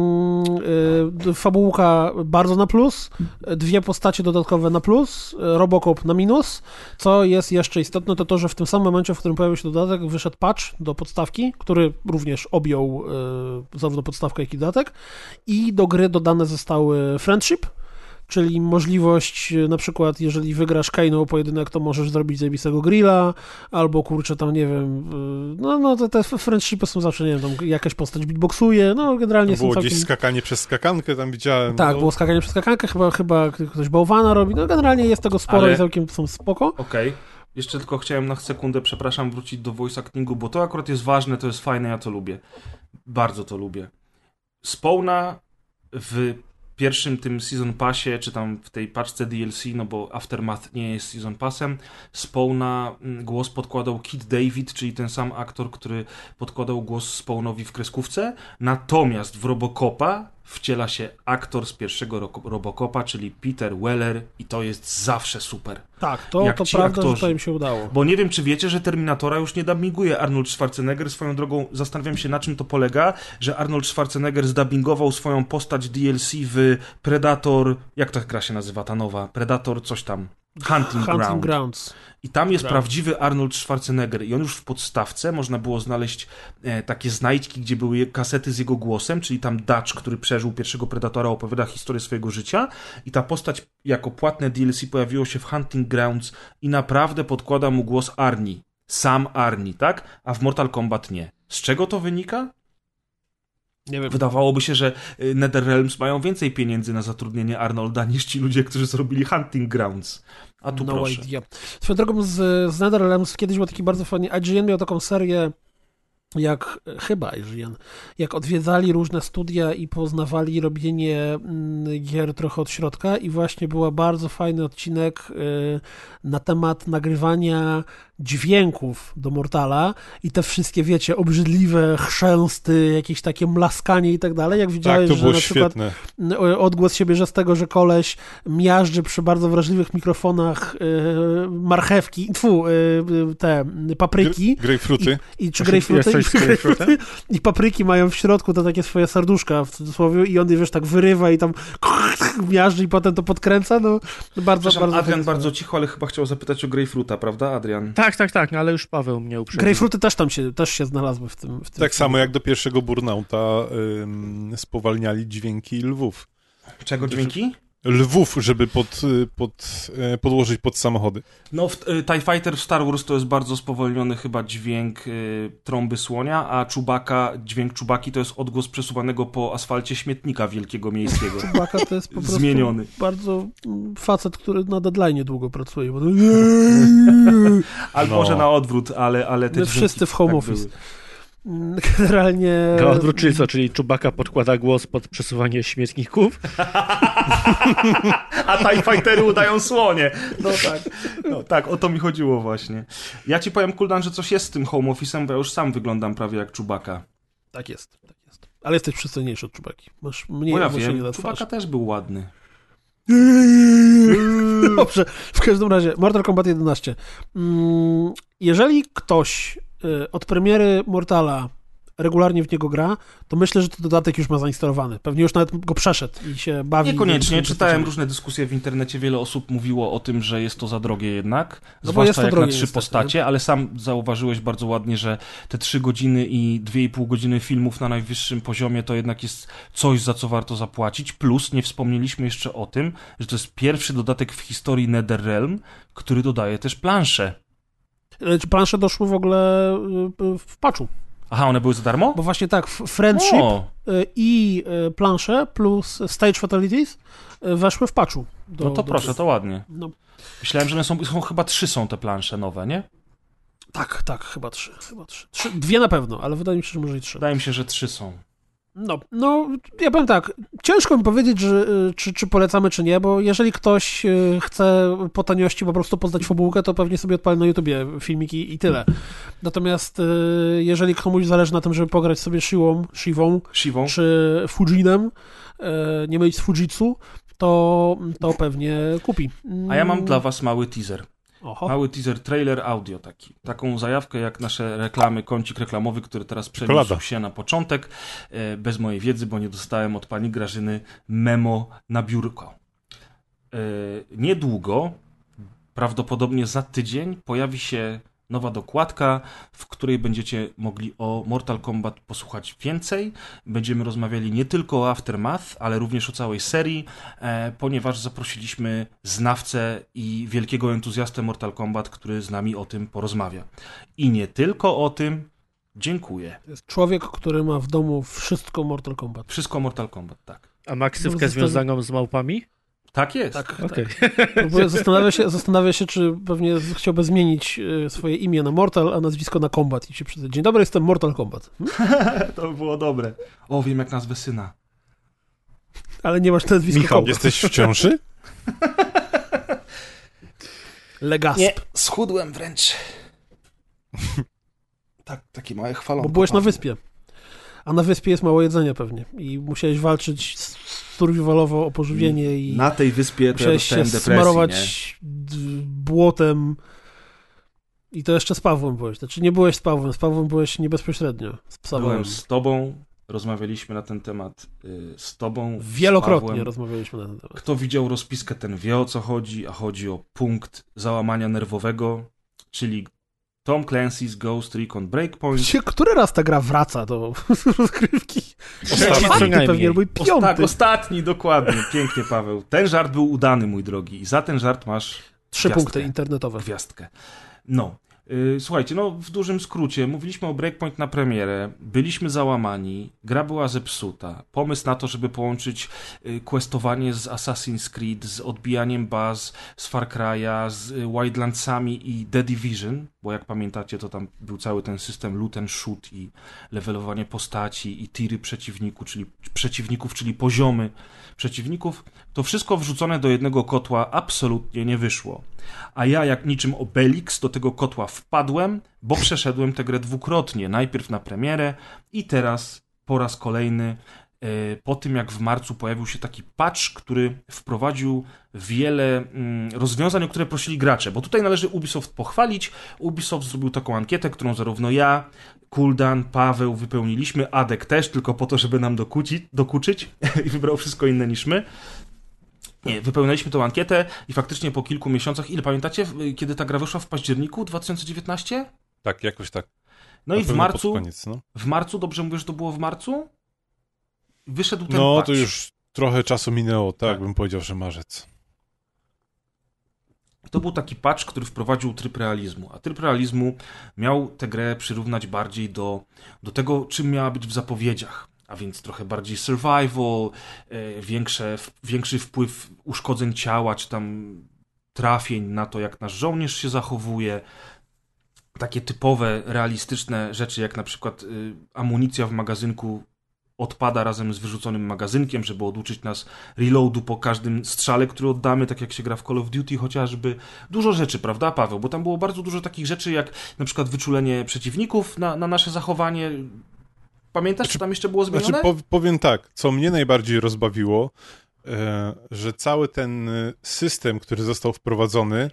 fabułka bardzo na plus, 2 postacie dodatkowe na plus, Robocop na minus. Co jest jeszcze istotne, to, że w tym samym momencie, w którym pojawił się dodatek, wyszedł patch do podstawki, który również objął zarówno podstawkę, jak i dodatek, i do gry dodane zostały Friendship, czyli możliwość na przykład, jeżeli wygrasz Kane'ą pojedynek, to możesz zrobić zajebistego grilla, albo kurczę tam, nie wiem, no te friendshipy są zawsze, nie wiem, tam jakaś postać beatboxuje, no generalnie Było są całkiem... gdzieś skakanie przez skakankę, tam widziałem. Tak, było skakanie przez skakankę, chyba ktoś bałwana robi, no generalnie jest tego sporo i całkiem są spoko. Okej. Jeszcze tylko chciałem na sekundę, przepraszam, wrócić do voice actingu, bo to akurat jest ważne, to jest fajne, ja to lubię. Bardzo to lubię. Spawna w pierwszym tym Season Passie, czy tam w tej paczce DLC, no bo Aftermath nie jest Season Passem, Spawna głos podkładał Kid David, czyli ten sam aktor, który podkładał głos Spawnowi w kreskówce, natomiast w Robocopa wciela się aktor z pierwszego Robocopa, czyli Peter Weller i to jest zawsze super. Tak, to prawda, że to im się udało. Bo nie wiem, czy wiecie, że Terminatora już nie dubbinguje Arnold Schwarzenegger. Swoją drogą zastanawiam się, na czym to polega, że Arnold Schwarzenegger zdubbingował swoją postać DLC w Predator... Jak ta gra się nazywa, ta nowa? Predator coś tam. Hunting Grounds. I tam jest prawdziwy Arnold Schwarzenegger i on już w podstawce można było znaleźć takie znajdźki, gdzie były kasety z jego głosem, czyli tam Dutch, który przeżył pierwszego Predatora, opowiada historię swojego życia i ta postać jako płatne DLC pojawiło się w Hunting Grounds i naprawdę podkłada mu głos Arnie. Sam Arnie, tak? A w Mortal Kombat nie. Z czego to wynika? Nie wiem. Wydawałoby się, że NetherRealms mają więcej pieniędzy na zatrudnienie Arnolda niż ci ludzie, którzy zrobili Hunting Grounds. A tu proszę. Idea. Swoją drogą z NetherRealms kiedyś był taki bardzo fajny... IGN miał taką serię, jak odwiedzali różne studia i poznawali robienie gier trochę od środka i właśnie był bardzo fajny odcinek na temat nagrywania dźwięków do Mortala i te wszystkie, wiecie, obrzydliwe chrzęsty, jakieś takie mlaskanie i tak dalej. Jak widziałeś, tak, to było że na przykład świetne. odgłos się bierze z tego, że koleś miażdży przy bardzo wrażliwych mikrofonach marchewki, te papryki. Grejpfruty. Czy grejpfruty. I papryki mają w środku te takie swoje serduszka w cudzysłowie i on je, wiesz, tak wyrywa i tam miażdży i potem to podkręca. No bardzo Adrian bardzo cicho, ale chyba chciał zapytać o grejpfruta, prawda, Adrian? Tak, no ale już Paweł mnie uprzedził. Grejpfruty też się znalazły w tym tak samo jak do pierwszego Burnouta spowalniali dźwięki lwów. Czego dźwięki? Lwów, żeby podłożyć pod samochody. No, w TIE Fighter w Star Wars to jest bardzo spowolniony chyba dźwięk trąby słonia, a dźwięk Chewbacki to jest odgłos przesuwanego po asfalcie śmietnika wielkiego miejskiego. Chewbacca to jest po prostu zmieniony. Bardzo facet, który na deadline długo pracuje. Bo... Albo może na odwrót, ale te my wszyscy w home tak office. Generalnie... Na odwrót, czyli Chewbacca podkłada głos pod przesuwanie śmietników. A TIE Fightery udają słonie. No tak, o to mi chodziło właśnie. Ja ci powiem, Kuldan, że coś jest z tym home office'em, bo ja już sam wyglądam prawie jak Chewbacca. Tak jest. Ale jesteś przystojniejszy od Chewbacki. Masz mniej ewolucyjnie na twarzy. Chewbacca też był ładny. Dobrze, w każdym razie Mortal Kombat 11. Jeżeli ktoś od premiery Mortala regularnie w niego gra, to myślę, że ten dodatek już ma zainstalowany. Pewnie już nawet go przeszedł i się bawi. Niekoniecznie. Czytałem różne dyskusje w internecie. Wiele osób mówiło o tym, że jest to za drogie jednak. No zwłaszcza jak drogie, na 3 niestety, postacie, ale sam zauważyłeś bardzo ładnie, że te 3 godziny i 2,5 godziny filmów na najwyższym poziomie to jednak jest coś, za co warto zapłacić. Plus nie wspomnieliśmy jeszcze o tym, że to jest pierwszy dodatek w historii NetherRealm, który dodaje też plansze. Plansze doszły w ogóle w patchu. Aha, one były za darmo? Bo właśnie tak, Friendship i plansze plus Stage Fatalities weszły w patchu. No to proszę, to ładnie. No. Myślałem, że one są chyba 3 są te plansze nowe, nie? Tak, chyba 3. 2 na pewno, ale wydaje mi się, że może i 3. Wydaje mi się, że 3 są. No, ja powiem tak, ciężko mi powiedzieć, że, czy polecamy, czy nie, bo jeżeli ktoś chce po taniości po prostu poznać fabułkę, to pewnie sobie odpali na YouTubie filmiki i tyle. Natomiast jeżeli komuś zależy na tym, żeby pograć sobie Shivą czy Fujinem, nie mylić z Fujitsu, to pewnie kupi. A ja mam dla was mały teaser. Oho. Mały teaser, trailer audio taki. Taką zajawkę jak nasze reklamy, kącik reklamowy, który teraz przeniósł się na początek. Bez mojej wiedzy, bo nie dostałem od pani Grażyny memo na biurko. Niedługo, prawdopodobnie za tydzień, pojawi się Nowa dokładka, w której będziecie mogli o Mortal Kombat posłuchać więcej. Będziemy rozmawiali nie tylko o Aftermath, ale również o całej serii, ponieważ zaprosiliśmy znawcę i wielkiego entuzjastę Mortal Kombat, który z nami o tym porozmawia. I nie tylko o tym. Dziękuję. To jest człowiek, który ma w domu wszystko Mortal Kombat. Wszystko Mortal Kombat, tak. A ma ksywkę związaną z małpami? Tak jest. Tak, Okej. Próbuję, zastanawia się, czy pewnie chciałby zmienić swoje imię na Mortal, a nazwisko na Kombat i się przyznać. Dzień dobry, jestem Mortal Kombat. To by było dobre. O, wiem jak nazwę syna. Ale nie masz nazwiska Michał, Kombat. jesteś w ciąży? Legasp. Nie, schudłem wręcz. Tak, takie małe chwalonko. Bo byłeś na wyspie. A na wyspie jest mało jedzenia pewnie. I musiałeś walczyć survivalowo o pożywienie i Na tej wyspie to ja musiałeś się dostałem depresji, smarować błotem. I to jeszcze z Pawłem byłeś. Znaczy nie byłeś z Pawłem. Z Pawłem byłeś nie bezpośrednio. Z Psawłem. Byłem z tobą, rozmawialiśmy na ten temat z tobą. Wielokrotnie z Pawłem. rozmawialiśmy na ten temat. Kto widział rozpiskę, ten wie o co chodzi, a chodzi o punkt załamania nerwowego, czyli Tom Clancy's Ghost Recon Breakpoint. Który raz ta gra wraca do rozgrywki? Ostatni co najmniej. Pewnie, albo i piąty. Tak, ostatni, dokładnie. Pięknie, Paweł. Ten żart był udany, mój drogi. I za ten żart masz 3 gwiazdkę. punkty internetowe. Gwiazdkę. No. Słuchajcie, no w dużym skrócie, mówiliśmy o Breakpoint na premierę, byliśmy załamani, gra była zepsuta. Pomysł na to, żeby połączyć questowanie z Assassin's Creed, z odbijaniem baz, z Far Cry'a, z Wildlandsami i The Division, bo jak pamiętacie, to tam był cały ten system loot and shoot i levelowanie postaci i tiry przeciwników, czyli poziomy przeciwników, to wszystko wrzucone do jednego kotła absolutnie nie wyszło. A ja jak niczym Obelix do tego kotła wpadłem, bo przeszedłem tę grę dwukrotnie. Najpierw na premierę i teraz po raz kolejny po tym jak w marcu pojawił się taki patch, który wprowadził wiele rozwiązań, o które prosili gracze. Bo tutaj należy Ubisoft pochwalić. Ubisoft zrobił taką ankietę, którą zarówno ja, Kuldan, Paweł wypełniliśmy, Adek też, tylko po to, żeby nam dokuczyć i wybrał wszystko inne niż my. Nie, wypełniliśmy tą ankietę i faktycznie po kilku miesiącach, ile pamiętacie, kiedy ta gra wyszła w październiku 2019? Tak, jakoś tak. No Na i w pewno marcu, pod koniec, no. w marcu, dobrze mówię, że to było w marcu? Wyszedł ten No, patch. to już trochę czasu minęło, tak, Tak. bym powiedział, że marzec. To był taki patch, który wprowadził tryb realizmu, a tryb realizmu miał tę grę przyrównać bardziej do tego, czym miała być w zapowiedziach. A więc trochę bardziej survival, większy wpływ uszkodzeń ciała, czy tam trafień na to, jak nasz żołnierz się zachowuje. Takie typowe, realistyczne rzeczy, jak na przykład amunicja w magazynku odpada razem z wyrzuconym magazynkiem, żeby oduczyć nas reloadu po każdym strzale, który oddamy, tak jak się gra w Call of Duty chociażby. Dużo rzeczy, prawda, Paweł? Bo tam było bardzo dużo takich rzeczy, jak na przykład wyczulenie przeciwników na nasze zachowanie. Pamiętasz, co tam jeszcze było zmienione? Powiem tak, co mnie najbardziej rozbawiło, że cały ten system, który został wprowadzony,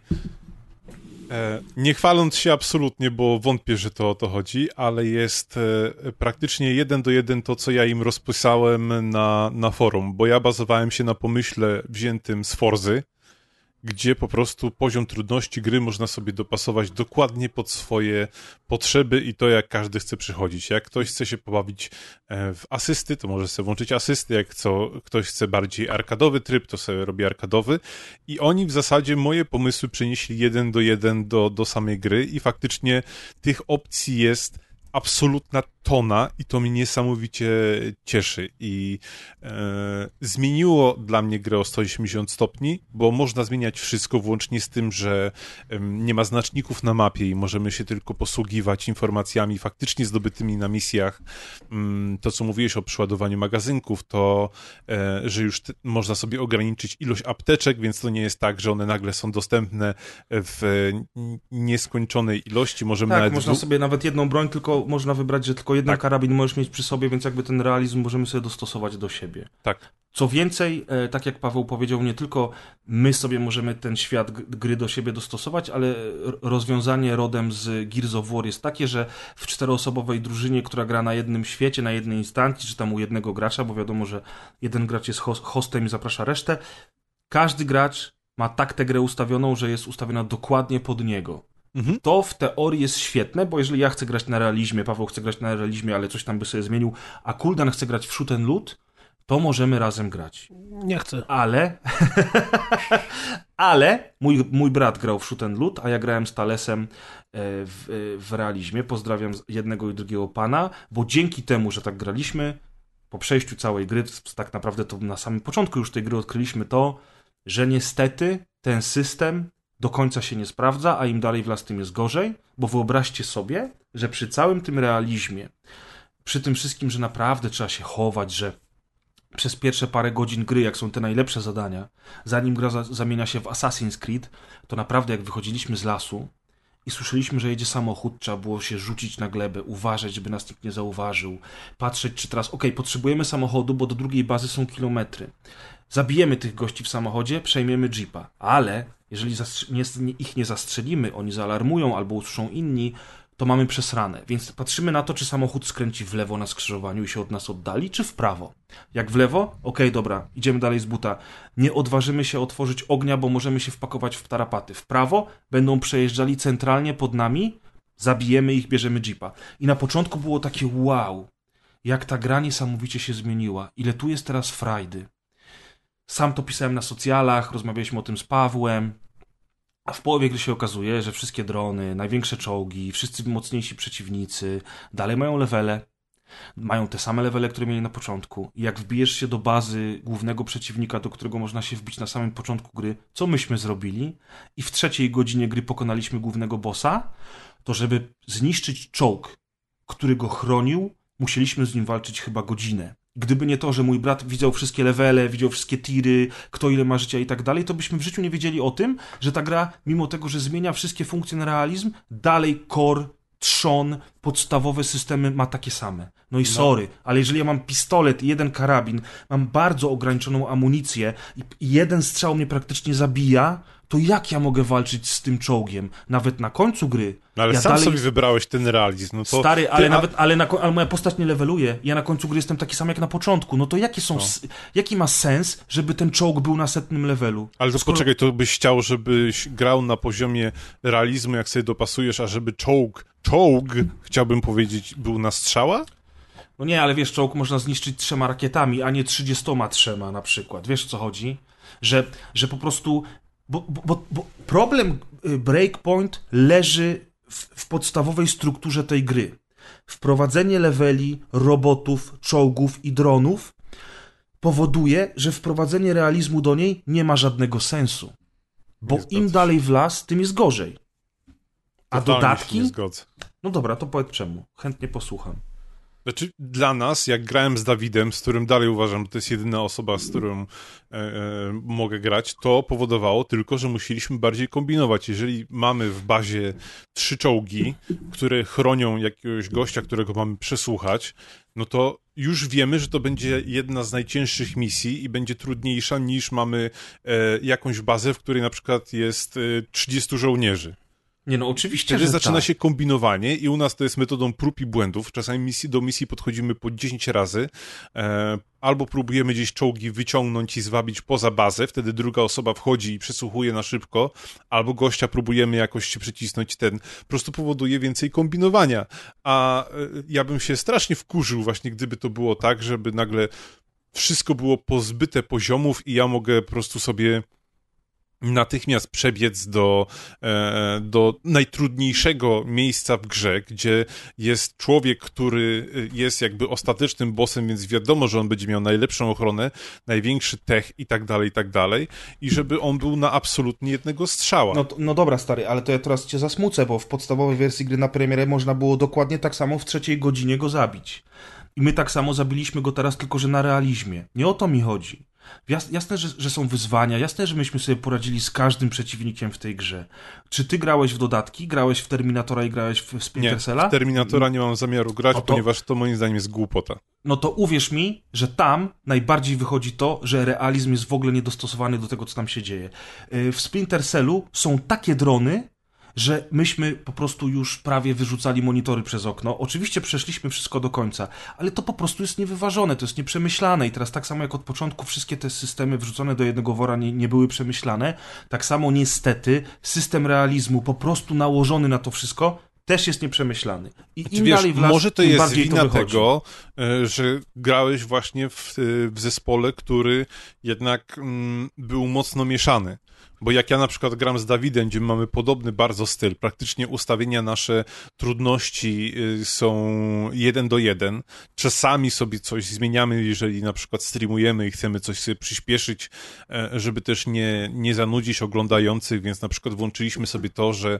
nie chwaląc się absolutnie, bo wątpię, że to o to chodzi, ale jest praktycznie 1:1 to, co ja im rozpisałem na forum, bo ja bazowałem się na pomyśle wziętym z Forzy, gdzie po prostu poziom trudności gry można sobie dopasować dokładnie pod swoje potrzeby i to, jak każdy chce przychodzić. Jak ktoś chce się pobawić w asysty, to może sobie włączyć asysty, jak ktoś chce bardziej arkadowy tryb, to sobie robi arkadowy i oni w zasadzie moje pomysły przenieśli 1:1 do samej gry i faktycznie tych opcji jest absolutna tona i to mnie niesamowicie cieszy i zmieniło dla mnie grę o 180 stopni, bo można zmieniać wszystko, włącznie z tym, że nie ma znaczników na mapie i możemy się tylko posługiwać informacjami faktycznie zdobytymi na misjach. To, co mówiłeś o przeładowaniu magazynków, to, że już można sobie ograniczyć ilość apteczek, więc to nie jest tak, że one nagle są dostępne w nieskończonej ilości. Możemy tak, nawet można sobie nawet jedną broń, tylko można wybrać, że tylko jeden Tak. karabin możesz mieć przy sobie, więc jakby ten realizm możemy sobie dostosować do siebie. Tak. Co więcej, tak jak Paweł powiedział, nie tylko my sobie możemy ten świat gry do siebie dostosować, ale rozwiązanie rodem z Gears of War jest takie, że w 4-osobowej drużynie, która gra na jednym świecie, na jednej instancji, czy tam u jednego gracza, bo wiadomo, że jeden gracz jest hostem i zaprasza resztę, każdy gracz ma tak tę grę ustawioną, że jest ustawiona dokładnie pod niego. To w teorii jest świetne, bo jeżeli ja chcę grać na realizmie, Paweł chce grać na realizmie, ale coś tam by sobie zmienił, a Kuldan chce grać w shoot and loot, to możemy razem grać. Nie chcę. Ale mój brat grał w shoot and loot, a ja grałem z Talesem w realizmie. Pozdrawiam jednego i drugiego pana, bo dzięki temu, że tak graliśmy, po przejściu całej gry, tak naprawdę to na samym początku już tej gry odkryliśmy to, że niestety ten system do końca się nie sprawdza, a im dalej w las, tym jest gorzej, bo wyobraźcie sobie, że przy całym tym realizmie, przy tym wszystkim, że naprawdę trzeba się chować, że przez pierwsze parę godzin gry, jak są te najlepsze zadania, zanim gra zamienia się w Assassin's Creed, to naprawdę jak wychodziliśmy z lasu i słyszeliśmy, że jedzie samochód, trzeba było się rzucić na glebę, uważać, żeby nas nikt nie zauważył, patrzeć, czy teraz, potrzebujemy samochodu, bo do drugiej bazy są kilometry. Zabijemy tych gości w samochodzie, przejmiemy jeepa, ale jeżeli ich nie zastrzelimy, oni zaalarmują albo usłyszą inni, to mamy przesrane. Więc patrzymy na to, czy samochód skręci w lewo na skrzyżowaniu i się od nas oddali, czy w prawo. Jak w lewo? Dobra, idziemy dalej z buta. Nie odważymy się otworzyć ognia, bo możemy się wpakować w tarapaty. W prawo będą przejeżdżali centralnie pod nami, zabijemy ich, bierzemy jeepa. I na początku było takie wow, jak ta gra niesamowicie się zmieniła. Ile tu jest teraz frajdy. Sam to pisałem na socjalach, rozmawialiśmy o tym z Pawłem, a w połowie gry się okazuje, że wszystkie drony, największe czołgi, wszyscy mocniejsi przeciwnicy dalej mają levele, mają te same levele, które mieli na początku. I jak wbijesz się do bazy głównego przeciwnika, do którego można się wbić na samym początku gry, co myśmy zrobili, i w 3. godzinie gry pokonaliśmy głównego bossa, to żeby zniszczyć czołg, który go chronił, musieliśmy z nim walczyć chyba godzinę. Gdyby nie to, że mój brat widział wszystkie levele, widział wszystkie tiry, kto ile ma życia i tak dalej, to byśmy w życiu nie wiedzieli o tym, że ta gra, mimo tego, że zmienia wszystkie funkcje na realizm, dalej core, trzon, podstawowe systemy ma takie same. No i sorry, ale jeżeli ja mam pistolet i jeden karabin, mam bardzo ograniczoną amunicję i jeden strzał mnie praktycznie zabija, to jak ja mogę walczyć z tym czołgiem? Nawet na końcu gry. No ale ja sam sobie wybrałeś ten realizm. No to stary, ale moja postać nie leveluje. Ja na końcu gry jestem taki sam jak na początku. No to jaki ma sens, żeby ten czołg był na 100. levelu? Ale to poczekaj, to byś chciał, żebyś grał na poziomie realizmu, jak sobie dopasujesz, a żeby czołg, chciałbym powiedzieć, był na strzała? No nie, ale wiesz, czołg można zniszczyć 3 rakietami, a nie 33 na przykład. Wiesz, o co chodzi? Że po prostu... Bo problem Breakpoint leży w podstawowej strukturze tej gry. Wprowadzenie leveli, robotów, czołgów i dronów powoduje, że wprowadzenie realizmu do niej nie ma żadnego sensu. Bo im dalej w las, tym jest gorzej. A dodatki? Nie zgodzę. No dobra, to powiedz czemu. Chętnie posłucham. Znaczy, dla nas, jak grałem z Dawidem, z którym dalej uważam, że to jest jedyna osoba, z którą mogę grać, to powodowało tylko, że musieliśmy bardziej kombinować. Jeżeli mamy w bazie 3 czołgi, które chronią jakiegoś gościa, którego mamy przesłuchać, no to już wiemy, że to będzie jedna z najcięższych misji i będzie trudniejsza niż mamy jakąś bazę, w której na przykład jest 30 żołnierzy. Nie no, oczywiście, wtedy że zaczyna tak. się kombinowanie i u nas to jest metodą prób i błędów. Czasami do misji podchodzimy po 10 razy. Albo próbujemy gdzieś czołgi wyciągnąć i zwabić poza bazę, wtedy druga osoba wchodzi i przesłuchuje na szybko, albo gościa próbujemy jakoś się przycisnąć, po prostu powoduje więcej kombinowania. A ja bym się strasznie wkurzył właśnie, gdyby to było tak, żeby nagle wszystko było pozbyte poziomów i ja mogę po prostu sobie natychmiast przebiec do najtrudniejszego miejsca w grze, gdzie jest człowiek, który jest jakby ostatecznym bossem, więc wiadomo, że on będzie miał najlepszą ochronę, największy tech i tak dalej, i żeby on był na absolutnie jednego strzała. No dobra, stary, ale to ja teraz cię zasmucę, bo w podstawowej wersji gry na premierę można było dokładnie tak samo w 3. godzinie go zabić. I my tak samo zabiliśmy go teraz, tylko że na realizmie. Nie o to mi chodzi. Jasne, że są wyzwania, jasne, że myśmy sobie poradzili z każdym przeciwnikiem w tej grze. Czy ty grałeś w dodatki? Grałeś w Terminatora i grałeś w Splinter Cella? Nie, w Terminatora nie mam zamiaru grać, ponieważ to moim zdaniem jest głupota. No to uwierz mi, że tam najbardziej wychodzi to, że realizm jest w ogóle niedostosowany do tego, co tam się dzieje. W Splinter Cellu są takie drony, że myśmy po prostu już prawie wyrzucali monitory przez okno. Oczywiście przeszliśmy wszystko do końca, ale to po prostu jest niewyważone, to jest nieprzemyślane i teraz tak samo jak od początku wszystkie te systemy wrzucone do jednego wora nie były przemyślane, tak samo niestety system realizmu po prostu nałożony na to wszystko też jest nieprzemyślany. I im dalej w las, może to tym jest bardziej wina to wychodzi. tego, że grałeś właśnie w zespole, który jednak był mocno mieszany. Bo jak ja na przykład gram z Dawidem, gdzie mamy podobny bardzo styl, praktycznie ustawienia nasze trudności są 1:1. Czasami sobie coś zmieniamy, jeżeli na przykład streamujemy i chcemy coś sobie przyspieszyć, żeby też nie zanudzić oglądających, więc na przykład włączyliśmy sobie to, że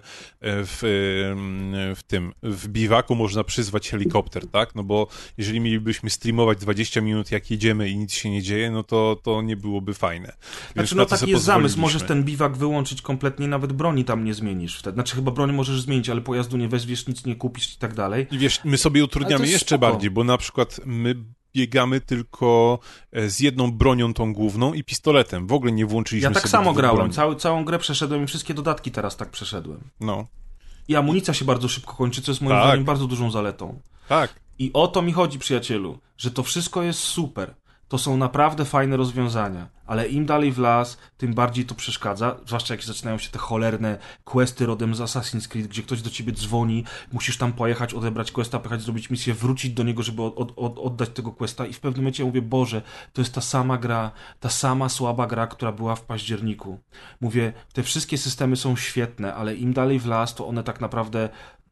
w biwaku można przyzwać helikopter, tak? No bo jeżeli mielibyśmy streamować 20 minut jak jedziemy i nic się nie dzieje, no to nie byłoby fajne. Znaczy, no taki jest zamysł, możesz ten biwak wyłączyć kompletnie, nawet broni tam nie zmienisz wtedy. Znaczy chyba broń możesz zmienić, ale pojazdu nie wezwiesz, nic nie kupisz i tak dalej. I wiesz, my sobie utrudniamy jeszcze bardziej, bo na przykład my biegamy tylko z jedną bronią tą główną i pistoletem. W ogóle nie włączyliśmy sobie Ja tak samo grałem, broni. całą grę przeszedłem i wszystkie dodatki teraz tak przeszedłem. No. I amunicja się bardzo szybko kończy, co jest moim zdaniem bardzo dużą zaletą. Tak. I o to mi chodzi, przyjacielu, że to wszystko jest super. To są naprawdę fajne rozwiązania, ale im dalej w las, tym bardziej to przeszkadza, zwłaszcza jak zaczynają się te cholerne questy rodem z Assassin's Creed, gdzie ktoś do ciebie dzwoni, musisz tam pojechać, odebrać questa, pojechać, zrobić misję, wrócić do niego, żeby oddać tego questa i w pewnym momencie ja mówię, Boże, to jest ta sama gra, ta sama słaba gra, która była w październiku. Mówię, te wszystkie systemy są świetne, ale im dalej w las, to one tak naprawdę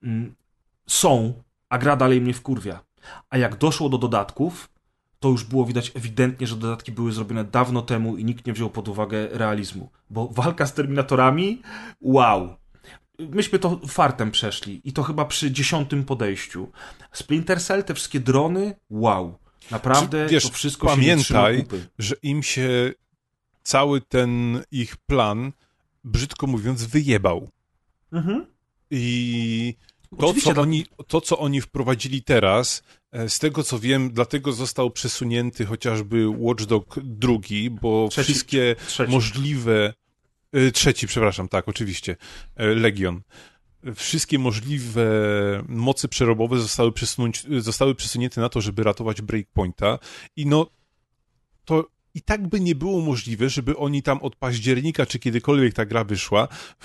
są, a gra dalej mnie wkurwia. A jak doszło do dodatków, to już było widać ewidentnie, że dodatki były zrobione dawno temu i nikt nie wziął pod uwagę realizmu. Bo walka z Terminatorami, wow. Myśmy to fartem przeszli i to chyba przy 10. podejściu. Splinter Cell, te wszystkie drony, wow. Naprawdę wiesz, to wszystko się nie trzyma pamiętaj, kupy. że im się cały ten ich plan, brzydko mówiąc, wyjebał. Mhm. I Oczywiście, to, co oni wprowadzili teraz, z tego co wiem, dlatego został przesunięty chociażby Watch Dog 2, bo wszystkie możliwe... Trzeci, przepraszam, tak, oczywiście. Legion. Wszystkie możliwe mocy przerobowe zostały przesunięte na to, żeby ratować Breakpointa. I no, to i tak by nie było możliwe, żeby oni tam od października, czy kiedykolwiek ta gra wyszła,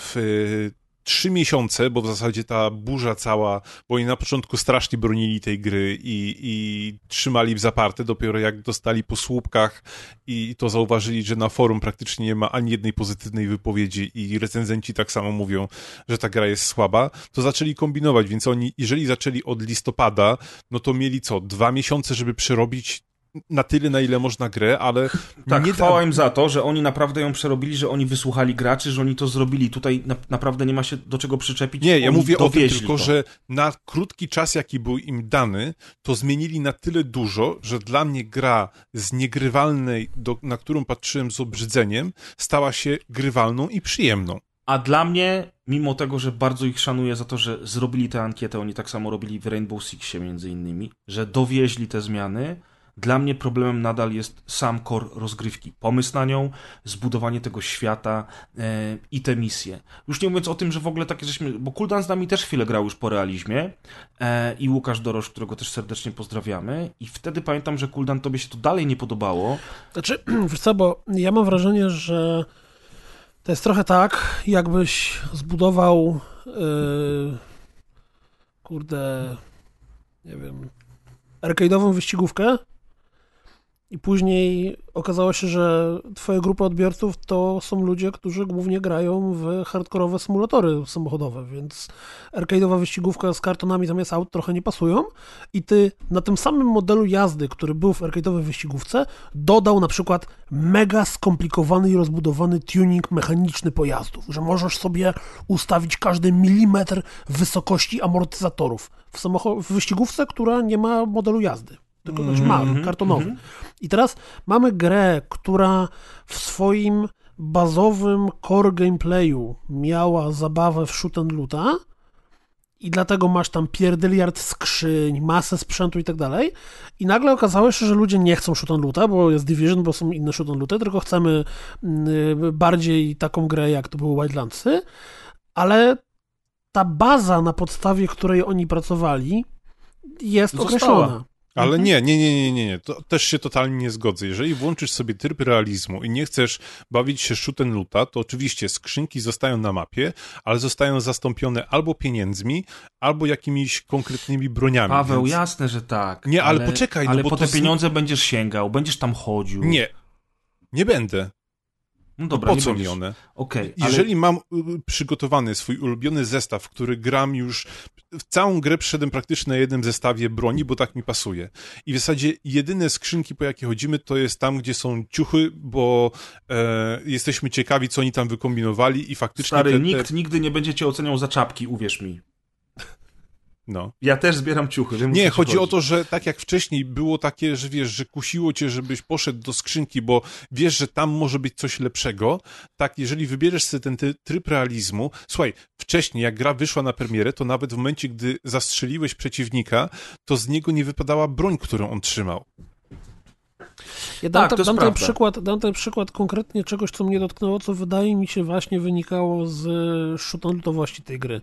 w 3 miesiące, bo w zasadzie ta burza cała, bo oni na początku strasznie bronili tej gry i trzymali w zaparte, dopiero jak dostali po słupkach i to zauważyli, że na forum praktycznie nie ma ani jednej pozytywnej wypowiedzi i recenzenci tak samo mówią, że ta gra jest słaba, to zaczęli kombinować, więc oni, jeżeli zaczęli od listopada, no to mieli 2 miesiące, żeby przerobić na tyle, na ile można grę, ale... Tak, chwała im za to, że oni naprawdę ją przerobili, że oni wysłuchali graczy, że oni to zrobili. Tutaj naprawdę nie ma się do czego przyczepić. Nie, ja mówię o tym tylko, to. że na krótki czas, jaki był im dany, to zmienili na tyle dużo, że dla mnie gra z niegrywalnej, na którą patrzyłem z obrzydzeniem, stała się grywalną i przyjemną. A dla mnie, mimo tego, że bardzo ich szanuję za to, że zrobili tę ankietę, oni tak samo robili w Rainbow Sixie między innymi, że dowieźli te zmiany. Dla mnie problemem nadal jest sam core rozgrywki. Pomysł na nią, zbudowanie tego świata i te misje. Już nie mówiąc o tym, że w ogóle takie żeśmy... Bo Kuldan z nami też chwilę grał już po realizmie i Łukasz Dorosz, którego też serdecznie pozdrawiamy. I wtedy pamiętam, że Kuldan, tobie się to dalej nie podobało. Znaczy, wiesz co, bo ja mam wrażenie, że to jest trochę tak, jakbyś zbudował nie wiem, arcade'ową wyścigówkę i później okazało się, że twoja grupa odbiorców to są ludzie, którzy głównie grają w hardkorowe symulatory samochodowe, więc arcade'owa wyścigówka z kartonami zamiast aut trochę nie pasują i ty na tym samym modelu jazdy, który był w arcade'owej wyścigówce, dodał na przykład mega skomplikowany i rozbudowany tuning mechaniczny pojazdów, że możesz sobie ustawić każdy milimetr wysokości amortyzatorów w wyścigówce, która nie ma modelu jazdy. Tylko ma kartonowy. I teraz mamy grę, która w swoim bazowym core gameplayu miała zabawę w shoot and loota i dlatego masz tam pierdyliard skrzyń, masę sprzętu i tak dalej. I nagle okazało się, że ludzie nie chcą shoot and loota, bo jest Division, bo są inne shoot and looty, tylko chcemy bardziej taką grę, jak to były Wildlandsy, ale ta baza, na podstawie której oni pracowali, jest Została. określona. Ale nie. To też się totalnie nie zgodzę. Jeżeli włączysz sobie tryb realizmu i nie chcesz bawić się shoot and loota, to oczywiście skrzynki zostają na mapie, ale zostają zastąpione albo pieniędzmi, albo jakimiś konkretnymi broniami. Paweł, więc... jasne, że tak. Nie, ale poczekaj, Ale bo po to te pieniądze będziesz sięgał, będziesz tam chodził. Nie będę. No dobra, po nie co będziesz. mi one? Okej, Jeżeli mam przygotowany swój ulubiony zestaw, w który gram już, w całą grę przyszedłem praktycznie na jednym zestawie broni, bo tak mi pasuje. I w zasadzie jedyne skrzynki, po jakie chodzimy, to jest tam, gdzie są ciuchy, bo jesteśmy ciekawi, co oni tam wykombinowali i faktycznie... Stary, nikt nigdy nie będzie cię oceniał za czapki, uwierz mi. No. Ja też zbieram ciuchy. Wiem, Nie, o co ci chodzi o to, że tak jak wcześniej było takie, że wiesz, że kusiło cię, żebyś poszedł do skrzynki, bo wiesz, że tam może być coś lepszego, tak jeżeli wybierzesz sobie ten tryb realizmu, słuchaj, wcześniej jak gra wyszła na premierę, to nawet w momencie, gdy zastrzeliłeś przeciwnika, to z niego nie wypadała broń, którą on trzymał. Ja Tak, to jest prawda. dam ten przykład konkretnie czegoś, co mnie dotknęło, co wydaje mi się właśnie wynikało z shoot-and-lootowości tej gry.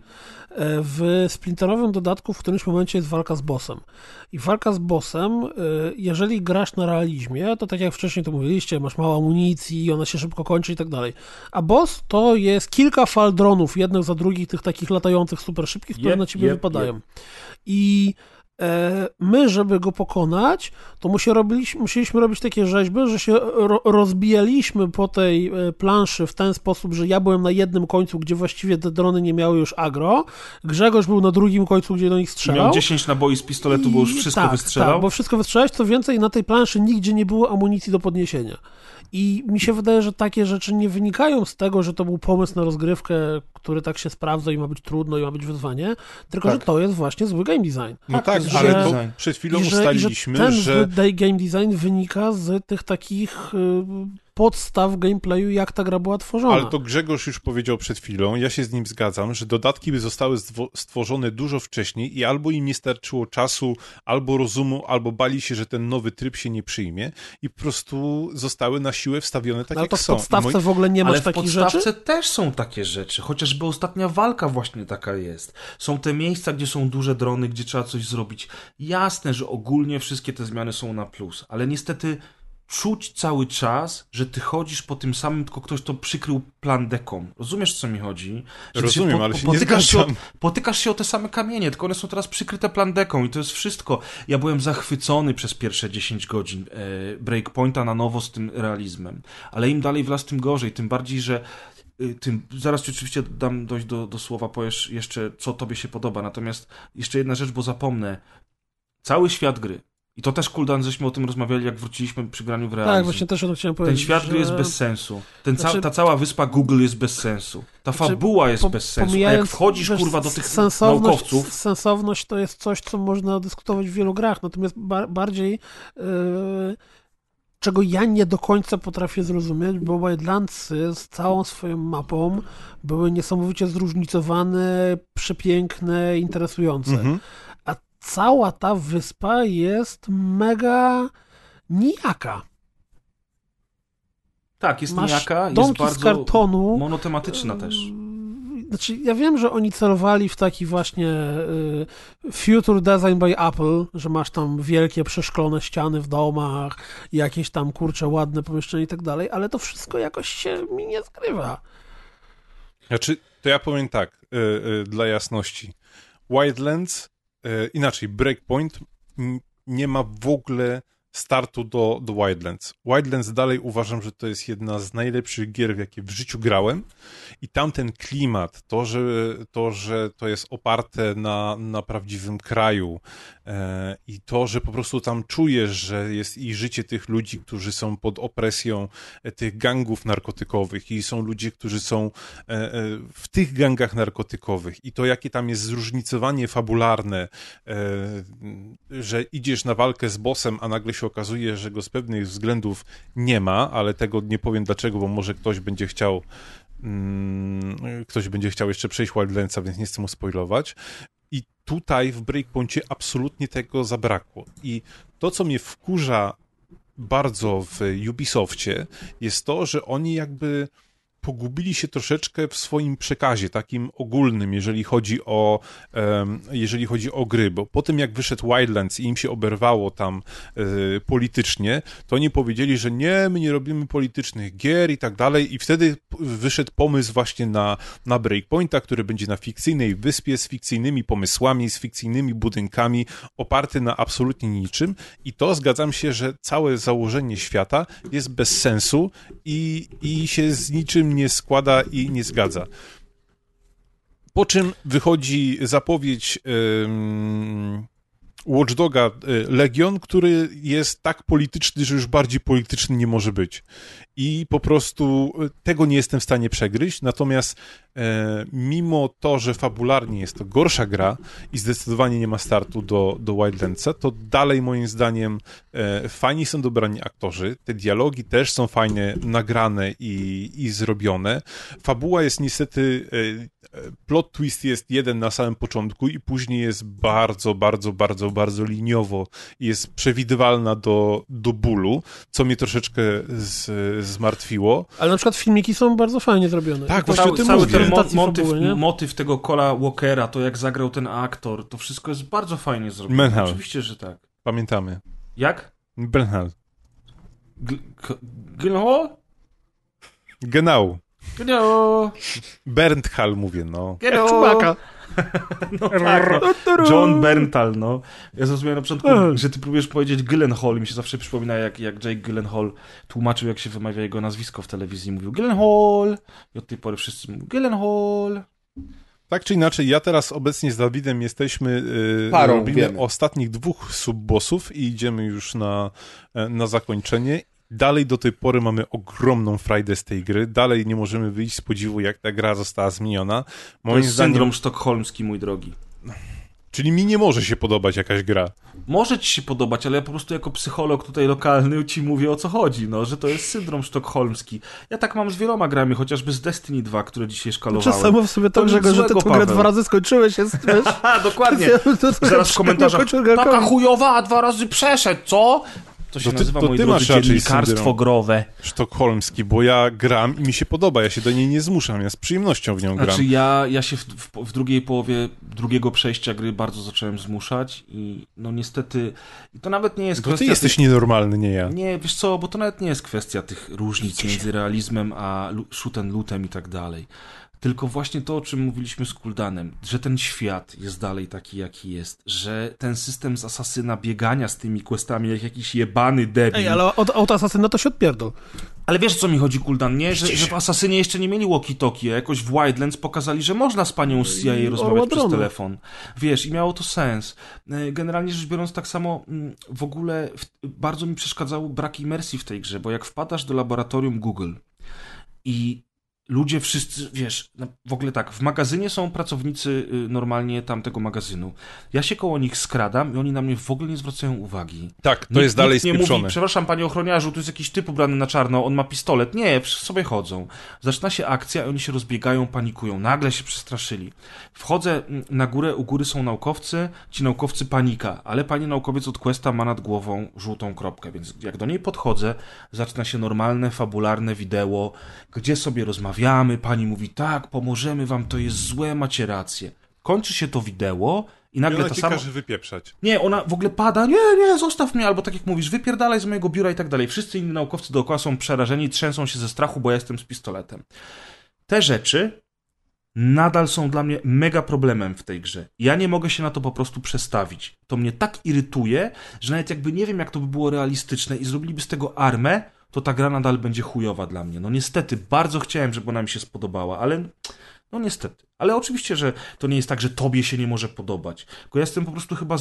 W splinterowym dodatku w którymś momencie jest walka z bossem. I walka z bossem, jeżeli grasz na realizmie, to tak jak wcześniej to mówiliście, masz mało amunicji, ona się szybko kończy i tak dalej. A boss to jest kilka fal dronów, jednych za drugich, tych takich latających, super szybkich, które na ciebie wypadają. I my, żeby go pokonać, to musieliśmy robić takie rzeźby, że się rozbijaliśmy po tej planszy w ten sposób, że ja byłem na jednym końcu, gdzie właściwie te drony nie miały już agro, Grzegorz był na drugim końcu, gdzie do nich strzelał. Miał 10 naboi z pistoletu, bo już wszystko wystrzelał. Tak, bo wszystko wystrzelałeś, co więcej, na tej planszy nigdzie nie było amunicji do podniesienia. I mi się wydaje, że takie rzeczy nie wynikają z tego, że to był pomysł na rozgrywkę, który tak się sprawdza i ma być trudno i ma być wyzwanie, tylko że to jest właśnie zły game design. No tak, ale to przed chwilą ustaliliśmy, ten że zły game design wynika z tych takich podstaw gameplayu, jak ta gra była tworzona. Ale to Grzegorz już powiedział przed chwilą, ja się z nim zgadzam, że dodatki by zostały stworzone dużo wcześniej i albo im nie starczyło czasu, albo rozumu, albo bali się, że ten nowy tryb się nie przyjmie i po prostu zostały na siłę wstawione tak, ale jak to są. w podstawce w ogóle nie masz takich rzeczy? Ale w podstawce też są takie rzeczy, chociażby ostatnia walka właśnie taka jest. Są te miejsca, gdzie są duże drony, gdzie trzeba coś zrobić. Jasne, że ogólnie wszystkie te zmiany są na plus, ale niestety czuć cały czas, że ty chodzisz po tym samym, tylko ktoś to przykrył plandeką. Rozumiesz, co mi chodzi? Że rozumiem, ale się nie zgadzam. Potykasz się o te same kamienie, tylko one są teraz przykryte plandeką i to jest wszystko. Ja byłem zachwycony przez pierwsze 10 godzin Breakpointa na nowo z tym realizmem, ale im dalej w las, tym gorzej, tym bardziej, że zaraz ci oczywiście dam dojść do słowa, powiesz jeszcze, co tobie się podoba, natomiast jeszcze jedna rzecz, bo zapomnę. Cały świat gry, i to też, Kuldan, żeśmy o tym rozmawiali, jak wróciliśmy przy graniu w realizm. Tak, właśnie też o to chciałem powiedzieć. Ten świat gry jest bez sensu. Ta cała wyspa Google jest bez sensu. Ta fabuła jest bez sensu. A jak wchodzisz, kurwa, do tych naukowców... Sensowność to jest coś, co można dyskutować w wielu grach, natomiast bardziej... czego ja nie do końca potrafię zrozumieć, bo Wildlandsy z całą swoją mapą były niesamowicie zróżnicowane, przepiękne, interesujące. A cała ta wyspa jest mega nijaka. Tak, jest Masz nijaka, jest bardzo z kartonu, monotematyczna też. Znaczy, ja wiem, że oni celowali w taki właśnie future design by Apple, że masz tam wielkie przeszklone ściany w domach, jakieś tam, kurcze, ładne pomieszczenia i tak dalej, ale to wszystko jakoś się mi nie zgrywa. Znaczy, to ja powiem tak, dla jasności. Wildlands, inaczej, Breakpoint nie ma w ogóle startu do Wildlands. Wildlands dalej uważam, że to jest jedna z najlepszych gier, w jakie w życiu grałem i tamten klimat, to, że to jest oparte na prawdziwym kraju i to, że po prostu tam czujesz, że jest i życie tych ludzi, którzy są pod opresją tych gangów narkotykowych i są ludzie, którzy są w tych gangach narkotykowych i to, jakie tam jest zróżnicowanie fabularne, że idziesz na walkę z bossem, a nagle się okazuje, że go z pewnych względów nie ma, ale tego nie powiem dlaczego, bo może ktoś będzie chciał jeszcze przejść Wildlandsa, więc nie chcę mu spoilować. I tutaj w Breakpoincie absolutnie tego zabrakło. I to, co mnie wkurza bardzo w Ubisoftie, jest to, że oni jakby pogubili się troszeczkę w swoim przekazie, takim ogólnym, jeżeli chodzi o gry, bo po tym jak wyszedł Wildlands i im się oberwało tam politycznie, to oni powiedzieli, że nie, my nie robimy politycznych gier i tak dalej, i wtedy wyszedł pomysł właśnie na Breakpointa, który będzie na fikcyjnej wyspie, z fikcyjnymi pomysłami, z fikcyjnymi budynkami, oparty na absolutnie niczym, i to zgadzam się, że całe założenie świata jest bez sensu i się z niczym nie składa i nie zgadza. Po czym wychodzi zapowiedź Watch Doga Legion, który jest tak polityczny, że już bardziej polityczny nie może być. I po prostu tego nie jestem w stanie przegryźć, natomiast mimo to, że fabularnie jest to gorsza gra i zdecydowanie nie ma startu do Wildlandsa, to dalej moim zdaniem fajni są dobrani aktorzy, te dialogi też są fajnie nagrane i zrobione. Fabuła jest niestety, plot twist jest jeden na samym początku i później jest bardzo, bardzo, bardzo, bardzo liniowo i jest przewidywalna do bólu, co mnie troszeczkę zmartwiło. Ale na przykład filmiki są bardzo fajnie zrobione. Tak, właśnie o tym Cały mówię. ten motyw tego Cola Walkera, to jak zagrał ten aktor, to wszystko jest bardzo fajnie zrobione. Menhal. Oczywiście, że tak. Pamiętamy. Jak? Bernhal. Gyllenhaal? Genau. Genau. Bernthal mówię, no. Genau. Czubaka. No tak, no. John Bernthal, no. Ja zrozumiałem na początku, że ty próbujesz powiedzieć Gyllenhaal i mi się zawsze przypomina, jak Jake Gyllenhaal tłumaczył, jak się wymawia jego nazwisko w telewizji. Mówił Gyllenhaal i od tej pory wszyscy mówią Gyllenhaal. Tak czy inaczej, ja teraz obecnie z Dawidem jesteśmy, Parą, robimy wiemy. ostatnich 2 subbossów i idziemy już na zakończenie. Dalej do tej pory mamy ogromną frajdę z tej gry. Dalej nie możemy wyjść z podziwu, jak ta gra została zmieniona. To jest syndrom sztokholmski, mój drogi. Czyli mi nie może się podobać jakaś gra. Może ci się podobać, ale ja po prostu jako psycholog tutaj lokalny ci mówię, o co chodzi, no, że to jest syndrom sztokholmski. Ja tak mam z wieloma grami, chociażby z Destiny 2, które dzisiaj szkalowałem. Czasem w sobie to, że ty tą grę 2 razy skończyłeś, jest, wiesz... Aha, dokładnie. Zaraz w komentarzach, taka chujowa, a 2 razy przeszedł, co? To się nazywa, moi drodzy, dziennikarstwo growe. Sztokholmski, bo ja gram i mi się podoba, ja się do niej nie zmuszam, ja z przyjemnością w nią gram. Znaczy ja się w drugiej połowie drugiego przejścia gry bardzo zacząłem zmuszać i no niestety, i to nawet nie jest kwestia... Ty jesteś nienormalny, nie ja. Nie, wiesz co, bo to nawet nie jest kwestia tych różnic między realizmem a shoot and lootem i tak dalej. Tylko właśnie to, o czym mówiliśmy z Kuldanem, że ten świat jest dalej taki, jaki jest, że ten system z Asasyna biegania z tymi questami jak jakiś jebany debil. Ej, ale od Asasyna to się odpierdol. Ale wiesz, o co mi chodzi, Kuldan, nie? Że w Asasynie jeszcze nie mieli walkie-talkie, a jakoś w Wildlands pokazali, że można z panią z CIA rozmawiać przez telefon. Wiesz, i miało to sens. Generalnie rzecz biorąc, tak samo w ogóle bardzo mi przeszkadzał brak imersji w tej grze, bo jak wpadasz do laboratorium Google i ludzie wszyscy, wiesz, w ogóle tak, w magazynie są pracownicy normalnie tamtego magazynu. Ja się koło nich skradam i oni na mnie w ogóle nie zwracają uwagi. Tak, to jest dalej nie spieprzone. Mówi, przepraszam, panie ochroniarzu, tu jest jakiś typ ubrany na czarno, on ma pistolet. Nie, sobie chodzą. Zaczyna się akcja i oni się rozbiegają, panikują. Nagle się przestraszyli. Wchodzę na górę, u góry są naukowcy, ci naukowcy panika, ale pani naukowiec od questa ma nad głową żółtą kropkę, więc jak do niej podchodzę, zaczyna się normalne, fabularne wideo, gdzie sobie rozmawiamy, pani mówi, tak, pomożemy wam, to jest złe, macie rację. Kończy się to wideo i nagle ona to ci samo... każe wypieprzać. Nie, ona w ogóle pada, nie, zostaw mnie, albo tak jak mówisz, wypierdalaj z mojego biura i tak dalej. Wszyscy inni naukowcy dookoła są przerażeni, trzęsą się ze strachu, bo ja jestem z pistoletem. Te rzeczy nadal są dla mnie mega problemem w tej grze. Ja nie mogę się na to po prostu przestawić. To mnie tak irytuje, że nawet jakby nie wiem, jak to by było realistyczne i zrobiliby z tego armę, to ta gra nadal będzie chujowa dla mnie. No niestety, bardzo chciałem, żeby ona mi się spodobała, ale no niestety. Ale oczywiście, że to nie jest tak, że tobie się nie może podobać. Tylko ja jestem po prostu chyba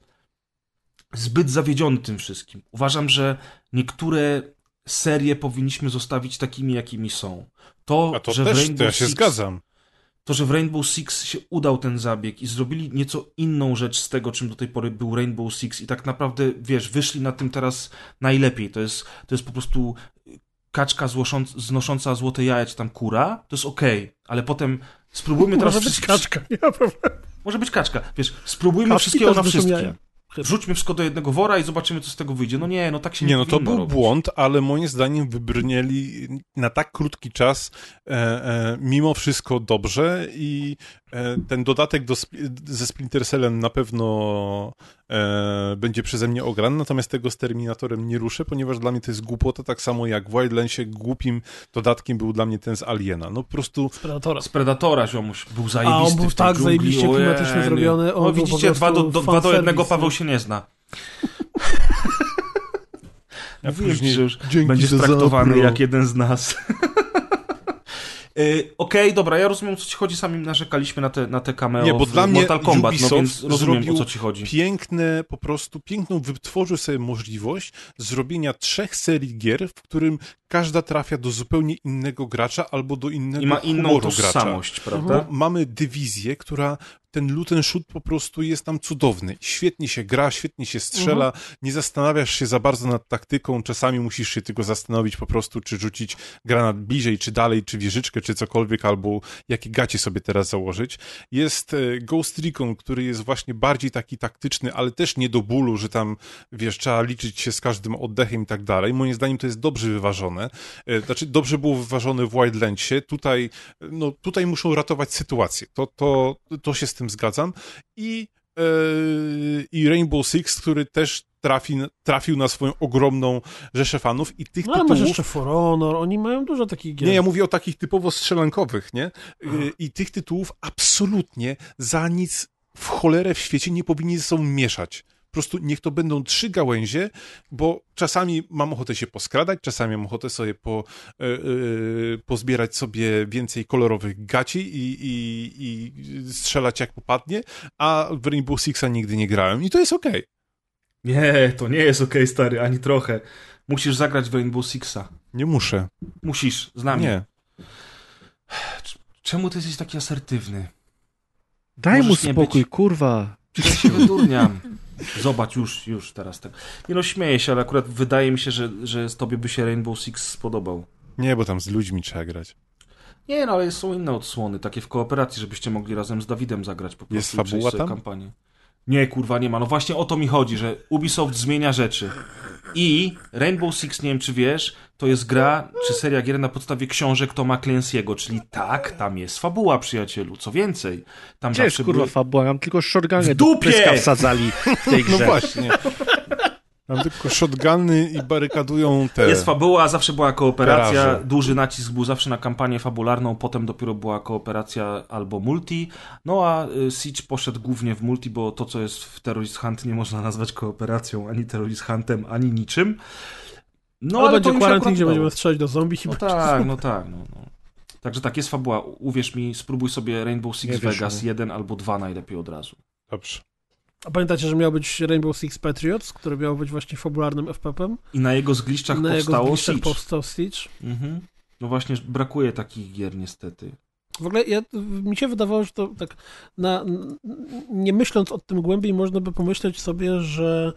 zbyt zawiedziony tym wszystkim. Uważam, że niektóre serie powinniśmy zostawić takimi, jakimi są. Że też, to ja się zgadzam. To, że w Rainbow Six się udał ten zabieg i zrobili nieco inną rzecz z tego, czym do tej pory był Rainbow Six i tak naprawdę, wiesz, wyszli na tym teraz najlepiej. To jest po prostu kaczka znosząca złote jaja, czy tam kura, to jest okej, ale potem spróbujmy teraz... Może być kaczka, nie ma problemu. Może być kaczka, wiesz, spróbujmy wszystkiego na wszystkim. Wrzućmy wszystko do jednego wora i zobaczymy, co z tego wyjdzie. No nie, no tak się nie Nie, no to powinno był robić. błąd, ale moim zdaniem wybrnęli na tak krótki czas mimo wszystko dobrze i ten dodatek ze Splinter Cellem na pewno będzie przeze mnie ograny, natomiast tego z Terminatorem nie ruszę, ponieważ dla mnie to jest głupota, tak samo jak w Wildlandsie głupim dodatkiem był dla mnie ten z Aliena. No po prostu... Z Predatora, ziomuś, był zajebisty. A on był w tej tak dżungli. zajebiście klimatycznie zrobiony. On No był widzicie, po 2 do prostu 1 fanserwis. Paweł się nie zna. Mówiłem ci, później że już dzięki będziesz za traktowany zapro. jak jeden z nas. Okej, dobra, ja rozumiem, o co ci chodzi, sami narzekaliśmy na te cameo Nie, bo w dla mnie Mortal Kombat, no Ubisoft więc rozumiem, zrobił o co ci chodzi. piękną, wytworzył sobie możliwość zrobienia 3 serii gier, w którym każda trafia do zupełnie innego gracza albo do innego I ma inną humoru gracza. tożsamość, prawda? Bo mamy dywizję, która ten loot and shoot po prostu jest tam cudowny. Świetnie się gra, świetnie się strzela, nie zastanawiasz się za bardzo nad taktyką, czasami musisz się tylko zastanowić po prostu, czy rzucić granat bliżej, czy dalej, czy wieżyczkę, czy cokolwiek, albo jakie gacie sobie teraz założyć. Jest Ghost Recon, który jest właśnie bardziej taki taktyczny, ale też nie do bólu, że tam, wiesz, trzeba liczyć się z każdym oddechem i tak dalej. Moim zdaniem to jest dobrze wyważone. Znaczy, dobrze było wyważone w Wildlandsie. Tutaj muszą ratować sytuację. To się z tym zgadzam. I Rainbow Six, który też trafił na swoją ogromną rzeszę fanów i tych No ale tytułów... masz jeszcze For Honor, oni mają dużo takich gier. Nie, ja mówię o takich typowo strzelankowych, nie? I tych tytułów absolutnie za nic w cholerę w świecie nie powinni ze sobą mieszać. Po prostu niech to będą 3 gałęzie, bo czasami mam ochotę się poskradać, czasami mam ochotę sobie pozbierać sobie więcej kolorowych gaci i strzelać jak popadnie, a w Rainbow Sixa nigdy nie grałem i to jest okej. Nie, to nie jest okej, stary, ani trochę. Musisz zagrać w Rainbow Sixa. Nie muszę. Musisz, z nami. Nie. Czemu ty jesteś taki asertywny? Daj mu Możesz nie spokój, być. kurwa. Ja się wydurniam. Zobacz, już teraz tak. Nie no, śmieję się, ale akurat wydaje mi się, że z tobie by się Rainbow Six spodobał. Nie, bo tam z ludźmi trzeba grać. Nie, no ale są inne odsłony, takie w kooperacji, żebyście mogli razem z Dawidem zagrać po prostu. Jest i przejść fabuła sobie tam? kampanię. Nie, kurwa, nie ma. No właśnie o to mi chodzi, że Ubisoft zmienia rzeczy. I Rainbow Six, nie wiem czy wiesz, to jest gra, czy seria gier na podstawie książek Toma Clancy'ego, czyli tak, tam jest fabuła, przyjacielu. Co więcej, tam Gdzie jest zawsze kurwa były... fabuła? Nam tylko shotguny W do dupie! pyska wsadzali w tej grze. No właśnie. Tam tylko shotguny i barykadują te... Jest fabuła, a zawsze była kooperacja, Garaże. duży nacisk był zawsze na kampanię fabularną, potem dopiero była kooperacja albo multi, no a Siege poszedł głównie w multi, bo to, co jest w Terrorist Hunt nie można nazwać kooperacją, ani Terrorist Huntem, ani niczym. No ale ale to będzie im się Quarantine, akurat gdzie udało. będziemy strzelać do zombie chyba. No tak. Także tak, jest fabuła. Uwierz mi, spróbuj sobie Rainbow Six Nie wiesz, Vegas nie. 1 albo 2 najlepiej od razu. Dobrze. A pamiętacie, że miał być Rainbow Six Patriots, który miał być właśnie fabularnym FPP-em? I na jego zgliszczach Na jego powstało zgliszczach Siege. powstał Siege. Mhm. No właśnie, brakuje takich gier niestety. W ogóle mi się wydawało, że to tak nie myśląc o tym głębiej, można by pomyśleć sobie, że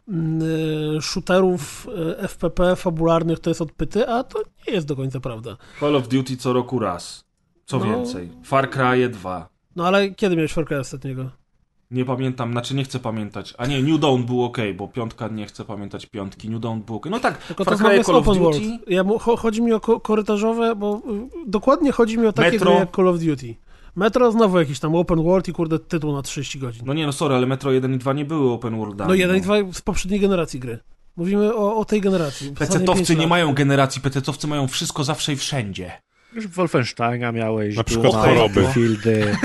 shooterów FPP fabularnych to jest odpyty, a to nie jest do końca prawda. Call of Duty co roku raz. Co No. więcej. Far Cry 2. No ale kiedy miałeś Far Cry ostatniego? Nie pamiętam, znaczy nie chcę pamiętać. A nie, New Dawn był ok, bo 5 nie chcę pamiętać 5. New Dawn był ok. No tak, Tylko Far to znowu Cry jest Call of open world. Duty. Chodzi mi o korytarzowe, bo dokładnie chodzi mi o takie Metro. gry jak Call of Duty. Metro znowu jakiś tam open world i kurde tytuł na 30 godzin. No nie, no sorry, ale Metro 1 i 2 nie były open worldami. No 1 i 2 z poprzedniej generacji gry. Mówimy o tej generacji. PC-towcy nie mają generacji, PC-towcy mają wszystko zawsze i wszędzie. Już Wolfensteina miałeś, Na przykład Duma, choroby. Battlefieldy.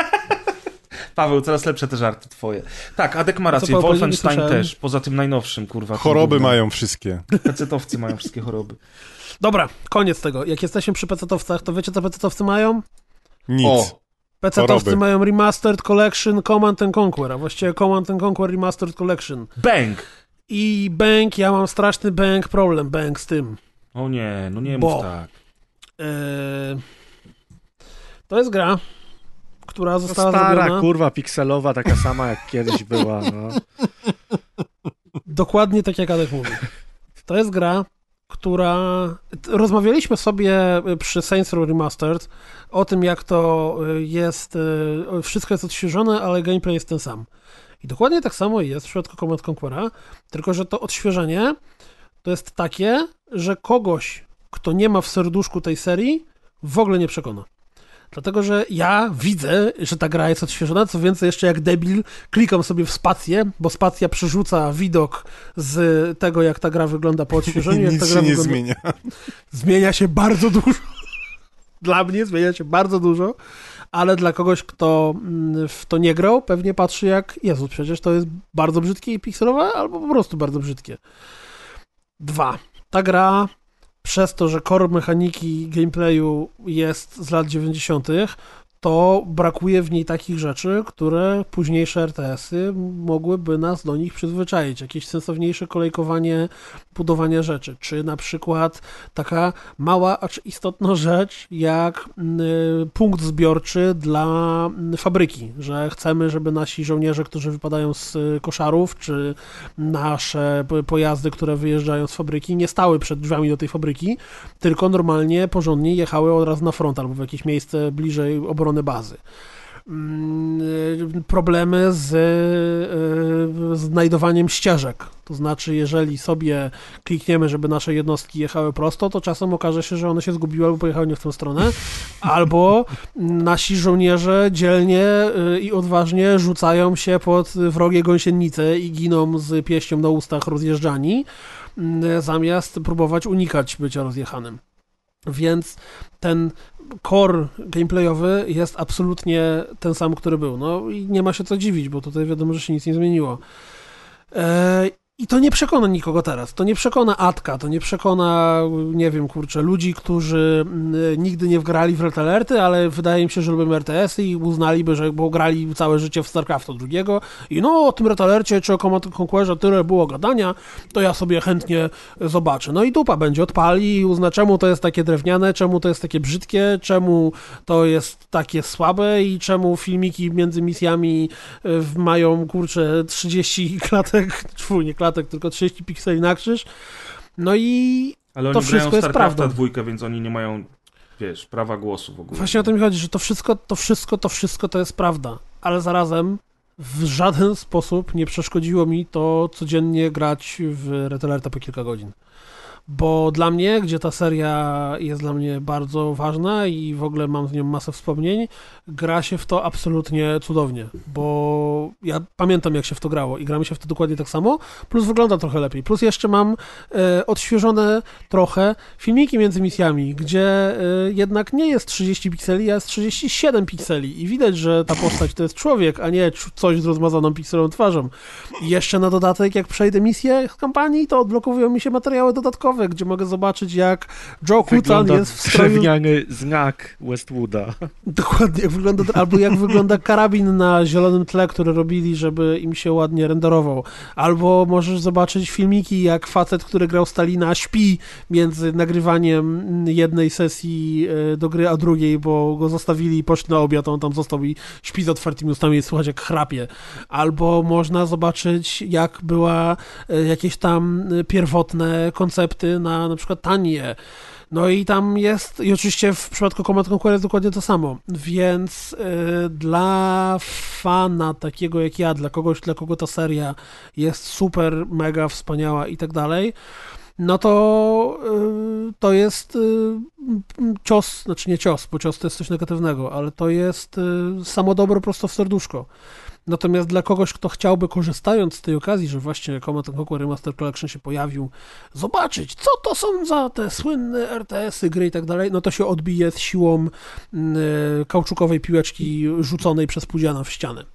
Paweł, coraz lepsze te żarty twoje. Tak, Adek ma Co rację, Paweł Wolfenstein powiedział, też, poza tym najnowszym, kurwa. Choroby mają wszystkie. PC-towcy mają wszystkie choroby. Dobra, koniec tego. Jak jesteśmy przy PC-towcach, to wiecie co PC-towcy mają? Nic. O, PC-towcy Choroby. mają Remastered Collection Command & Conquer, a właściwie Command & Conquer Remastered Collection. bang! I Bang, ja mam straszny problem z tym. O nie, no nie Bo- mów tak. To jest gra, która No została stara, zrobiona kurwa, pikselowa, taka sama jak kiedyś była, no. dokładnie tak jak Adek mówi. To jest gra, która... Rozmawialiśmy sobie przy Saints Row Remastered o tym, jak to jest... Wszystko jest odświeżone, ale gameplay jest ten sam. I dokładnie tak samo jest w przypadku Command Conquera, tylko że to odświeżenie to jest takie, że kogoś, kto nie ma w serduszku tej serii, w ogóle nie przekona. Dlatego, że ja widzę, że ta gra jest odświeżona, co więcej, jeszcze jak debil klikam sobie w spację, bo spacja przerzuca widok z tego, jak ta gra wygląda po odświeżeniu. Jak Nic ta gra się nie wygląda... zmienia. Zmienia się bardzo dużo. Dla mnie zmienia się bardzo dużo, ale dla kogoś, kto w to nie grał, pewnie patrzy jak, Jezu, przecież to jest bardzo brzydkie i pikselowe, albo po prostu bardzo brzydkie. 2. Ta gra, przez to, że core mechaniki gameplayu jest z lat 90., to brakuje w niej takich rzeczy, które późniejsze RTS-y mogłyby nas do nich przyzwyczaić. Jakieś sensowniejsze kolejkowanie, budowanie rzeczy, czy na przykład taka mała, acz istotna rzecz, jak punkt zbiorczy dla fabryki, że chcemy, żeby nasi żołnierze, którzy wypadają z koszarów, czy nasze pojazdy, które wyjeżdżają z fabryki, nie stały przed drzwiami do tej fabryki, tylko normalnie, porządnie jechały od razu na front albo w jakieś miejsce bliżej obrony bazy. Problemy z znajdowaniem ścieżek. To znaczy, jeżeli sobie klikniemy, żeby nasze jednostki jechały prosto, to czasem okaże się, że one się zgubiły albo pojechały nie w tę stronę, albo nasi żołnierze dzielnie i odważnie rzucają się pod wrogie gąsienice i giną z pieścią na ustach rozjeżdżani, zamiast próbować unikać bycia rozjechanym. Więc ten core gameplayowy jest absolutnie ten sam, który był. No i nie ma się co dziwić, bo tutaj wiadomo, że się nic nie zmieniło. I to nie przekona nikogo teraz. To nie przekona Atka, to nie przekona, nie wiem, kurczę, ludzi, którzy nigdy nie wgrali w Red Alerty, ale wydaje mi się, że lubią RTS-y i uznaliby, że bo grali całe życie w StarCrafta II i no o tym Red Alercie czy o Command Conquerze tyle było gadania, to ja sobie chętnie zobaczę. No i dupa będzie, odpali i uzna, czemu to jest takie drewniane, czemu to jest takie brzydkie, czemu to jest takie słabe i czemu filmiki między misjami mają, kurczę, 30 klatek, nie klatek, tylko 30 pikseli na krzyż. No i ale to oni wszystko grają jest prawdą. StarCrafta 2, więc oni nie mają, wiesz, prawa głosu w ogóle. Właśnie o to mi chodzi, że to wszystko to jest prawda, ale zarazem w żaden sposób nie przeszkodziło mi to codziennie grać w Red Alerta po kilka godzin. Bo dla mnie, gdzie ta seria jest dla mnie bardzo ważna i w ogóle mam z nią masę wspomnień, gra się w to absolutnie cudownie, bo ja pamiętam, jak się w to grało i gra mi się w to dokładnie tak samo, plus wygląda trochę lepiej, plus jeszcze mam odświeżone trochę filmiki między misjami, gdzie jednak nie jest 30 pikseli, a jest 37 pikseli i widać, że ta postać to jest człowiek, a nie coś z rozmazaną pikselową twarzą. I jeszcze na dodatek, jak przejdę misję z kampanii, to odblokowują mi się materiały dodatkowe, gdzie mogę zobaczyć, jak Joe Kutan jest w stroju... drewniany znak Westwooda. Dokładnie, jak wygląda, albo jak wygląda karabin na zielonym tle, który robili, żeby im się ładnie renderował. Albo możesz zobaczyć filmiki, jak facet, który grał Stalina, śpi między nagrywaniem jednej sesji do gry, a drugiej, bo go zostawili i poszli na obiad, on tam został i śpi z otwartymi ustami i słuchać, jak chrapie. Albo można zobaczyć, jak była jakieś tam pierwotne koncepty na przykład Tanie. No i tam jest, i oczywiście w przypadku Command Conquer jest dokładnie to samo, więc dla fana takiego jak ja, dla kogoś, dla kogo ta seria jest super, mega wspaniała i tak dalej, no to jest cios, znaczy nie cios, bo cios to jest coś negatywnego, ale to jest samo dobro prosto w serduszko. Natomiast dla kogoś, kto chciałby, korzystając z tej okazji, że właśnie Command & Conquer Remastered Collection się pojawił, zobaczyć, co to są za te słynne RTS-y, gry i tak dalej, no to się odbije z siłą kauczukowej piłeczki rzuconej przez Pudziana w ścianę.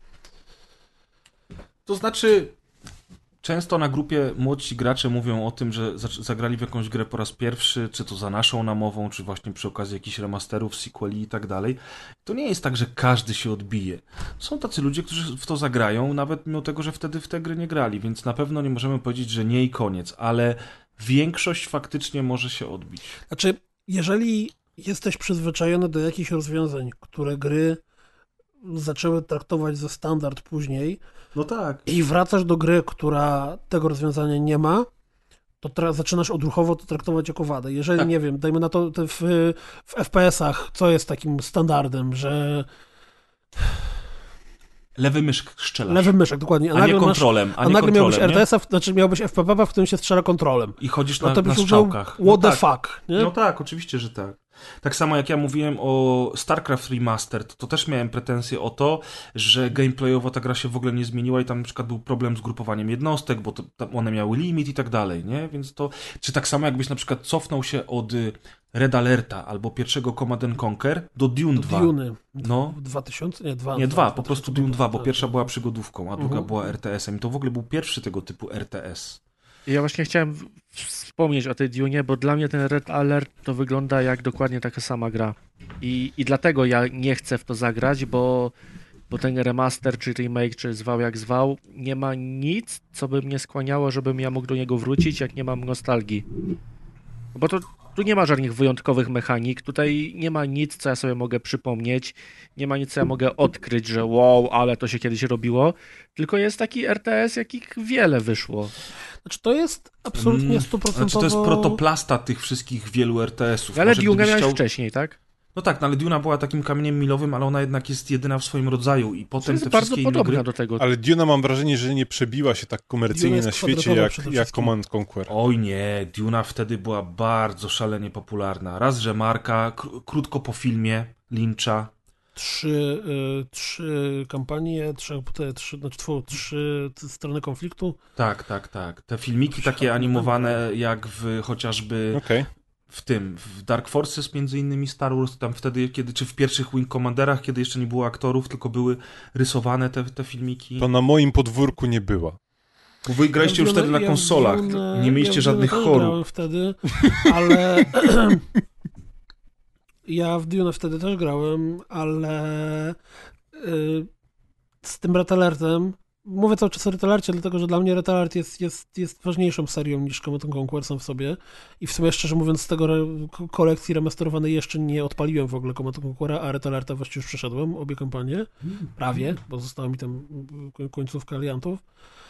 To znaczy, często na grupie młodsi gracze mówią o tym, że zagrali w jakąś grę po raz pierwszy, czy to za naszą namową, czy właśnie przy okazji jakichś remasterów, sequeli i tak dalej. To nie jest tak, że każdy się odbije. Są tacy ludzie, którzy w to zagrają, nawet mimo tego, że wtedy w te gry nie grali, więc na pewno nie możemy powiedzieć, że nie i koniec, ale większość faktycznie może się odbić. Znaczy, jeżeli jesteś przyzwyczajony do jakichś rozwiązań, które gry zaczęły traktować za standard później, no tak. I wracasz do gry, która tego rozwiązania nie ma, to zaczynasz odruchowo to traktować jako wadę. Jeżeli, nie wiem, dajmy na to w FPS-ach, co jest takim standardem, że Lewy myszk strzelasz. Lewym myszek, dokładnie. A nie kontrolem. A nagle miałbyś RTS-a, znaczy miałbyś FPP, w którym się strzela kontrolem. I chodzisz No to na byś strzałkach. what the fuck, nie? No tak, oczywiście, że tak. Tak samo jak ja mówiłem o StarCraft Remastered, to też miałem pretensje o to, że gameplayowo ta gra się w ogóle nie zmieniła i tam na przykład był problem z grupowaniem jednostek, bo tam one miały limit i tak dalej, nie? Więc to... Czy tak samo jakbyś na przykład cofnął się od Red Alerta albo pierwszego Command & Conquer do Dune 2. Duny. No. 2000? Nie, 2. Nie, 2, po prostu Dune 2, bo pierwsza była tak. przygodówką, a druga była RTS-em. I to w ogóle był pierwszy tego typu RTS. Ja właśnie chciałem wspomnieć o tej Dune, bo dla mnie ten Red Alert to wygląda jak dokładnie taka sama gra. I dlatego ja nie chcę w to zagrać, bo ten remaster, czy remake, czy zwał jak zwał, nie ma nic, co by mnie skłaniało, żebym ja mógł do niego wrócić, jak nie mam nostalgii. Bo tu nie ma żadnych wyjątkowych mechanik, tutaj nie ma nic, co ja sobie mogę przypomnieć, nie ma nic, co ja mogę odkryć, że wow, ale to się kiedyś robiło, tylko jest taki RTS, jakich wiele wyszło. Znaczy to jest absolutnie 100%. Znaczy to jest protoplasta tych wszystkich wielu RTS-ów. Ale Może Dune gdybyś miałeś wcześniej, tak? No tak, no ale Duna była takim kamieniem milowym, ale ona jednak jest jedyna w swoim rodzaju i To potem jest te bardzo wszystkie inne podobna gry... do tego. Ale Duna mam wrażenie, że nie przebiła się tak komercyjnie Duna na jest świecie kwadratowa przede jak wszystkim. Command Conquer. Oj nie, Duna wtedy była bardzo szalenie popularna. Raz, że marka, krótko po filmie Lyncha. Trzy kampanie, trzy strony konfliktu. Tak. Te filmiki takie animowane jak w chociażby Okej. w Dark Forces między innymi Star Wars, tam wtedy, czy w pierwszych Wing Commanderach, kiedy jeszcze nie było aktorów, tylko były rysowane te filmiki. To na moim podwórku nie była. Bo wy graliście już wtedy na konsolach, nie mieliście żadnych chorób. Grałem wtedy, ale ja w Dune wtedy też grałem, ale z tym Red Alertem, mówię cały czas o Red Alercie, dlatego że dla mnie Red Alert jest ważniejszą serią niż Command & Conquer sam w sobie i w sumie szczerze mówiąc z tego kolekcji remasterowanej jeszcze nie odpaliłem w ogóle Command & Conquera, a Red Alerta właściwie już przeszedłem, obie kampanie, prawie, bo została mi tam końcówka aliantów.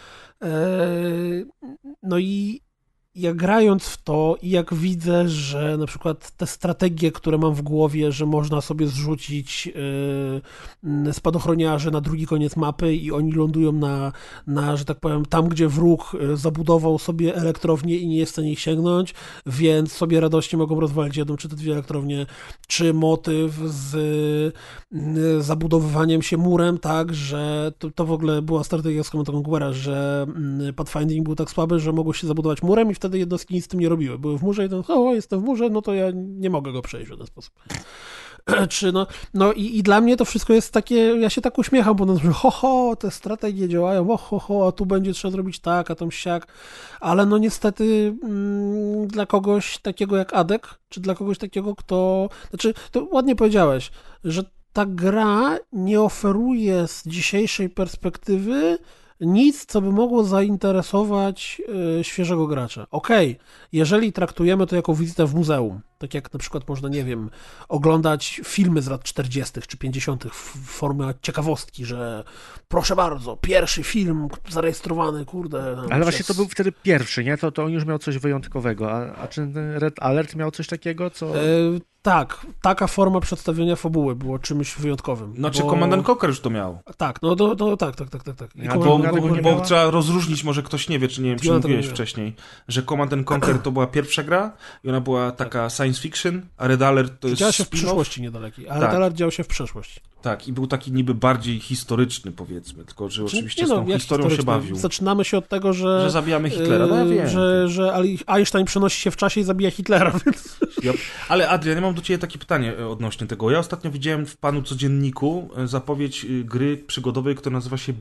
No i ja grając w to i jak widzę, że na przykład te strategie, które mam w głowie, że można sobie zrzucić spadochroniarzy na drugi koniec mapy i oni lądują na, że tak powiem, tam, gdzie wróg zabudował sobie elektrownię i nie jest w stanie ich sięgnąć, więc sobie radośnie mogą rozwalić jedną czy te dwie elektrownie, czy motyw z zabudowywaniem się murem, tak, że to w ogóle była strategia z Command & Conquera, że pathfinding był tak słaby, że mogło się zabudować murem i wtedy jednostki nic z tym nie robiły. Były w murze i jestem w murze, no to ja nie mogę go przejść w żaden sposób. Czy i dla mnie to wszystko jest takie, ja się tak uśmiecham, bo te strategie działają, a tu będzie trzeba zrobić tak, a tam siak, ale no niestety dla kogoś takiego jak Adek, czy dla kogoś takiego, to ładnie powiedziałeś, że ta gra nie oferuje z dzisiejszej perspektywy nic, co by mogło zainteresować świeżego gracza. Okej, jeżeli traktujemy to jako wizytę w muzeum, tak jak na przykład można, nie wiem, oglądać filmy z lat 40. czy 50. w formie ciekawostki, że proszę bardzo, pierwszy film zarejestrowany, kurde. Ale właśnie to był wtedy pierwszy, nie? To on już miał coś wyjątkowego. A czy ten Red Alert miał coś takiego, co... Tak, taka forma przedstawienia fabuły było czymś wyjątkowym. Znaczy Command & Conquer już to miał. Tak, tak. Bo trzeba rozróżnić, może ktoś nie wie, czy nie wiem, czy mówiłeś wcześniej, że Command & Conquer to była pierwsza gra i ona była taka science fiction, a Red Alert to jest działa się w przyszłości niedalekiej, a Red Alert dział się w przeszłości. Tak, i był taki niby bardziej historyczny, powiedzmy, tylko że oczywiście z tą historią się bawił. Zaczynamy się od tego, że zabijamy Hitlera, no ja wiem. Że Einstein przenosi się w czasie i zabija Hitlera, więc... Ale Adrian, ja mam do ciebie takie pytanie odnośnie tego. Ja ostatnio widziałem w panu codzienniku zapowiedź gry przygodowej, która nazywa się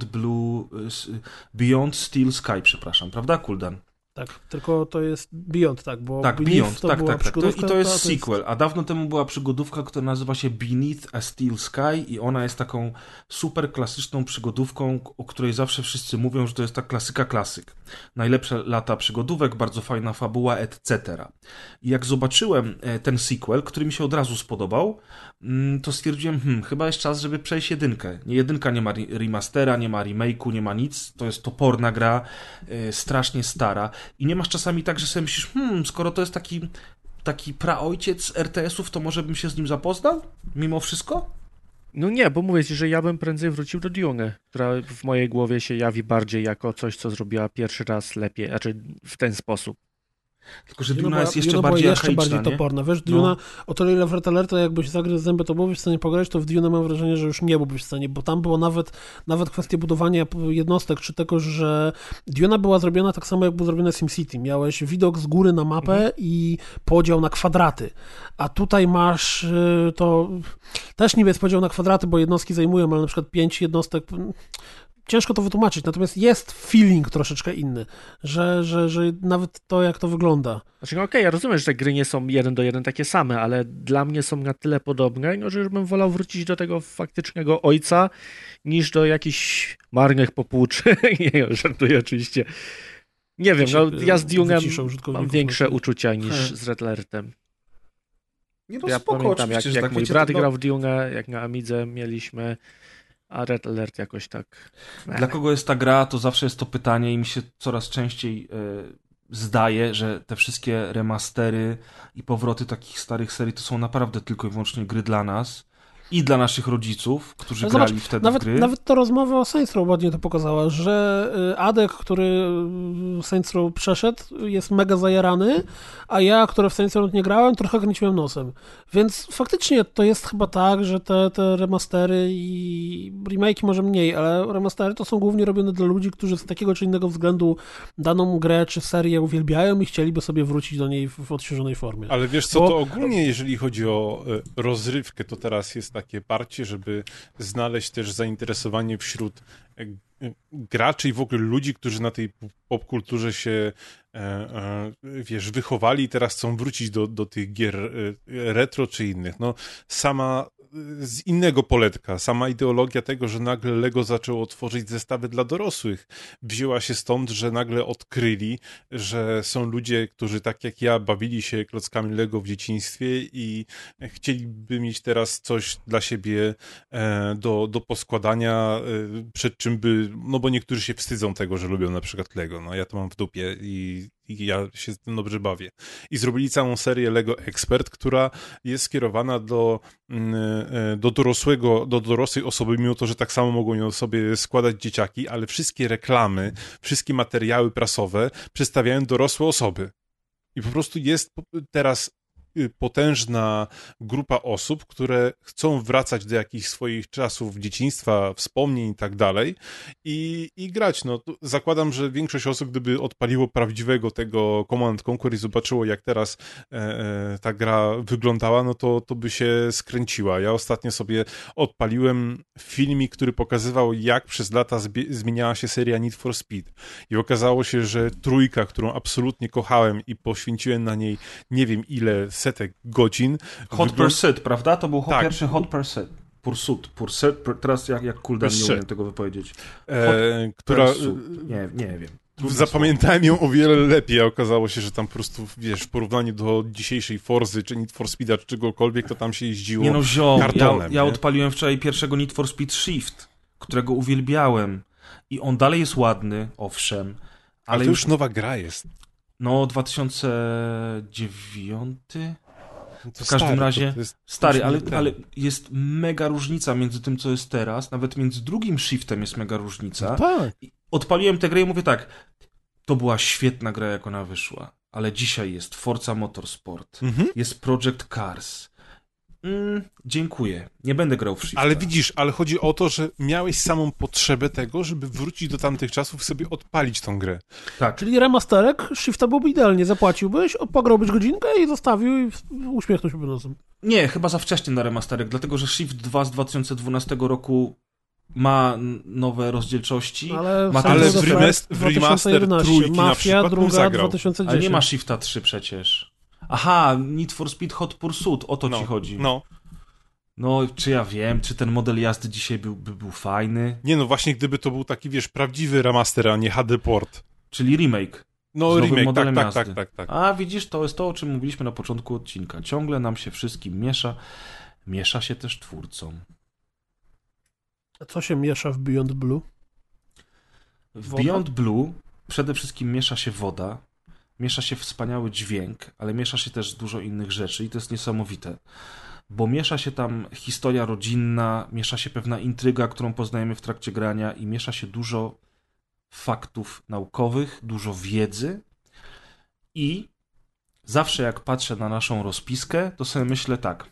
Beyond Steel Sky, przepraszam, prawda, Kuldan? Tak, tylko to jest Beyond, tak, bo tak, Beyond, tak. I to jest sequel, a dawno temu była przygodówka, która nazywa się Beneath a Steel Sky i ona jest taką super klasyczną przygodówką, o której zawsze wszyscy mówią, że to jest ta klasyka klasyk. Najlepsze lata przygodówek, bardzo fajna fabuła, etc. I jak zobaczyłem ten sequel, który mi się od razu spodobał, to stwierdziłem, chyba jest czas, żeby przejść jedynkę. Jedynka nie ma remastera, nie ma remake'u, nie ma nic, to jest toporna gra, strasznie stara. I nie masz czasami tak, że sobie myślisz, skoro to jest taki praojciec RTS-ów, to może bym się z nim zapoznał? Mimo wszystko? No nie, bo mówię ci, że ja bym prędzej wrócił do Dune, która w mojej głowie się jawi bardziej jako coś, co zrobiła pierwszy raz lepiej, znaczy w ten sposób. Tylko, że Duna Duna jest jeszcze była bardziej jeszcze archaiczna, bardziej nie? toporna. Wiesz, No. Duna, o tyle ile w Red Alerta, jakbyś zagryzł zęby, to byłbyś w stanie pograć, to w Dune mam wrażenie, że już nie byłbyś w stanie, bo tam było nawet kwestia budowania jednostek, czy tego, że Duna była zrobiona tak samo, jak był zrobione SimCity. Miałeś widok z góry na mapę i podział na kwadraty. A tutaj masz to też niby jest podział na kwadraty, bo jednostki zajmują, ale na przykład 5 jednostek... Ciężko to wytłumaczyć, natomiast jest feeling troszeczkę inny, że nawet to, jak to wygląda. Znaczy, no okej, ja rozumiem, że te gry nie są 1:1 takie same, ale dla mnie są na tyle podobne, no, że bym wolał wrócić do tego faktycznego ojca, niż do jakichś marnych popłuczy. Nie, żartuję oczywiście. Nie wiem, no ja z Dune'em mam większe uczucia niż z Red Alertem. Nie, no Ja spoko, pamiętam, oczywiście, jak że tak mój wiecie, brat to, grał w Dune, jak na Amidze mieliśmy, a Red Alert jakoś tak... Dla kogo jest ta gra, to zawsze jest to pytanie i mi się coraz częściej zdaje, że te wszystkie remastery i powroty takich starych serii to są naprawdę tylko i wyłącznie gry dla nas i dla naszych rodziców, którzy No zobacz, grali wtedy w gry. Nawet ta rozmowa o Saints Row ładnie to pokazała, że Adek, który Saints Row przeszedł, jest mega zajarany, a ja, który w Saints Row nie grałem, trochę kręciłem nosem. Więc faktycznie to jest chyba tak, że te remastery i remake'i może mniej, ale remastery to są głównie robione dla ludzi, którzy z takiego czy innego względu daną grę czy serię uwielbiają i chcieliby sobie wrócić do niej w odświeżonej formie. Ale wiesz co, to ogólnie jeżeli chodzi o rozrywkę, to teraz jest takie parcie, żeby znaleźć też zainteresowanie wśród graczy i w ogóle ludzi, którzy na tej popkulturze się wiesz, wychowali i teraz chcą wrócić do tych gier retro czy innych. No sama z innego poletka, sama ideologia tego, że nagle Lego zaczęło tworzyć zestawy dla dorosłych, wzięła się stąd, że nagle odkryli, że są ludzie, którzy tak jak ja bawili się klockami Lego w dzieciństwie i chcieliby mieć teraz coś dla siebie do poskładania, przed czym by, no bo niektórzy się wstydzą tego, że lubią na przykład Lego, no ja to mam w dupie i ja się z tym dobrze bawię. I zrobili całą serię Lego Expert, która jest skierowana do dorosłej osoby, mimo to, że tak samo mogą ją sobie składać dzieciaki, ale wszystkie reklamy, wszystkie materiały prasowe przedstawiają dorosłe osoby. I po prostu jest teraz potężna grupa osób, które chcą wracać do jakichś swoich czasów dzieciństwa, wspomnień i tak dalej i grać. No, zakładam, że większość osób, gdyby odpaliło prawdziwego tego Command & Conquer i zobaczyło, jak teraz ta gra wyglądała, no to by się skręciła. Ja ostatnio sobie odpaliłem filmik, który pokazywał, jak przez lata zmieniała się seria Need for Speed. I okazało się, że trójka, którą absolutnie kochałem i poświęciłem na niej nie wiem ile setek godzin. Hot Pursuit, prawda? To był tak. Pierwszy Hot Pursuit. Teraz jak Kuldan nie umiem tego wypowiedzieć. Która... Nie wiem. Zapamiętałem ją o wiele lepiej, a okazało się, że tam po prostu, wiesz, w porównaniu do dzisiejszej Forzy, czy Need for Speed'a, czy czegokolwiek, to tam się jeździło nie no, ziom, kartonem. Ja odpaliłem wczoraj pierwszego Need for Speed Shift, którego uwielbiałem. I on dalej jest ładny, owszem. Ale to już nowa gra jest. No, 2009? To w każdym razie to jest stary, ale jest mega różnica między tym, co jest teraz. Nawet między drugim Shiftem jest mega różnica. No tak. Odpaliłem tę grę i mówię tak, to była świetna gra, jak ona wyszła, ale dzisiaj jest Forza Motorsport, jest Project Cars. Dziękuję. Nie będę grał w Shifta. Ale widzisz, ale chodzi o to, że miałeś samą potrzebę tego, żeby wrócić do tamtych czasów i sobie odpalić tą grę. Tak. Czyli remasterek Shifta byłby idealnie. Zapłaciłbyś, pograłbyś godzinkę i zostawił i uśmiechnął się nosem. Nie, chyba za wcześnie na remasterek, dlatego że Shift 2 z 2012 roku ma nowe rozdzielczości. Ale w remaster trójki Mafia, na przykład druga zagrał. 2010. Ale nie ma Shifta 3 przecież. Aha, Need for Speed Hot Pursuit, o to ci chodzi. No, czy ja wiem, czy ten model jazdy dzisiaj by był fajny? Nie no, właśnie gdyby to był taki, wiesz, prawdziwy remaster, a nie HD port. Czyli remake. No, remake, tak. A widzisz, to jest to, o czym mówiliśmy na początku odcinka. Ciągle nam się wszystkim miesza. Miesza się też twórcom. A co się miesza w Beyond Blue? W Beyond Blue przede wszystkim miesza się woda, miesza się wspaniały dźwięk, ale miesza się też dużo innych rzeczy i to jest niesamowite. bo miesza się tam historia rodzinna, miesza się pewna intryga, którą poznajemy w trakcie grania i miesza się dużo faktów naukowych, dużo wiedzy i zawsze jak patrzę na naszą rozpiskę, to sobie myślę tak,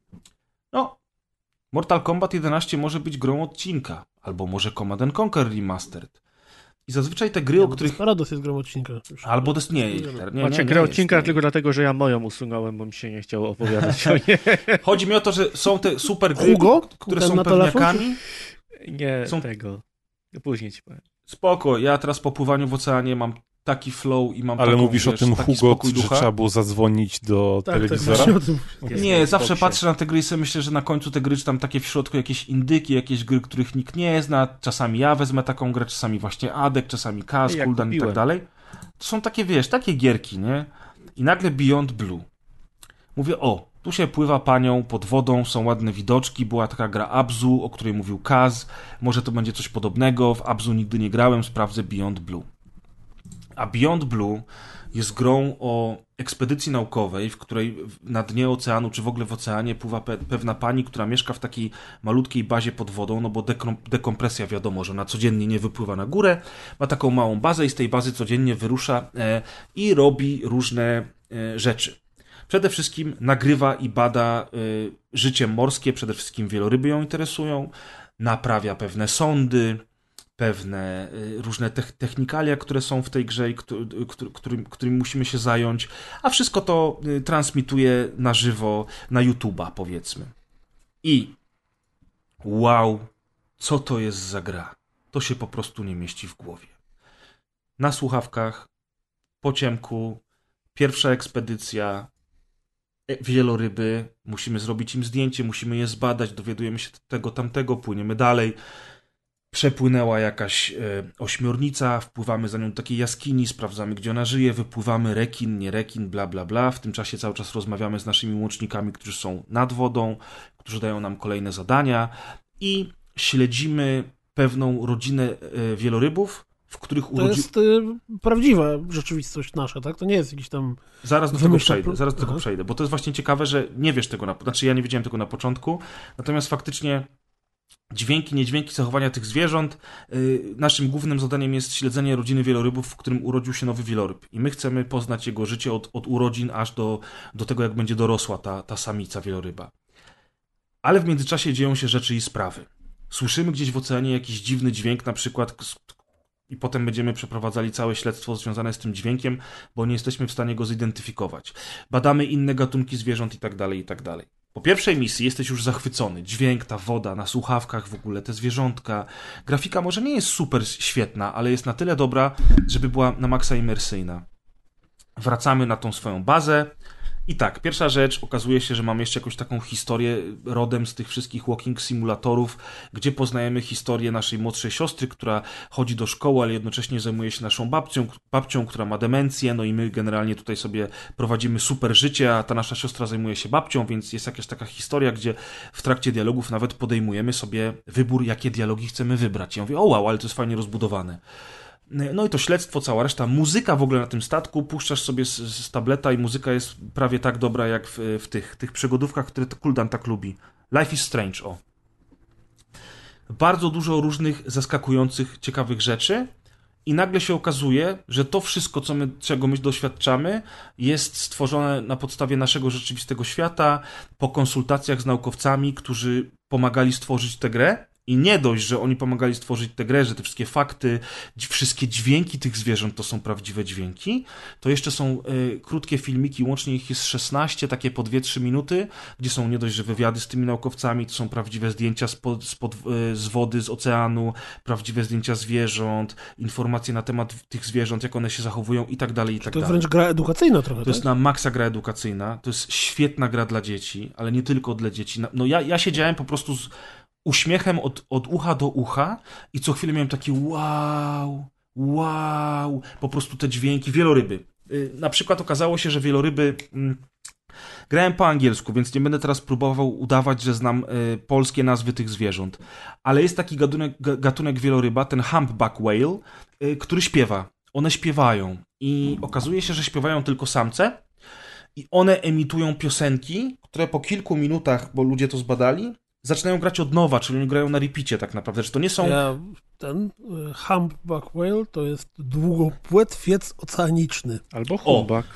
Mortal Kombat 11 może być grą odcinka, albo może Command & Conquer Remastered. I zazwyczaj te gry, o których... Paradox jest grą odcinka. Albo Macie grę odcinka tylko dlatego, że ja moją usunąłem, bo mi się nie chciało opowiadać o niej. Chodzi mi o to, że są te super gry, które są pewniakami. Nie, tego. Później ci powiem. Spoko, ja teraz po pływaniu w oceanie mam taki flow i mam Ale taką, mówisz o tym Hugo, że ducha. trzeba było zadzwonić do telewizora? Nie, zawsze patrzę na te gry i sobie myślę, że na końcu te gry czytam takie w środku jakieś indyki, jakieś gry, których nikt nie zna. Czasami ja wezmę taką grę, czasami właśnie Adek, czasami Kaz, Kuldan i tak dalej. To są takie, takie gierki, nie? I nagle Beyond Blue. Mówię, tu się pływa panią pod wodą, są ładne widoczki, była taka gra Abzu, o której mówił Kaz. Może to będzie coś podobnego, w Abzu nigdy nie grałem, sprawdzę Beyond Blue. A Beyond Blue jest grą o ekspedycji naukowej, w której na dnie oceanu, czy w ogóle w oceanie pływa pewna pani, która mieszka w takiej malutkiej bazie pod wodą, no bo dekompresja wiadomo, że ona codziennie nie wypływa na górę, ma taką małą bazę i z tej bazy codziennie wyrusza i robi różne rzeczy. Przede wszystkim nagrywa i bada życie morskie, przede wszystkim wieloryby ją interesują, naprawia pewne sondy, pewne różne technikalia, które są w tej grze i którymi musimy się zająć, a wszystko to transmituje na żywo na YouTube'a, powiedzmy. I wow, co to jest za gra? To się po prostu nie mieści w głowie. Na słuchawkach, po ciemku, pierwsza ekspedycja, wieloryby, musimy zrobić im zdjęcie, musimy je zbadać, dowiadujemy się tego, tamtego, płyniemy dalej. Przepłynęła jakaś ośmiornica, wpływamy za nią do takiej jaskini, sprawdzamy, gdzie ona żyje, wypływamy, rekin, nie rekin, bla, bla, bla. W tym czasie cały czas rozmawiamy z naszymi łącznikami, którzy są nad wodą, którzy dają nam kolejne zadania i śledzimy pewną rodzinę wielorybów, w których To jest prawdziwa rzeczywistość nasza, tak? To nie jest jakiś tam... Zaraz do tego przejdę, bo to jest właśnie ciekawe, że nie wiesz tego, znaczy ja nie wiedziałem tego na początku, natomiast faktycznie dźwięki, niedźwięki, zachowania tych zwierząt. Naszym głównym zadaniem jest śledzenie rodziny wielorybów, w którym urodził się nowy wieloryb. I my chcemy poznać jego życie od urodzin aż do tego, jak będzie dorosła ta samica wieloryba. Ale w międzyczasie dzieją się rzeczy i sprawy. Słyszymy gdzieś w oceanie jakiś dziwny dźwięk, na przykład, i potem będziemy przeprowadzali całe śledztwo związane z tym dźwiękiem, bo nie jesteśmy w stanie go zidentyfikować. Badamy inne gatunki zwierząt i tak dalej, i tak dalej. Po pierwszej misji jesteś już zachwycony. Dźwięk, ta woda, na słuchawkach w ogóle, te zwierzątka. Grafika może nie jest super świetna, ale jest na tyle dobra, żeby była na maksa imersyjna. Wracamy na tą swoją bazę. I tak, pierwsza rzecz, okazuje się, że mamy jeszcze jakąś taką historię rodem z tych wszystkich walking simulatorów, gdzie poznajemy historię naszej młodszej siostry, która chodzi do szkoły, ale jednocześnie zajmuje się naszą babcią, która ma demencję, no i my generalnie tutaj sobie prowadzimy super życie, a ta nasza siostra zajmuje się babcią, więc jest jakaś taka historia, gdzie w trakcie dialogów nawet podejmujemy sobie wybór, jakie dialogi chcemy wybrać. Ja mówię, o wow, ale to jest fajnie rozbudowane. No i to śledztwo, cała reszta. Muzyka w ogóle na tym statku, puszczasz sobie z tableta i muzyka jest prawie tak dobra jak w tych przygodówkach, które Kuldan tak lubi. Life is Strange, Bardzo dużo różnych zaskakujących, ciekawych rzeczy i nagle się okazuje, że to wszystko, czego my doświadczamy, jest stworzone na podstawie naszego rzeczywistego świata, po konsultacjach z naukowcami, którzy pomagali stworzyć tę grę. I nie dość, że oni pomagali stworzyć tę grę, że te wszystkie fakty, wszystkie dźwięki tych zwierząt to są prawdziwe dźwięki, to jeszcze są krótkie filmiki, łącznie ich jest 16, takie po 2-3 minuty, gdzie są nie dość, że wywiady z tymi naukowcami, to są prawdziwe zdjęcia z wody, z oceanu, prawdziwe zdjęcia zwierząt, informacje na temat tych zwierząt, jak one się zachowują i tak dalej, i tak dalej. To jest wręcz gra edukacyjna trochę, To jest na maksa gra edukacyjna, to jest świetna gra dla dzieci, ale nie tylko dla dzieci. No ja siedziałem po prostu z uśmiechem od ucha do ucha i co chwilę miałem takie wow, po prostu te dźwięki, wieloryby. Na przykład okazało się, że wieloryby... Grałem po angielsku, więc nie będę teraz próbował udawać, że znam polskie nazwy tych zwierząt. Ale jest taki gatunek wieloryba, ten humpback whale, który śpiewa. One śpiewają i okazuje się, że śpiewają tylko samce i one emitują piosenki, które po kilku minutach, bo ludzie to zbadali, zaczynają grać od nowa, czyli oni grają na repicie tak naprawdę, że to nie są... Humpback Whale to jest długopłetwiec oceaniczny. Albo humbug.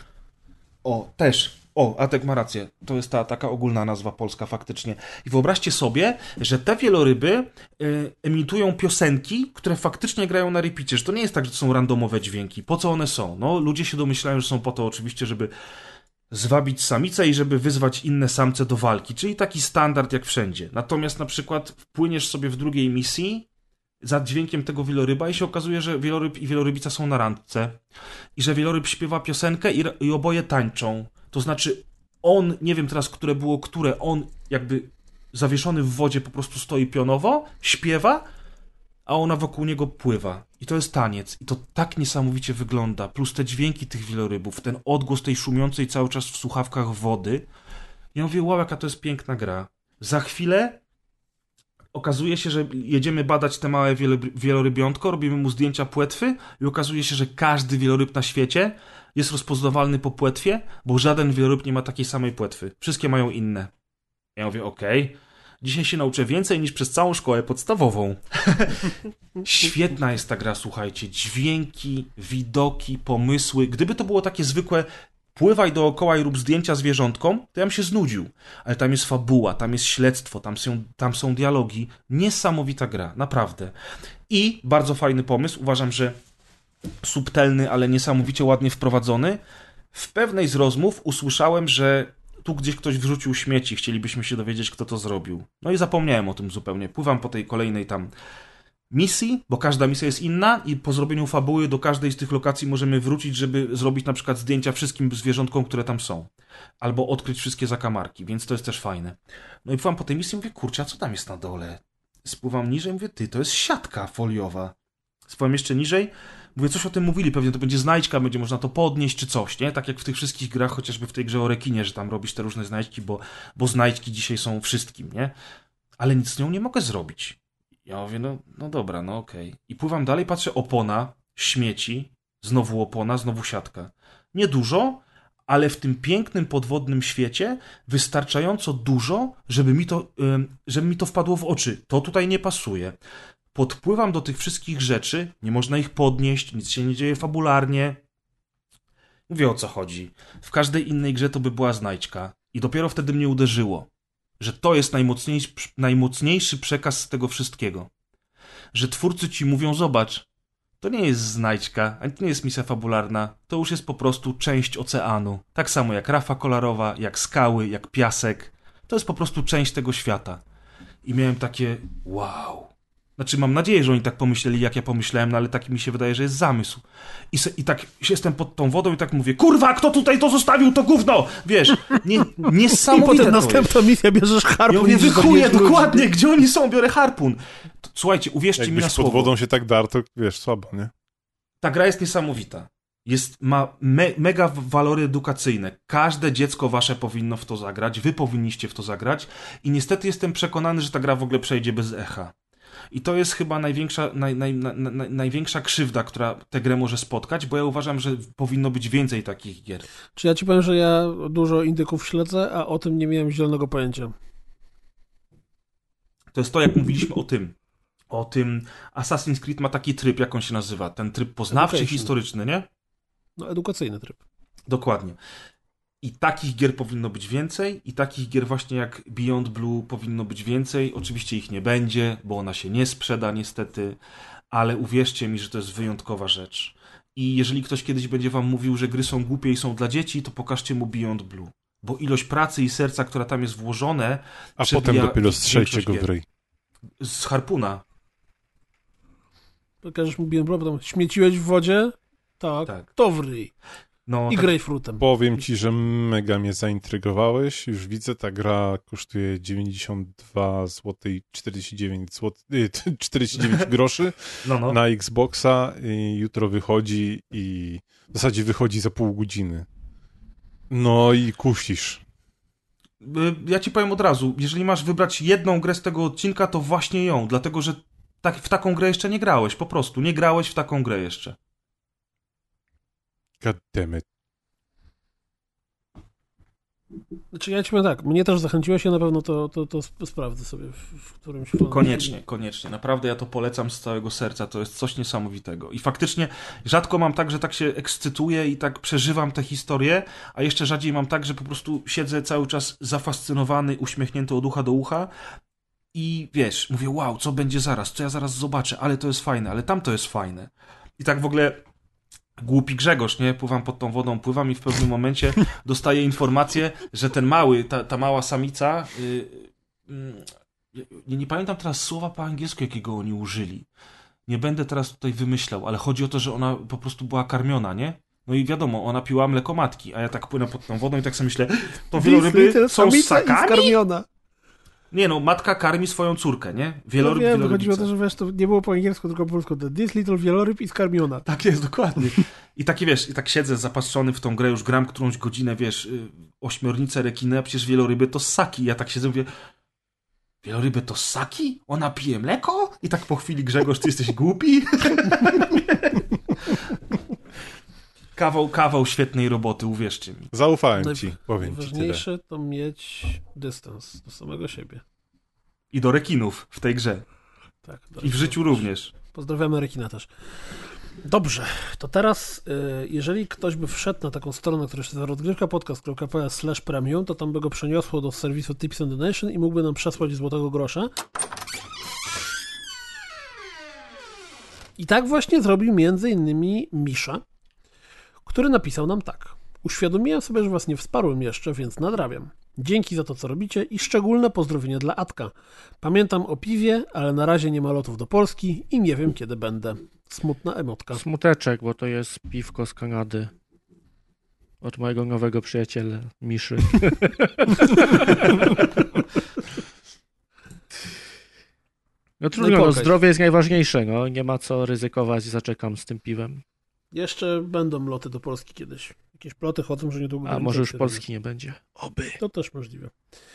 Też. Atek ma rację. To jest ta taka ogólna nazwa polska faktycznie. I wyobraźcie sobie, że te wieloryby emitują piosenki, które faktycznie grają na repicie, że to nie jest tak, że to są randomowe dźwięki. Po co one są? No, ludzie się domyślają, że są po to oczywiście, żeby zwabić samicę i żeby wyzwać inne samce do walki, czyli taki standard jak wszędzie. Natomiast na przykład wpłyniesz sobie w drugiej misji za dźwiękiem tego wieloryba i się okazuje, że wieloryb i wielorybica są na randce i że wieloryb śpiewa piosenkę i oboje tańczą. To znaczy on, nie wiem teraz, które było które, on jakby zawieszony w wodzie po prostu stoi pionowo, śpiewa, a ona wokół niego pływa. I to jest taniec. I to tak niesamowicie wygląda. Plus te dźwięki tych wielorybów, ten odgłos tej szumiącej cały czas w słuchawkach wody. Ja mówię, wow, jaka to jest piękna gra. Za chwilę okazuje się, że jedziemy badać te małe wielorybiątko, robimy mu zdjęcia płetwy i okazuje się, że każdy wieloryb na świecie jest rozpoznawalny po płetwie, bo żaden wieloryb nie ma takiej samej płetwy. Wszystkie mają inne. Ja mówię, okej. Dzisiaj się nauczę więcej niż przez całą szkołę podstawową. Świetna jest ta gra, słuchajcie. Dźwięki, widoki, pomysły. Gdyby to było takie zwykłe pływaj dookoła i rób zdjęcia zwierzątkom, to ja bym się znudził. Ale tam jest fabuła, tam jest śledztwo, tam są dialogi. Niesamowita gra, naprawdę. I bardzo fajny pomysł. Uważam, że subtelny, ale niesamowicie ładnie wprowadzony. W pewnej z rozmów usłyszałem, że tu gdzieś ktoś wrzucił śmieci, chcielibyśmy się dowiedzieć, kto to zrobił. No i zapomniałem o tym zupełnie. Pływam po tej kolejnej tam misji, bo każda misja jest inna i po zrobieniu fabuły do każdej z tych lokacji możemy wrócić, żeby zrobić na przykład zdjęcia wszystkim zwierzątkom, które tam są. Albo odkryć wszystkie zakamarki, więc to jest też fajne. No i pływam po tej misji i mówię, kurczę, a co tam jest na dole? Spływam niżej, mówię, to jest siatka foliowa. Spływam jeszcze niżej, mówię, coś o tym mówili, pewnie to będzie znajdźka, będzie można to podnieść czy coś, nie? Tak jak w tych wszystkich grach, chociażby w tej grze o rekinie, że tam robisz te różne znajdźki, bo znajdźki dzisiaj są wszystkim, nie? Ale nic z nią nie mogę zrobić. Ja mówię, no dobra, no okej. I pływam dalej, patrzę, opona, śmieci, znowu opona, znowu siatka. Niedużo, ale w tym pięknym podwodnym świecie wystarczająco dużo, żeby mi to wpadło w oczy. To tutaj nie pasuje. Podpływam do tych wszystkich rzeczy, nie można ich podnieść, nic się nie dzieje fabularnie. Mówię, o co chodzi. W każdej innej grze to by była znajdźka. I dopiero wtedy mnie uderzyło, że to jest najmocniejszy przekaz z tego wszystkiego. Że twórcy ci mówią, zobacz, to nie jest znajdźka, ani to nie jest misja fabularna, to już jest po prostu część oceanu. Tak samo jak rafa kolorowa, jak skały, jak piasek. To jest po prostu część tego świata. I miałem takie, wow. Znaczy, mam nadzieję, że oni tak pomyśleli, jak ja pomyślałem, no ale tak mi się wydaje, że jest zamysł. I tak jestem pod tą wodą i tak mówię, kurwa, kto tutaj to zostawił, to gówno! Wiesz, niesamowite. I potem następna misja, bierzesz harpun. Ja mówię, wychuję, dokładnie, gdzie oni są, biorę harpun. Słuchajcie, uwierzcie mi na słowo. Jakbyś pod wodą się tak dar, to wiesz, słabo, nie? Ta gra jest niesamowita. Ma mega walory edukacyjne. Każde dziecko wasze powinno w to zagrać, wy powinniście w to zagrać i niestety jestem przekonany, że ta gra w ogóle przejdzie bez echa. I to jest chyba największa krzywda, która tę grę może spotkać, bo ja uważam, że powinno być więcej takich gier. Czy ja ci powiem, że ja dużo indyków śledzę, a o tym nie miałem zielonego pojęcia. To jest to, jak mówiliśmy o tym Assassin's Creed ma taki tryb, jak on się nazywa, ten tryb poznawczy, historyczny, nie? No, edukacyjny tryb. Dokładnie. I takich gier powinno być więcej i takich gier właśnie jak Beyond Blue powinno być więcej. Oczywiście ich nie będzie, bo ona się nie sprzeda niestety, ale uwierzcie mi, że to jest wyjątkowa rzecz. I jeżeli ktoś kiedyś będzie wam mówił, że gry są głupie i są dla dzieci, to pokażcie mu Beyond Blue. Bo ilość pracy i serca, która tam jest włożone... A potem dopiero strzelcie go w ryj. Z harpuna. Pokażesz mu Beyond Blue, potem śmieciłeś w wodzie? Tak. To w ryj. No, i grejpfrutem. Powiem ci, że mega mnie zaintrygowałeś. Już widzę, ta gra kosztuje 92 zł 49 groszy na Xboxa i jutro wychodzi i w zasadzie wychodzi za pół godziny. No i kusisz. Ja ci powiem od razu, jeżeli masz wybrać jedną grę z tego odcinka, to właśnie ją, dlatego że w taką grę jeszcze nie grałeś, po prostu. Nie grałeś w taką grę jeszcze. God damn it. Znaczy ja ci powiem tak, mnie też zachęciłeś, ja na pewno to sprawdzę sobie w którymś... Koniecznie. Naprawdę ja to polecam z całego serca. To jest coś niesamowitego. I faktycznie rzadko mam tak, że tak się ekscytuję i tak przeżywam tę historię, a jeszcze rzadziej mam tak, że po prostu siedzę cały czas zafascynowany, uśmiechnięty od ucha do ucha i wiesz, mówię, wow, co będzie zaraz, co ja zaraz zobaczę, ale to jest fajne, ale tamto jest fajne. I tak w ogóle... Głupi Grzegorz, nie? Pływam pod tą wodą, pływam i w pewnym momencie dostaję informację, że ten mały, ta mała samica, nie pamiętam teraz słowa po angielsku, jakiego oni użyli. Nie będę teraz tutaj wymyślał, ale chodzi o to, że ona po prostu była karmiona, nie? No i wiadomo, ona piła mleko matki, a ja tak płynę pod tą wodą i tak sobie myślę, to wieloryby są ssakami? Skarmiona. Nie no, matka karmi swoją córkę, nie? Wieloryb, wiem, chodziło o to, że wiesz, to nie było po angielsku, tylko po polsku. This little wieloryb i skarmiona. Tak jest, dokładnie. I taki wiesz, i tak siedzę zapatrzony w tą grę, już gram którąś godzinę, wiesz, ośmiornicę, rekiny, a przecież wieloryby to ssaki. Ja tak siedzę i mówię, wieloryby to ssaki? Ona pije mleko? I tak po chwili, Grzegorz, ty jesteś głupi? Kawał świetnej roboty, uwierzcie mi. Zaufałem ci, powiem ci tyle. Najważniejsze to mieć dystans do samego siebie. I do rekinów w tej grze. Tak, i w życiu również. Pozdrawiamy rekina też. Dobrze, to teraz jeżeli ktoś by wszedł na taką stronę, która się nazywa rozgrywkapodcast.pl/premium, to tam by go przeniosło do serwisu Tips and Donation i mógłby nam przesłać złotego grosza. I tak właśnie zrobił m.in. Misza, który napisał nam tak. Uświadomiłem sobie, że was nie wsparłem jeszcze, więc nadrabiam. Dzięki za to, co robicie i szczególne pozdrowienie dla Atka. Pamiętam o piwie, ale na razie nie ma lotów do Polski i nie wiem, kiedy będę. Smutna emotka. Smuteczek, bo to jest piwko z Kanady. Od mojego nowego przyjaciela, Miszy. No trudno, no, zdrowie jest najważniejsze, no. Nie ma co ryzykować, zaczekam z tym piwem. Jeszcze będą loty do Polski kiedyś. Jakieś ploty chodzą, że niedługo... A może już Polski nie będzie. Oby. To też możliwe.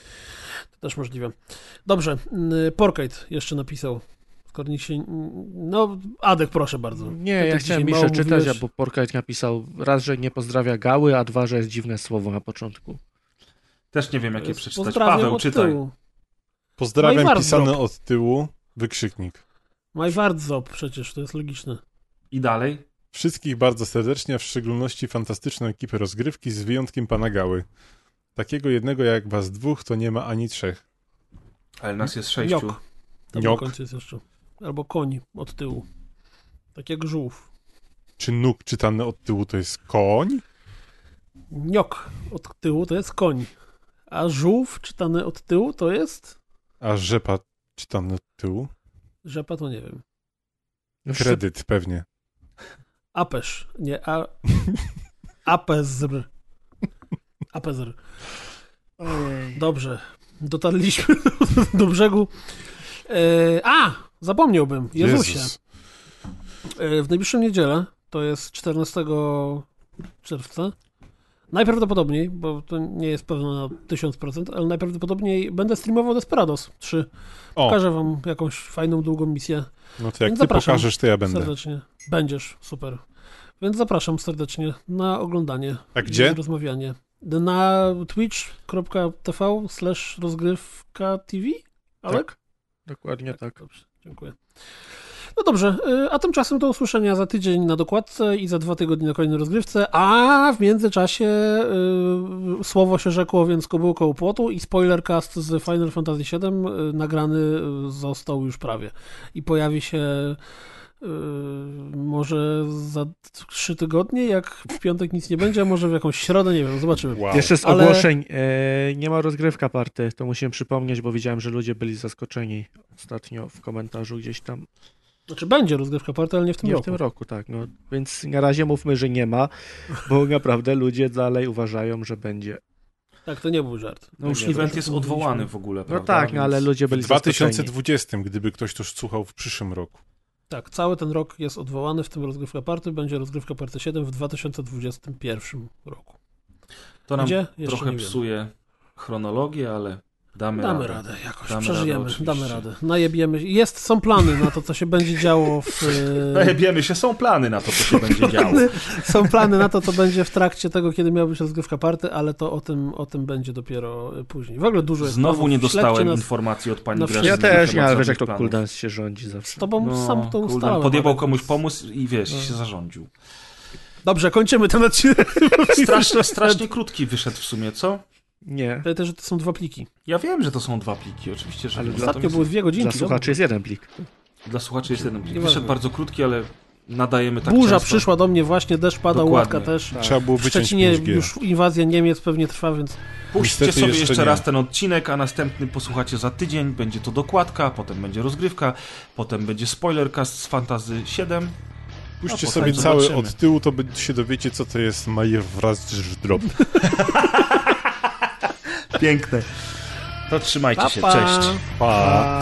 Dobrze, Porkite jeszcze napisał. Skoro nikt się... No, Adek, proszę bardzo. Nie, ja chciałem Miszę czytać, bo Porkite napisał raz, że nie pozdrawia gały, a dwa, że jest dziwne słowo na początku. Też nie wiem, jakie przeczytać. Paweł, czytaj. Pozdrawiam pisane od tyłu, wykrzyknik. Majwardzop przecież, to jest logiczne. I dalej? Wszystkich bardzo serdecznie, a w szczególności fantastyczną ekipę rozgrywki z wyjątkiem pana Gały. Takiego jednego jak was dwóch to nie ma ani trzech. Ale nas jest 6. Niok. Jest jeszcze. Albo koń od tyłu. Tak jak żółw. Czy nóg czytany od tyłu to jest koń? Niok od tyłu to jest koń. A żółw czytany od tyłu to jest... A rzepa czytany od tyłu? Rzepa to nie wiem. Kredyt pewnie. Apesz, nie, apezr. Apezr. Dobrze, dotarliśmy do brzegu. Zapomniałbym, Jezusie. Jezus. W najbliższą niedzielę, to jest 14 czerwca, najprawdopodobniej, bo to nie jest pewne na 1000%, ale najprawdopodobniej będę streamował Desperados 3. Pokażę wam jakąś fajną, długą misję. No to jak ty pokażesz, to ja będę. Serdecznie. Będziesz, super. Więc zapraszam serdecznie na oglądanie. A gdzie? I rozmawianie. Na twitch.tv/rozgrywka TV? Alek? Tak, dokładnie tak. Dobrze, dziękuję. No dobrze, a tymczasem do usłyszenia za tydzień na dokładce i za 2 tygodnie na kolejnej rozgrywce, a w międzyczasie słowo się rzekło, więc kobył koło płotu i spoilercast z Final Fantasy VII nagrany został już prawie i pojawi się może za 3 tygodnie, jak w piątek nic nie będzie, a może w jakąś środę, nie wiem, zobaczymy. Wow. Jeszcze z ogłoszeń, nie ma rozgrywka party, to musimy przypomnieć, bo widziałem, że ludzie byli zaskoczeni ostatnio w komentarzu gdzieś tam. Znaczy będzie rozgrywka party, ale nie w tym roku. Nie w tym roku, tak. No, więc na razie mówmy, że nie ma, bo naprawdę ludzie dalej uważają, że będzie. Tak, to nie był żart. No już event jest odwołany w ogóle, prawda? No tak, no, ale ludzie byli w 2020, gdyby ktoś to słuchał w przyszłym roku. Tak, cały ten rok jest odwołany, w tym rozgrywka party, będzie rozgrywka party 7 w 2021 roku. To nam trochę psuje chronologię, ale... Damy radę jakoś, Damy przeżyjemy, radę, damy oczywiście. radę. Najebiemy się. Są plany na to, co się będzie działo w... Najebiemy się, są plany na to, co się będzie działo. Są plany na to, co będzie w trakcie tego, kiedy miała być rozgrywka party, ale to o tym będzie dopiero później. W ogóle dużo jest Znowu planów. nie Śledźcie dostałem nas. informacji od pani na Grażyny. Ja wszystkich też nie, na ale temat wiesz jak to planów. Kuldans się rządzi zawsze. Z tobą sam to Kuldan ustalałem. podjebał ale- komuś pomysł i wiesz, się zarządził. Dobrze, kończymy ten odcinek. Strasznie krótki wyszedł w sumie, co? Nie. Pamiętaj, że to są 2 pliki. Ja wiem, że to są 2 pliki, oczywiście, że Ale wiem. dla- Ostatnio Natomiast były 2 godzinki. Dla słuchaczy jest jeden plik. dla słuchaczy jest jeden plik. Nieważne. Wyszedł bardzo krótki, ale nadajemy tak Burza często. przyszła do mnie właśnie, deszcz padał, Dokładnie. łatka też. Trzeba było W wyciąć Szczecinie 5G. już inwazja Niemiec pewnie trwa, więc Puśćcie Niestety sobie jeszcze jeszcze nie. raz ten odcinek, a następny posłuchacie za tydzień. Będzie to dokładka, potem będzie rozgrywka, potem będzie spoilercast z Fantasy 7. Puśćcie A sobie potem cały zobaczymy. od tyłu, to się dowiecie, co to jest Majer wraz z drop. Piękne. To trzymajcie się, pa. cześć. Pa!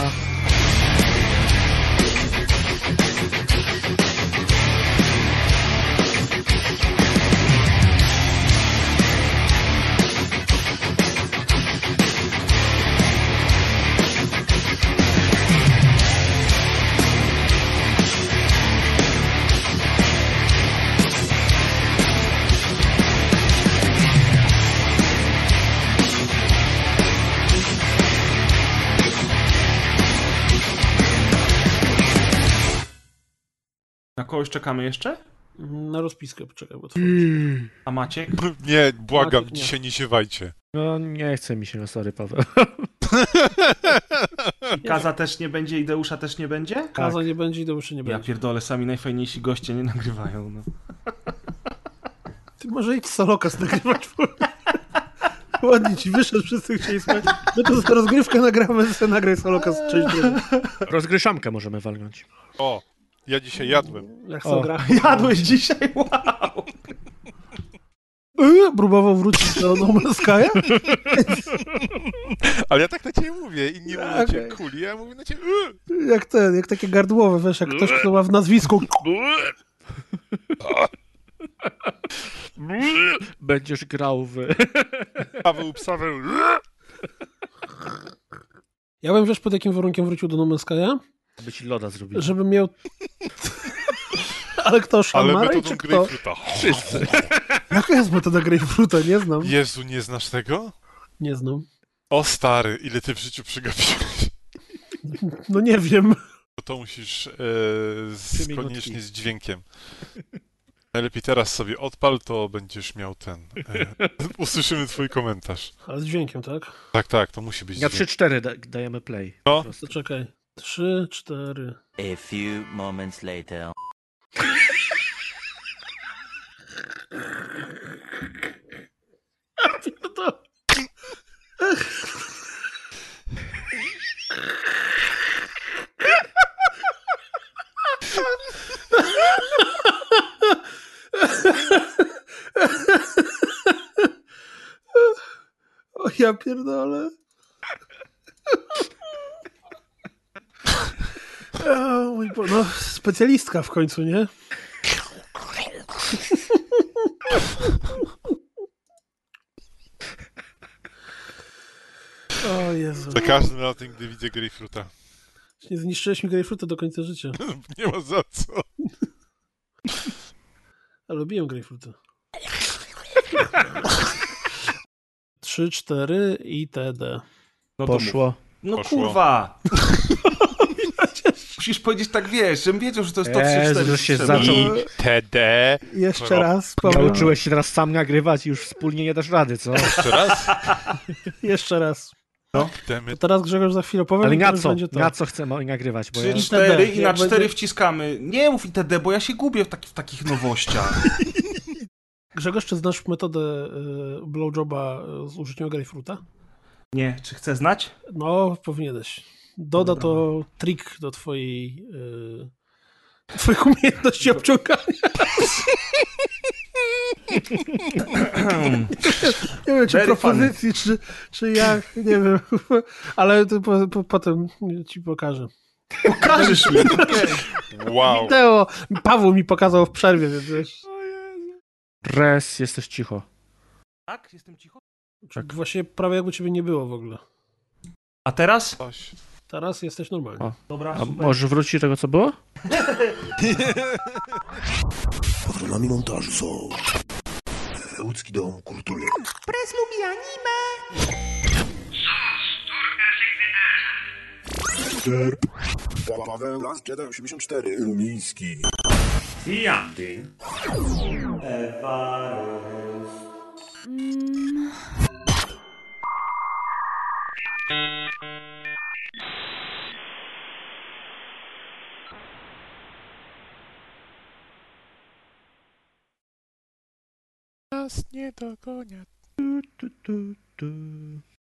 Na kogoś czekamy jeszcze? na rozpiskę poczekaj, bo to... A Maciek? Nie, błagam, Maciek, nie. dzisiaj nie ziewajcie. No nie chce mi się, no sorry Paweł. Kaza też nie będzie, Ideusza też nie będzie? Kaza nie będzie i Deuszy nie Ja będzie. pierdolę, sami najfajniejsi goście nie nagrywają. No. Ty może idź Solokas nagrywać. Ładnie ci wyszedł, wszyscy chcieli słuchać. My to za rozgrywkę nagramy, sobie nagraj Solokas część drugą. Rozgryszamkę możemy walnąć. O, ja dzisiaj jadłem. Jak O. co gra? Jadłeś dzisiaj? Wow! Próbował wrócić do No Man's Sky'a? Ale ja tak na ciebie mówię, inni mówią na ciebie Okej. kuli, ja mówię na ciebie Jak takie gardłowe, wiesz, jak ktoś, kto ma w nazwisku. Będziesz grał w... Paweł Psaweł. Ja bym, wiesz, pod jakim warunkiem wrócił do No Man's Sky'a? By ci loda zrobił. Żeby miał... Ale kto, Sean Ale Murray, metodą czy kto? grejpfruta. Jaka jest metoda grejpfruta? Nie znam. Jezu, nie znasz tego? Nie znam. O stary, ile ty w życiu przegapiłeś? No nie wiem. To musisz minutki. koniecznie z dźwiękiem. Najlepiej teraz sobie odpal, to będziesz miał ten... usłyszymy twój komentarz. Ale z dźwiękiem, tak? Tak, to musi być Na dźwięk. 3-4 dajemy play. No. Po prostu. To czekaj. 3, 4... A few moments later. No to... O ja pierdolę. O, mój no, specjalistka w końcu, nie? O Jezu. Za każdym razem, gdy widzę grejpfruta. Nie zniszczyłeś mi grejpfruta do końca życia. Nie ma za co. Ale lubiłem grejpfruta. 3, 4 i TD. No to mów. Poszło. No Poszło. kurwa! Musisz powiedzieć tak, wiesz, żebym wiedział, że to jest to 3, 4. że się zaczął. TD. Jeszcze raz, Paweł. Nauczyłeś się teraz sam nagrywać i już wspólnie nie dasz rady, co? Jeszcze raz? Jeszcze raz. Demy. To teraz Grzegorz za chwilę powiem. Ale i na teraz co? będzie to. Na co chcemy nagrywać? Bo ja... 3, 4 i na Jak 4 będzie- wciskamy. Nie mów ITD, bo ja się gubię w takich nowościach. Grzegorz, czy znasz metodę blowjoba z użyciem grejpfruta? Nie, czy chcę znać? No, powinieneś. Doda to trik do twojej twoich umiejętności obciągania. Nie wiem, czy Very propozycji, czy jak, nie wiem. Ale to potem ci pokażę. Pokażesz mi. Wow. Wideo. Paweł mi pokazał w przerwie, więc wiesz. Res, jesteś cicho. Tak? Jestem cicho? Właśnie prawie jakby ciebie nie było w ogóle. A teraz? Teraz jesteś normalny. O. Dobra, A super. możesz wrócić do tego, co było? Patronami montażu są Łódzki Dom Kultury. Press lubi anime. Paweł Las Jedi 84 Lumiński. Nas nie dogonią. Tu.